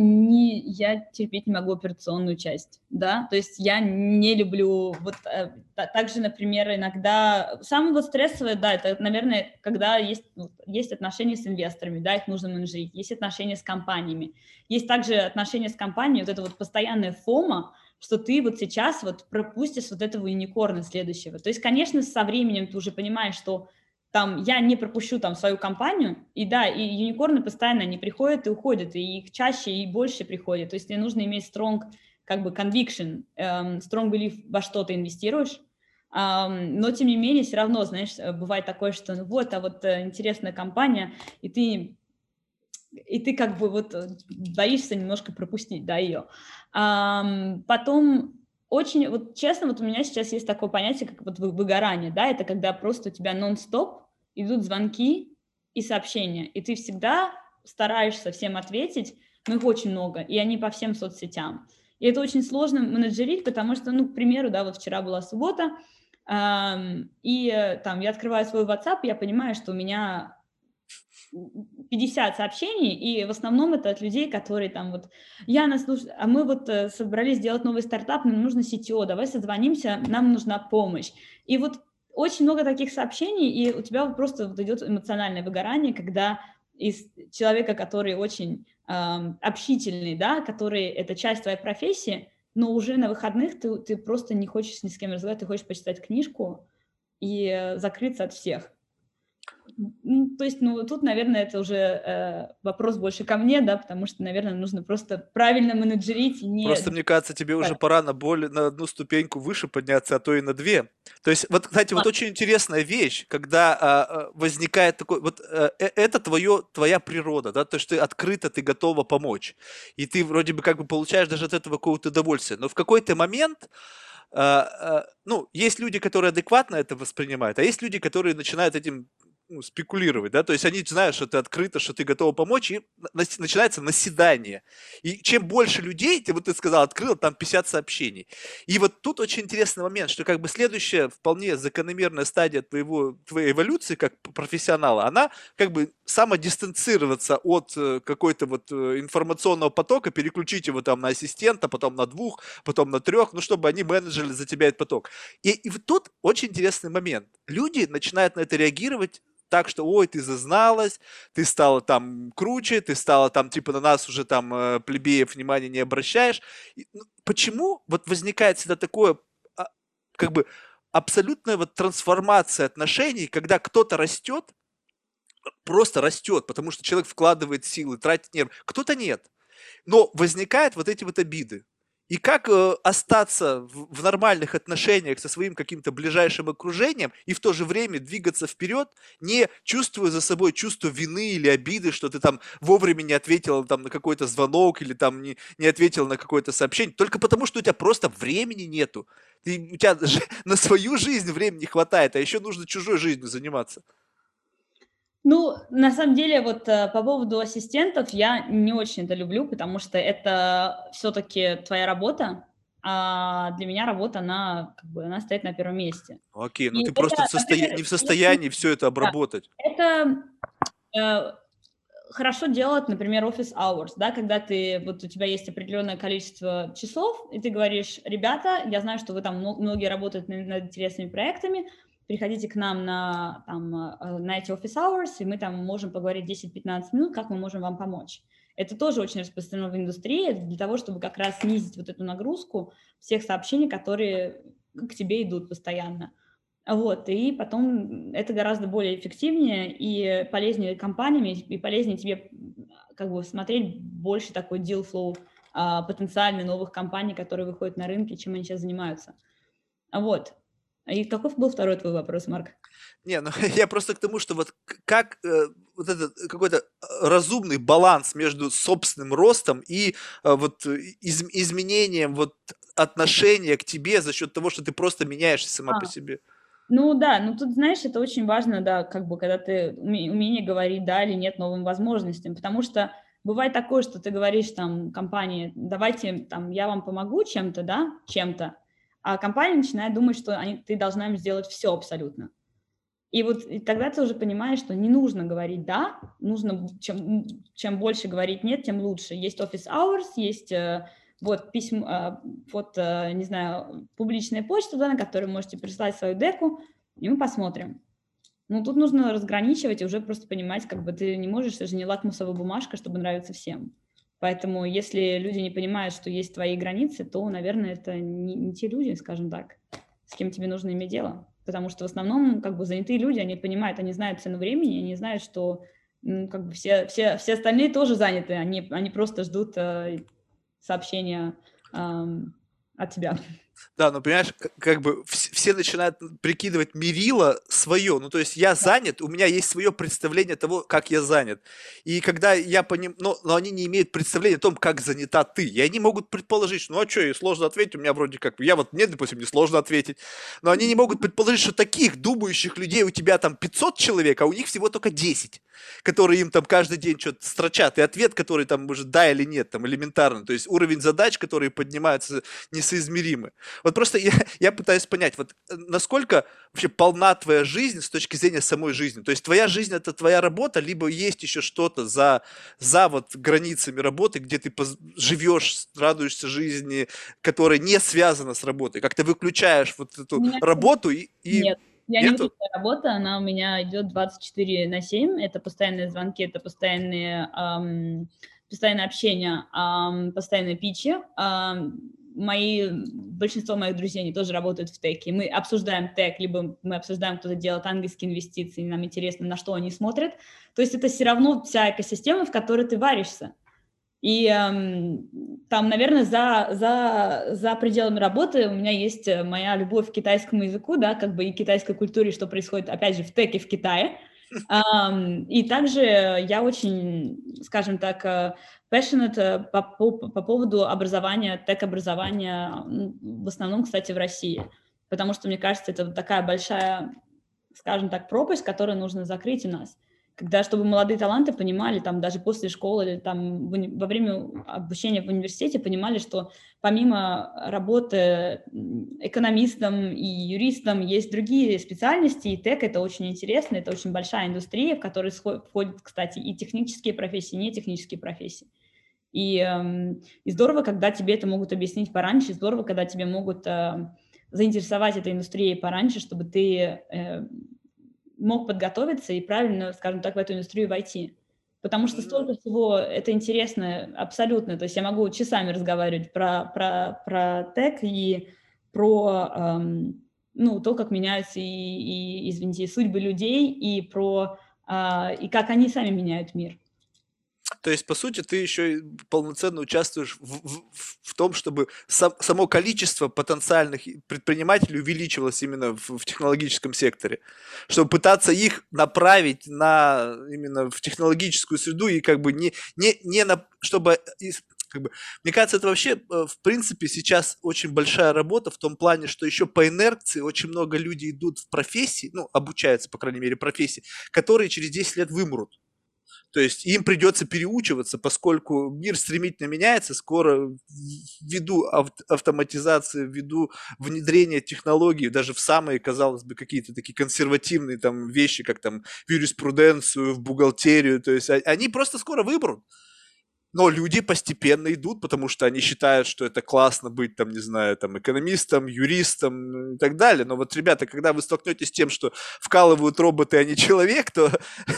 A: я терпеть не могу операционную часть, да, то есть я не люблю, вот также, например, иногда, самое вот стрессовое, да, это, наверное, когда есть отношения с инвесторами, да, их нужно менеджерить, есть отношения с компаниями, есть также отношения с компанией, вот это вот постоянная фома, что ты вот сейчас вот пропустишь вот этого юникорна следующего. То есть, конечно, со временем ты уже понимаешь, что там я не пропущу там свою компанию, и да, и юникорны постоянно они приходят и уходят, и их чаще и больше приходит. То есть тебе нужно иметь strong как бы conviction, strong belief, во что ты инвестируешь, но тем не менее все равно, знаешь, бывает такое, что ну вот, интересная компания, и ты как бы вот боишься немножко пропустить, да, ее. Потом очень, вот честно, вот у меня сейчас есть такое понятие, как вот выгорание, да, это когда просто у тебя нон-стоп идут звонки и сообщения, и ты всегда стараешься всем ответить, но их очень много, и они по всем соцсетям. И это очень сложно менеджерить, потому что, ну, к примеру, да, вот вчера была суббота, и там я открываю свой WhatsApp, и я понимаю, что у меня 50 сообщений, и в основном это от людей, которые там вот, а мы вот собрались сделать новый стартап, нам нужно CTO, давай созвонимся, нам нужна помощь. И вот очень много таких сообщений, и у тебя вот просто вот идет эмоциональное выгорание, когда из человека, который очень общительный, да, который это часть твоей профессии, но уже на выходных ты просто не хочешь ни с кем разговаривать, ты хочешь почитать книжку и закрыться от всех. То есть, ну, тут, наверное, это уже вопрос больше ко мне, да, потому что, наверное, нужно просто правильно менеджерить и
B: Просто,
A: не...
B: мне кажется, тебе уже пора на одну ступеньку выше подняться, а то и на две. То есть, вот, кстати, вот очень интересная вещь, когда возникает такой, вот это твоя природа, да, то есть ты открыто, ты готова помочь. И ты вроде бы как бы получаешь даже от этого какое-то удовольствие. Но в какой-то момент, ну, есть люди, которые адекватно это воспринимают, а есть люди, которые начинают этим спекулировать, да, то есть они знают, что ты открыто, что ты готова помочь, и начинается наседание. И чем больше людей, ты сказал, открыл там 50 сообщений. И вот тут очень интересный момент, что как бы следующая вполне закономерная стадия твоей эволюции как профессионала, она как бы самодистанцироваться от какой-то вот информационного потока, переключить его там на ассистента, потом на двух, потом на трех, ну, чтобы они менеджерили за тебя этот поток. И вот тут очень интересный момент. Люди начинают на это реагировать так, что, ой, ты зазналась, ты стала там круче, ты стала там, типа, на нас уже там плебеев внимания не обращаешь. Почему вот возникает всегда такое, как бы, абсолютная вот трансформация отношений, когда кто-то растет, просто растет, потому что человек вкладывает силы, тратит нервы, кто-то нет. Но возникают вот эти вот обиды. И как остаться в нормальных отношениях со своим каким-то ближайшим окружением и в то же время двигаться вперед, не чувствуя за собой чувство вины или обиды, что ты там вовремя не ответил там, на какой-то звонок или там не ответил на какое-то сообщение, только потому что у тебя просто времени нету. У тебя на свою жизнь времени не хватает, а еще нужно чужой жизнью заниматься.
A: Ну, на самом деле, вот по поводу ассистентов я не очень это люблю, потому что это все-таки твоя работа, а для меня работа, она как бы она стоит на первом месте.
B: Окей, ну
A: И
B: ты просто
A: это, например,
B: не в
A: если
B: состоянии все это
A: да,
B: обработать.
A: это э, хорошо делать, например, office hours, да, когда вот у тебя есть определенное количество часов, и ты говоришь, ребята, я знаю, что вы там многие работают над интересными проектами, приходите к нам на эти office hours, и мы там можем поговорить 10-15 минут, как мы можем вам помочь. Это тоже очень распространено в индустрии для того, чтобы как раз снизить вот эту нагрузку всех сообщений, которые к тебе идут постоянно. Вот, и потом это гораздо более эффективнее и полезнее компаниями, и полезнее тебе как бы смотреть больше такой deal flow потенциально новых компаний, которые выходят на рынки, чем они сейчас занимаются. Вот. И каков был второй твой вопрос, Марк?
B: Не, ну я просто к тому, что вот как вот этот какой-то разумный баланс между собственным ростом и вот изменением вот отношения к тебе за счет того, что ты просто меняешься сама по
A: А,
B: себе.
A: ну да, ну тут, знаешь, это очень важно, да, как бы, когда ты умение говорить да или нет новым возможностям, потому что бывает такое, что ты говоришь там компании, давайте там я вам помогу чем-то, да, чем-то, а компания начинает думать, что ты должна им сделать все абсолютно. И вот и тогда ты уже понимаешь, что не нужно говорить «да», нужно чем больше говорить «нет», тем лучше. Есть office hours, есть вот письма, вот, не знаю, публичная почта, да, на которой можете прислать свою деку, и мы посмотрим. Ну, тут нужно разграничивать и уже просто понимать, как бы ты не можешь, это же не лакмусовая бумажка, чтобы нравиться всем. Поэтому если люди не понимают, что есть твои границы, то, наверное, это не те люди, скажем так, с кем тебе нужно иметь дело. Потому что в основном как бы занятые люди, они понимают, они знают цену времени, они знают, что как бы все остальные тоже заняты, они просто ждут сообщения от тебя.
B: Да, но понимаешь, как бы все начинают прикидывать мерило свое. Ну, то есть я занят, у меня есть свое представление того, как я занят. И когда я понимаю, но они не имеют представления о том, как занята ты. И они могут предположить, что, ну а что, ей сложно ответить, у меня вроде как, мне, допустим, не сложно ответить. Но они не могут предположить, что таких думающих людей у тебя там 500 человек, а у них всего только 10. которые им там каждый день что-то строчат, и ответ, который там может да или нет, там элементарно. То есть уровень задач, которые поднимаются, несоизмеримы. Вот просто я пытаюсь понять, вот насколько вообще полна твоя жизнь с точки зрения самой жизни. То есть твоя жизнь – это твоя работа, либо есть еще что-то за вот границами работы, где ты живешь, радуешься жизни, которая не связана с работой. Как ты выключаешь вот
A: У
B: эту
A: меня
B: работу и
A: нет, я не
B: нету?
A: выключаю работу, она у меня идет 24/7, это постоянные звонки, это постоянное общение, постоянные питчи. Большинство моих друзей, они тоже работают в теке. Мы обсуждаем тек, либо мы обсуждаем, кто-то делает ангельские инвестиции, нам интересно, на что они смотрят. То есть это все равно вся экосистема, в которой ты варишься. И там, наверное, за пределами работы у меня есть моя любовь к китайскому языку, да, как бы и китайской культуре, что происходит, опять же, в теке в Китае. И также я очень, скажем так, passionate по поводу образования, тек-образования, в основном, кстати, в России. Потому что, мне кажется, это такая большая, скажем так, пропасть, которую нужно закрыть у нас. Когда, чтобы молодые таланты понимали, там, даже после школы или там, во время обучения в университете понимали, что помимо работы экономистом и юристом есть другие специальности, и тек – это очень интересно, это очень большая индустрия, в которой входят, кстати, и технические профессии, и нетехнические профессии. И здорово, когда тебе это могут объяснить пораньше, здорово, когда тебе могут заинтересовать этой индустрией пораньше, чтобы ты мог подготовиться и правильно, скажем так, в эту индустрию войти. Потому что столько всего, это интересно абсолютно. То есть я могу часами разговаривать про тек и про то, как меняются извините, судьбы людей, и как они сами меняют мир.
B: То есть, по сути, ты еще и полноценно участвуешь в том, чтобы само количество потенциальных предпринимателей увеличивалось именно в технологическом секторе, чтобы пытаться их направить именно в технологическую среду и как бы чтобы как бы, мне кажется, это вообще, в принципе, сейчас очень большая работа в том плане, что еще по инерции очень много людей идут в профессии, ну, обучаются, по крайней мере, профессии, которые через 10 лет вымрут. То есть им придется переучиваться, поскольку мир стремительно меняется, скоро ввиду автоматизации, ввиду внедрения технологий, даже в самые, казалось бы, какие-то такие консервативные там вещи, как там в юриспруденцию, в бухгалтерию, то есть они просто скоро вымрут. Но люди постепенно идут, потому что они считают, что это классно быть, там, не знаю, там, экономистом, юристом и так далее. Но вот, ребята, когда вы столкнетесь с тем, что вкалывают роботы, а не человек, то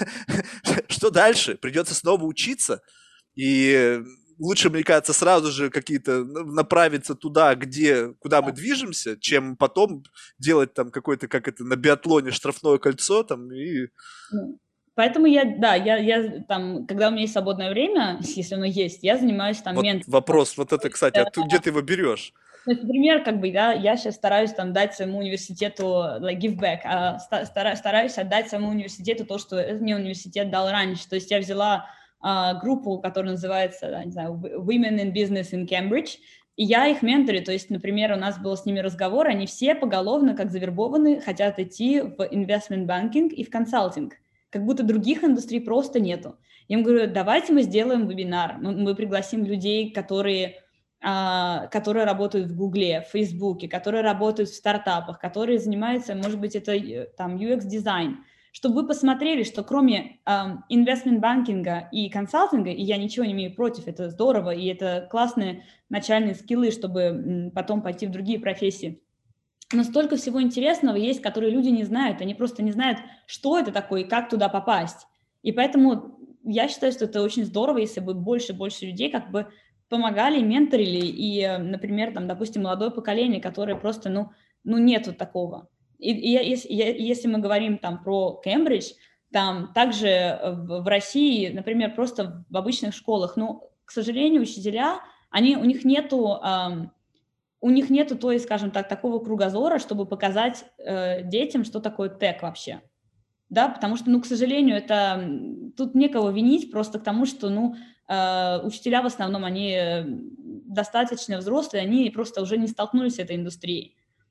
B: что дальше? Придется снова учиться. И лучше, мне кажется, сразу же какие-то направиться туда, куда мы движемся, чем потом делать там какое-то, как это, на биатлоне штрафное кольцо там и...
A: Поэтому я там, когда у меня есть свободное время, если оно есть, я занимаюсь там
B: Вот
A: менторством.
B: вопрос, вот это, кстати, где ты его берешь?
A: То есть, например, как бы, да, я сейчас стараюсь там дать своему университету, give back, стараюсь отдать своему университету то, что мне университет дал раньше. То есть я взяла группу, которая называется, не знаю, Women in Business in Cambridge, и я их менторю. То есть, например, у нас был с ними разговор, они все поголовно, как завербованы, хотят идти в investment banking и в консалтинг. Как будто других индустрий просто нету. Я им говорю, давайте мы сделаем вебинар, мы пригласим людей, которые работают в Гугле, в Фейсбуке, которые работают в стартапах, которые занимаются, может быть, это там UX-дизайн, чтобы вы посмотрели, что кроме инвестмент-банкинга и консалтинга, и я ничего не имею против, это здорово, и это классные начальные скиллы, чтобы потом пойти в другие профессии. Но столько всего интересного есть, которые люди не знают, они просто не знают, что это такое и как туда попасть. И поэтому я считаю, что это очень здорово, если бы больше людей как бы помогали, менторили, и, например, там, допустим, молодое поколение, которое просто, нету такого. И если мы говорим там про Кембридж, там также в России, например, просто в обычных школах, к сожалению, учителя, у них нету той, скажем так, такого кругозора, чтобы показать детям, что такое тек вообще. Да, потому что, к сожалению, тут некого винить, просто к тому, что, учителя в основном, они достаточно взрослые, они просто уже не столкнулись с этой индустрией.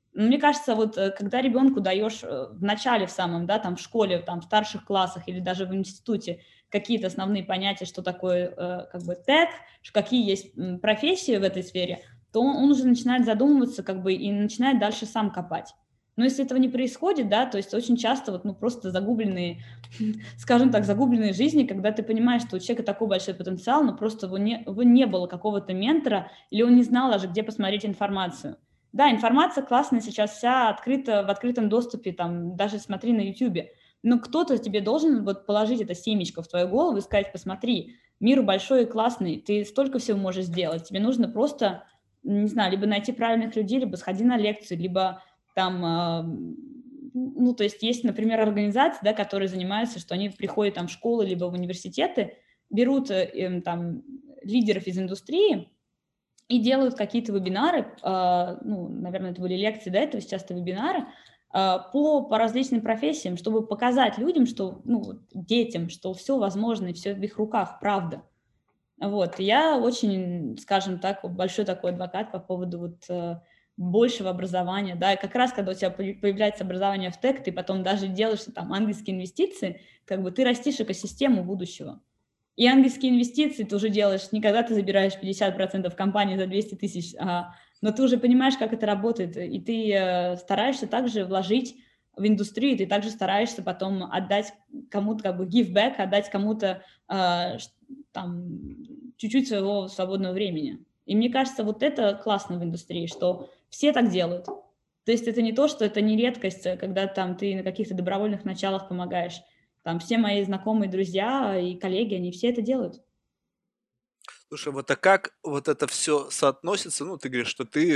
A: Мне кажется, вот когда ребенку даешь в начале, в самом, да, там в школе, там в старших классах или даже в институте какие-то основные понятия, что такое как бы тег, какие есть профессии в этой сфере, то он уже начинает задумываться как бы и начинает дальше сам копать. Но если этого не происходит, да, то есть очень часто вот, ну, просто загубленные, скажем так, загубленные жизни, когда ты понимаешь, что у человека такой большой потенциал, но просто его не было какого-то ментора, или он не знал даже, где посмотреть информацию. Да, информация классная сейчас вся открыта, в открытом доступе, там, даже смотри на Ютубе. Но кто-то тебе должен вот положить это семечко в твою голову и сказать, посмотри, мир большой и классный, ты столько всего можешь сделать, тебе нужно просто, не знаю, либо найти правильных людей, либо сходи на лекцию, либо там, ну, то есть, например, организации, да, которые занимаются, что они приходят там в школы, либо в университеты, берут там лидеров из индустрии, и делают какие-то вебинары, ну, наверное, это были лекции до этого, сейчас это вебинары, по различным профессиям, чтобы показать людям, что, ну, вот детям, что все возможно и все в их руках, правда. Вот, я очень, скажем так, большой такой адвокат по поводу вот большего образования, да, и как раз, когда у тебя появляется образование в тег, ты потом даже делаешь там английские инвестиции, как бы ты растишь экосистему будущего. И английские инвестиции ты уже делаешь, не когда ты забираешь 50% компании за 200 тысяч, но ты уже понимаешь, как это работает, и ты стараешься также вложить в индустрию, ты также стараешься потом отдать кому-то, как бы give back, отдать кому-то там чуть-чуть своего свободного времени. И мне кажется, вот это классно в индустрии, что все так делают. То есть это не то, что это не редкость, когда там ты на каких-то добровольных началах помогаешь. Там все мои знакомые, друзья и коллеги, они все это делают.
B: Слушай, вот а как вот это все соотносится? Ну, ты говоришь, что ты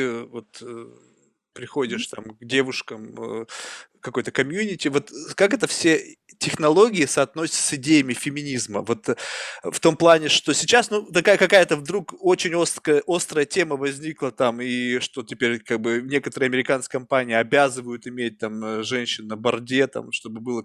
A: Мгм.
B: приходишь там к девушкам, какой-то комьюнити. Вот как это все технологии соотносятся с идеями феминизма? Вот в том плане, что сейчас, ну, такая какая-то вдруг очень острая тема возникла там, и что теперь как бы некоторые американские компании обязывают иметь там женщин на борде, там, чтобы было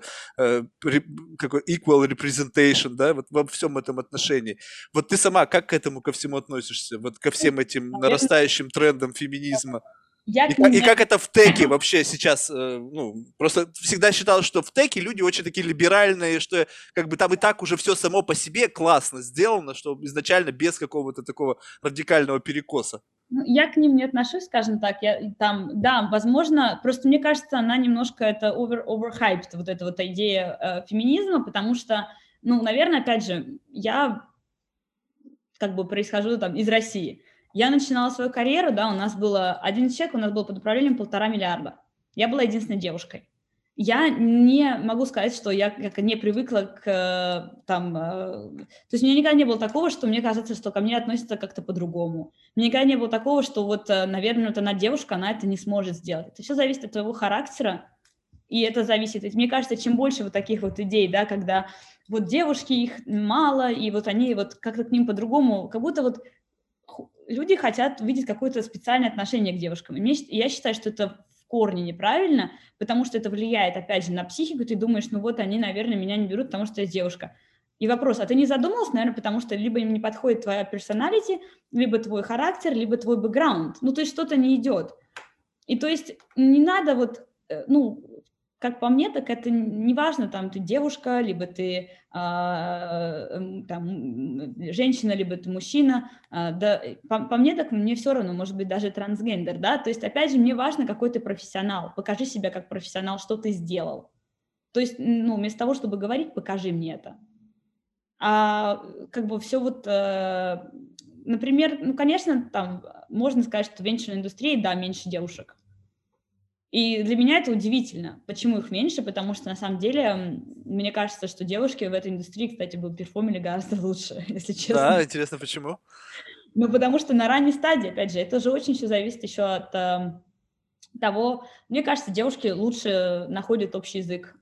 B: какой equal representation, да, вот во всем этом отношении. Вот ты сама как к этому ко всему относишься? Вот ко
A: Ну,
B: всем этим
A: наверное,
B: нарастающим трендам феминизма?
A: я
B: И
A: к ним не
B: как это в теке вообще сейчас, ну, просто всегда считал, что в теке люди очень такие либеральные, что как бы там и так уже все само по себе классно сделано, что изначально без какого-то такого радикального перекоса.
A: Ну, я к ним не отношусь, скажем так. Я там, да, возможно, просто мне кажется, она немножко это overhyped, вот эта вот идея феминизма, потому что, ну, наверное, опять же, я как бы происхожу там из России. Я начинала свою карьеру, да, у нас было 11 человек, у нас было под управлением 1,5 миллиарда. Я была единственной девушкой. Я не могу сказать, что я как не привыкла к там... то есть у меня никогда не было такого, что мне кажется, что ко мне относятся как-то по-другому. Мне никогда не было такого, что вот, наверное, вот она девушка, она это не сможет сделать. Это все зависит от твоего характера, и это зависит. И мне кажется, чем больше вот таких вот идей, да, когда вот девушки, их мало, и вот они вот как-то к ним по-другому, как будто вот люди хотят видеть какое-то специальное отношение к девушкам. И я считаю, что это в корне неправильно, потому что это влияет, опять же, на психику. Ты думаешь, ну вот они, наверное, меня не берут, потому что я девушка. И вопрос, а ты не задумалась, наверное, потому что либо им не подходит твоя персоналити, либо твой характер, либо твой бэкграунд. Ну, то есть что-то не идет. И то есть не надо вот, ну, как по мне, так это не важно, там, ты девушка, либо ты женщина, либо ты мужчина. Да, по мне, так мне все равно, может быть, даже трансгендер, да. То есть, опять же, мне важно, какой ты профессионал. Покажи себя как профессионал, что ты сделал. То есть, ну, вместо того, чтобы говорить, покажи мне это. Как бы все вот, например, ну, конечно, там можно сказать, что в венчурной индустрии, да, меньше девушек. И для меня это удивительно. Почему их меньше? Потому что, на самом деле, мне кажется, что девушки в этой индустрии, кстати, бы перформили гораздо лучше, если честно.
B: Да, интересно, почему?
A: Ну, потому что на ранней стадии, опять же, это же очень все зависит еще от того, мне кажется, девушки лучше находят общий язык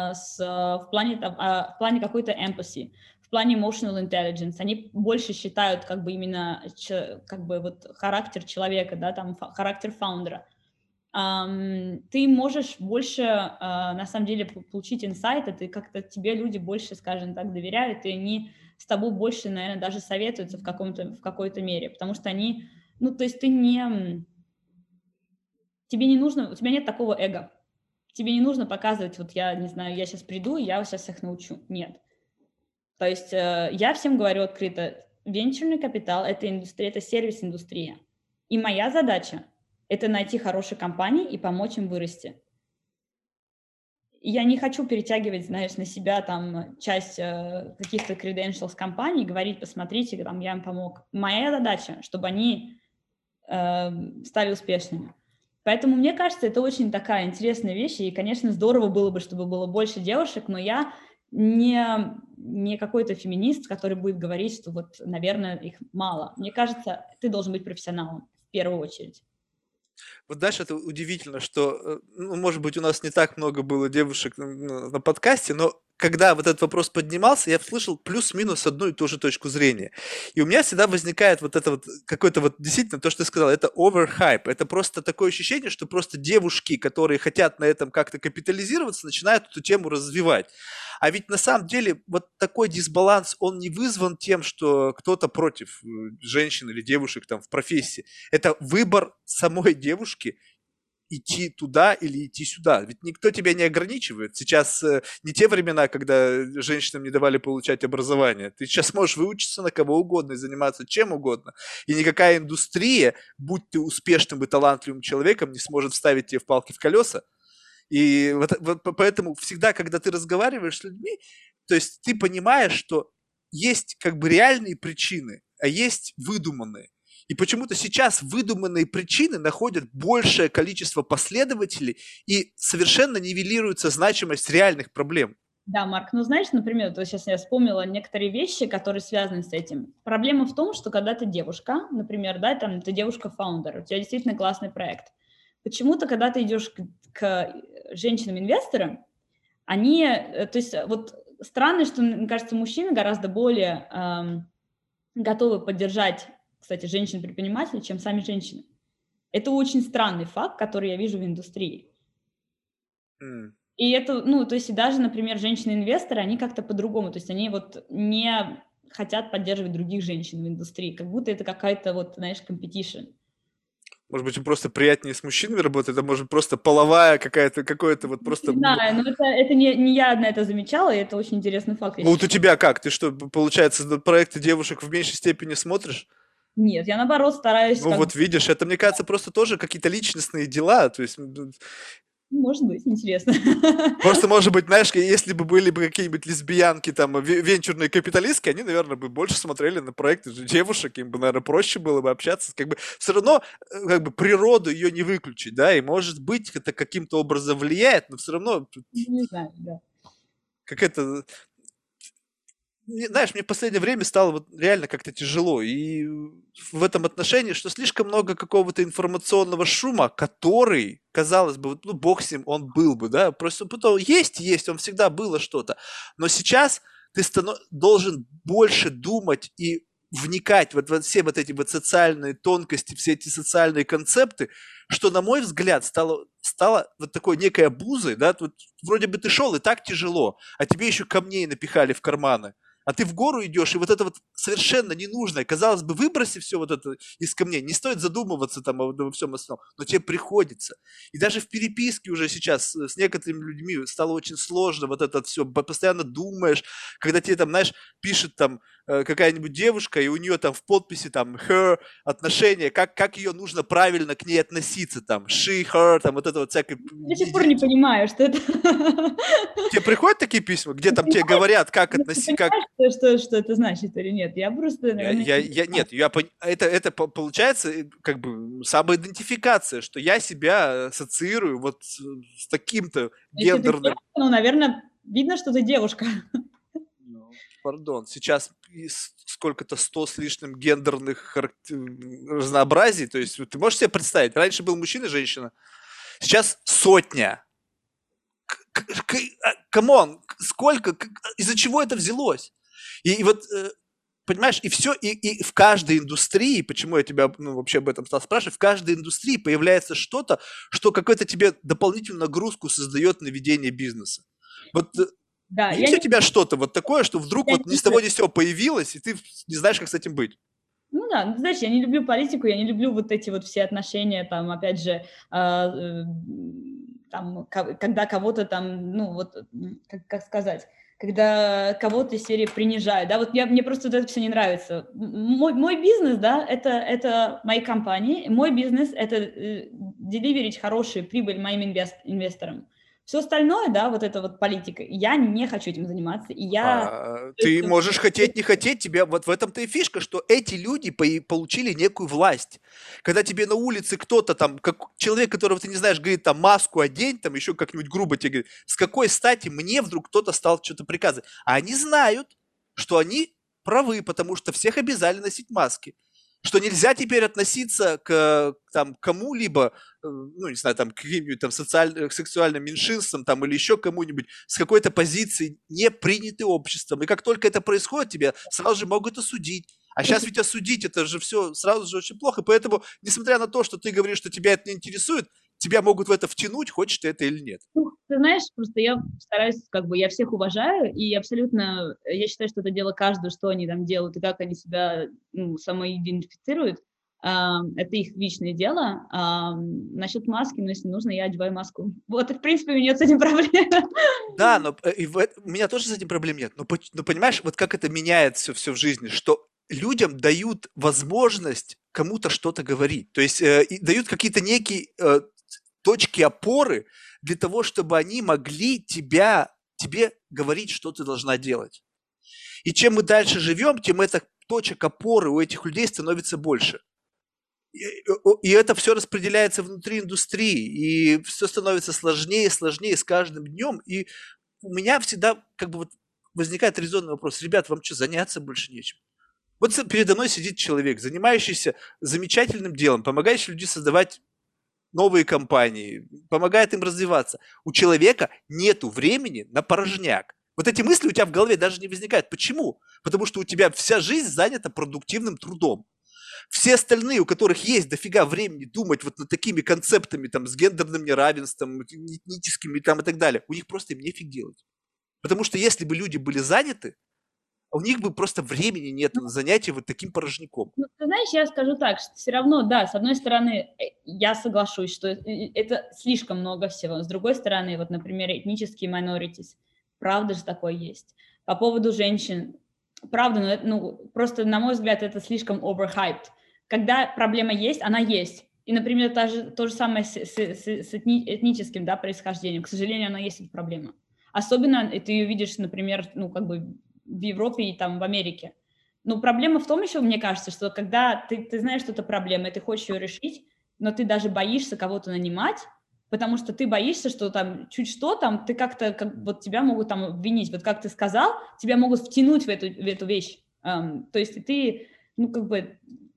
A: в плане какой-то empathy, в плане emotional intelligence. Они больше считают как бы именно как бы вот характер человека, да, там характер фаундера. Ты можешь больше, на самом деле, получить инсайты, ты как-то тебе люди больше, скажем так, доверяют, и они с тобой больше, наверное, даже советуются в какой-то мере, потому что они, ну, то есть тебе не нужно, у тебя нет такого эго. Тебе не нужно показывать, вот я, не знаю, я сейчас приду, и я сейчас всех научу. Нет. То есть я всем говорю открыто, венчурный капитал – это индустрия, это сервис-индустрия. И моя задача – это найти хорошие компании и помочь им вырасти. Я не хочу перетягивать, знаешь, на себя там часть каких-то credentials компаний, говорить, посмотрите, там, я им помог. Моя задача, чтобы они стали успешными. Поэтому, мне кажется, это очень такая интересная вещь, и, конечно, здорово было бы, чтобы было больше девушек, но я не какой-то феминист, который будет говорить, что вот, наверное, их мало. Мне кажется, ты должен быть профессионалом в первую очередь.
B: Вот знаешь, это удивительно, что, ну, может быть, у нас не так много было девушек на подкасте, но когда вот этот вопрос поднимался, я слышал плюс-минус одну и ту же точку зрения. И у меня всегда возникает вот это вот, какое-то вот, действительно, то, что ты сказал, это overhype. Это просто такое ощущение, что просто девушки, которые хотят на этом как-то капитализироваться, начинают эту тему развивать. А ведь на самом деле вот такой дисбаланс, он не вызван тем, что кто-то против женщин или девушек там в профессии. Это выбор самой девушки идти туда или идти сюда. Ведь никто тебя не ограничивает. Сейчас не те времена, когда женщинам не давали получать образование. Ты сейчас можешь выучиться на кого угодно и заниматься чем угодно. И никакая индустрия, будь ты успешным и талантливым человеком, не сможет вставить тебе в палки в колеса. И вот поэтому всегда, когда ты разговариваешь с людьми, то есть ты понимаешь, что есть как бы реальные причины, а есть выдуманные. И почему-то сейчас выдуманные причины находят большее количество последователей и совершенно нивелируется значимость реальных проблем.
A: Да, Марк, ну знаешь, например, вот сейчас я вспомнила некоторые вещи, которые связаны с этим. Проблема в том, что когда ты девушка, например, да, там ты девушка-фаундер, у тебя действительно классный проект. Почему-то, когда ты идешь к женщинам-инвесторам, они, то есть вот странно, что, мне кажется, мужчины гораздо более готовы поддержать, кстати, женщин-предпринимателей, чем сами женщины. Это очень странный факт, который я вижу в индустрии. И это, ну, то есть и даже, например, женщины-инвесторы, они как-то по-другому, то есть они вот не хотят поддерживать других женщин в индустрии, как будто это какая-то вот, знаешь, competition.
B: Может быть, им просто приятнее с мужчинами работать, это может просто половая какое-то вот просто...
A: Не знаю, но это не я одна это замечала, и это очень интересный факт.
B: Ну, вот у тебя как? Ты что, получается, проекты девушек в меньшей степени смотришь?
A: Нет, я наоборот стараюсь...
B: Ну, вот видишь, это, мне кажется, просто тоже какие-то личностные дела, то есть...
A: Может быть, интересно.
B: Просто, может быть, знаешь, если бы были бы какие-нибудь лесбиянки, там, венчурные капиталистки, они, наверное, бы больше смотрели на проекты девушек, им бы, наверное, проще было бы общаться. Как бы все равно, как бы, природу ее не выключить, да, и, может быть, это каким-то образом влияет, но все равно...
A: Не знаю, да.
B: Как это... Знаешь, мне в последнее время стало вот реально как-то тяжело. И в этом отношении, что слишком много какого-то информационного шума, который, казалось бы, ну, бог с ним, он был бы, да, просто потом есть, он всегда было что-то. Но сейчас ты должен больше думать и вникать вот все вот эти вот социальные тонкости, все эти социальные концепты, что, на мой взгляд, стало вот такой некой обузой, да, тут вроде бы ты шел, и так тяжело, а тебе еще камней напихали в карманы. А ты в гору идешь, и вот это вот совершенно ненужное, казалось бы, выброси все вот это из камней, не стоит задумываться там обо всем остальном, но тебе приходится. И даже в переписке уже сейчас с некоторыми людьми стало очень сложно вот это все, постоянно думаешь, когда тебе там, знаешь, пишет там какая-нибудь девушка, и у нее там в подписи там her, отношения, как ее нужно правильно к ней относиться, там she, her, там вот это вот всякое.
A: До сих пор не понимаю, что это...
B: Тебе приходят такие письма, где там тебе говорят, как относиться, как...
A: Что это значит или нет? Я просто...
B: Это получается как бы самоидентификация, что я себя ассоциирую вот с таким-то гендерным...
A: Ну, наверное, видно, что ты девушка.
B: Пардон, сейчас сколько-то 100 с лишним гендерных разнообразий, то есть ты можешь себе представить, раньше был мужчина и женщина, сейчас сотня. Камон, сколько, из-за чего это взялось? И вот, понимаешь, и все, и в каждой индустрии, почему я тебя вообще об этом стал спрашивать, в каждой индустрии появляется что-то, что какую-то тебе дополнительную нагрузку создает на ведение бизнеса. Вот
A: да,
B: есть у тебя что-то вот такое, что вдруг вот ни с того ни с сего появилось, и ты не знаешь, как с этим быть?
A: Ну да, ну, знаешь, я не люблю политику, я не люблю вот эти вот все отношения, там, опять же, там, когда кого-то там, ну вот, как сказать, когда кого-то из серии принижают, да, вот мне просто вот это все не нравится. Мой бизнес, да, это мои компании, мой бизнес — это деливерить хорошую прибыль моим инвесторам. Все остальное, да, вот это вот политика, я не хочу этим заниматься, и я... То есть,
B: Ты можешь хотеть, не хотеть, тебя вот в этом-то и фишка, что эти люди получили некую власть. Когда тебе на улице кто-то там, как человек, которого ты не знаешь, говорит, там, маску одень, там, еще как-нибудь грубо тебе говорит, с какой стати мне вдруг кто-то стал что-то приказывать? А они знают, что они правы, потому что всех обязали носить маски. Что нельзя теперь относиться к там, кому-либо, ну, не знаю, там, к каким-нибудь там к сексуальным меньшинствам там, или еще кому-нибудь с какой-то позиции, не принятой обществом. И как только это происходит, тебя сразу же могут осудить. А сейчас ведь осудить, это же все сразу же очень плохо. Поэтому, несмотря на то, что ты говоришь, что тебя это не интересует, тебя могут в это втянуть, хочешь ты это или нет.
A: Ну, ты знаешь, просто я стараюсь, как бы, я всех уважаю, и абсолютно, я считаю, что это дело каждого, что они там делают и как они себя, ну, самоидентифицируют. Это их личное дело. Насчет маски, ну, если нужно, я одеваю маску. Вот, и, в принципе, у меня нет с этим проблем.
B: Да, но у меня тоже с этим проблем нет. Но понимаешь, вот как это меняет все в жизни, что людям дают возможность кому-то что-то говорить. То есть и дают какие-то некие точки опоры для того, чтобы они могли тебе говорить, что ты должна делать. И чем мы дальше живем, тем этих точек опоры у этих людей становится больше. И это все распределяется внутри индустрии, и все становится сложнее и сложнее с каждым днем. И у меня всегда как бы вот возникает резонный вопрос: ребят, вам что, заняться больше нечем? Вот передо мной сидит человек, занимающийся замечательным делом, помогающий людям создавать новые компании, помогает им развиваться. У человека нету времени на порожняк. Вот эти мысли у тебя в голове даже не возникают. Почему? Потому что у тебя вся жизнь занята продуктивным трудом. Все остальные, у которых есть дофига времени думать вот над такими концептами, там, с гендерным неравенством, этническими там и так далее, у них просто им нефиг делать. Потому что если бы люди были заняты, у них бы просто времени нет на занятия вот таким порожняком.
A: Ну, ты знаешь, я скажу так, что все равно, да, с одной стороны, я соглашусь, что это слишком много всего. С другой стороны, вот, например, этнические minorities, правда же такое есть. По поводу женщин, правда, но это, ну, просто, на мой взгляд, это слишком overhyped. Когда проблема есть, она есть. И, например, то же самое с этническим, да, происхождением. К сожалению, она есть, эта проблема. Особенно ты ее видишь, например, ну, как бы в Европе и там в Америке. Но проблема в том еще, мне кажется, что когда ты знаешь, что это проблема, и ты хочешь ее решить, но ты даже боишься кого-то нанимать, потому что ты боишься, что там чуть что, там ты как-то, вот тебя могут там обвинить. Вот как ты сказал, тебя могут втянуть в эту вещь. То есть ты, ну, как бы,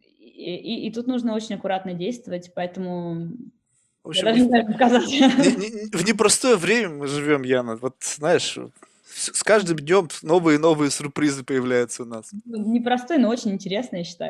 A: и тут нужно очень аккуратно действовать, поэтому
B: В
A: я
B: общем,
A: даже не знаю, что сказать.
B: в непростое время мы живем, Яна. Вот знаешь, с каждым днем новые и новые сюрпризы появляются у нас.
A: Непростой, но очень интересно, я считаю.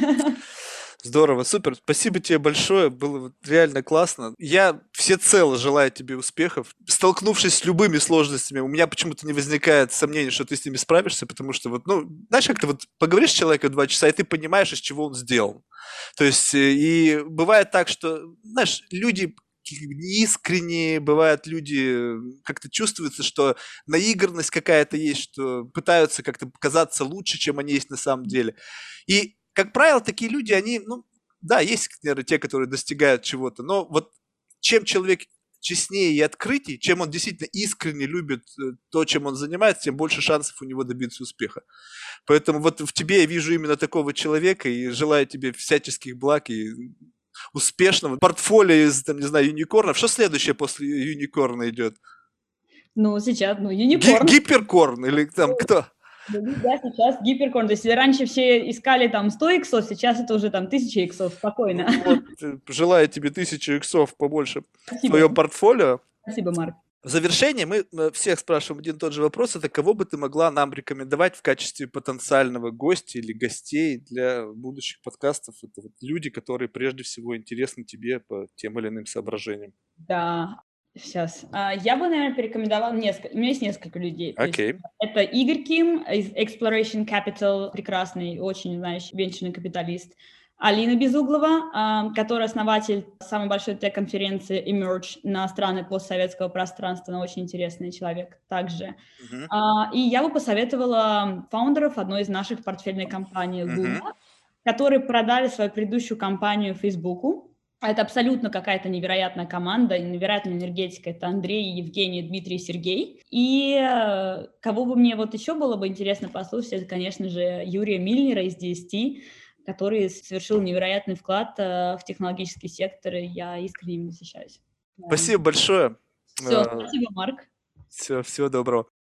B: Здорово, супер. Спасибо тебе большое. Было вот реально классно. Я всецело желаю тебе успехов. Столкнувшись с любыми сложностями, у меня почему-то не возникает сомнений, что ты с ними справишься, потому что вот, ну, знаешь, как ты вот поговоришь с человеком 2 часа, и ты понимаешь, из чего он сделан. То есть, и бывает так, что, знаешь, люди неискренние, бывают люди, как-то чувствуется, что наигранность какая-то есть, что пытаются как-то казаться лучше, чем они есть на самом деле. И, как правило, такие люди, они, ну, да, есть, наверное, те, которые достигают чего-то, но вот чем человек честнее и открытий, чем он действительно искренне любит то, чем он занимается, тем больше шансов у него добиться успеха. Поэтому вот в тебе я вижу именно такого человека и желаю тебе всяческих благ и успешного портфолио из, там, не знаю, юникорнов. Что следующее после юникорна идет?
A: Ну, сейчас, ну, юникорн.
B: Гиперкорн или там кто?
A: Да, сейчас гиперкорн. То есть, если раньше все искали там 100 иксов, сейчас это уже там 1000 иксов, спокойно.
B: Вот, желаю тебе 1000 иксов побольше в
A: Спасибо.
B: твоем портфолио.
A: Спасибо, Марк.
B: В завершение мы всех спрашиваем один и тот же вопрос. Это кого бы ты могла нам рекомендовать в качестве потенциального гостя или гостей для будущих подкастов? Это вот люди, которые прежде всего интересны тебе по тем или иным соображениям.
A: Да. Сейчас. Я бы, наверное, порекомендовала несколько. У меня есть несколько людей. То есть
B: Окей.
A: это Игорь Ким из Exploration Capital, прекрасный, очень знающий венчурный капиталист. Алина Безуглова, которая основатель самой большой тег-конференции Emerge на страны постсоветского пространства, она очень интересный человек также.
B: Мгм.
A: И я бы посоветовала фаундеров одной из наших портфельной компаний Luna,
B: Мгм.
A: которые продали свою предыдущую компанию Фейсбуку. Это абсолютно какая-то невероятная команда, невероятная энергетика. Это Андрей, Евгений, Дмитрий, Сергей. И кого бы мне вот еще было бы интересно послушать, это, конечно же, Юрия Мильнера из DST, который совершил невероятный вклад в технологический сектор, и я искренне им восхищаюсь.
B: Спасибо большое.
A: Все, спасибо, Марк.
B: Всего доброго.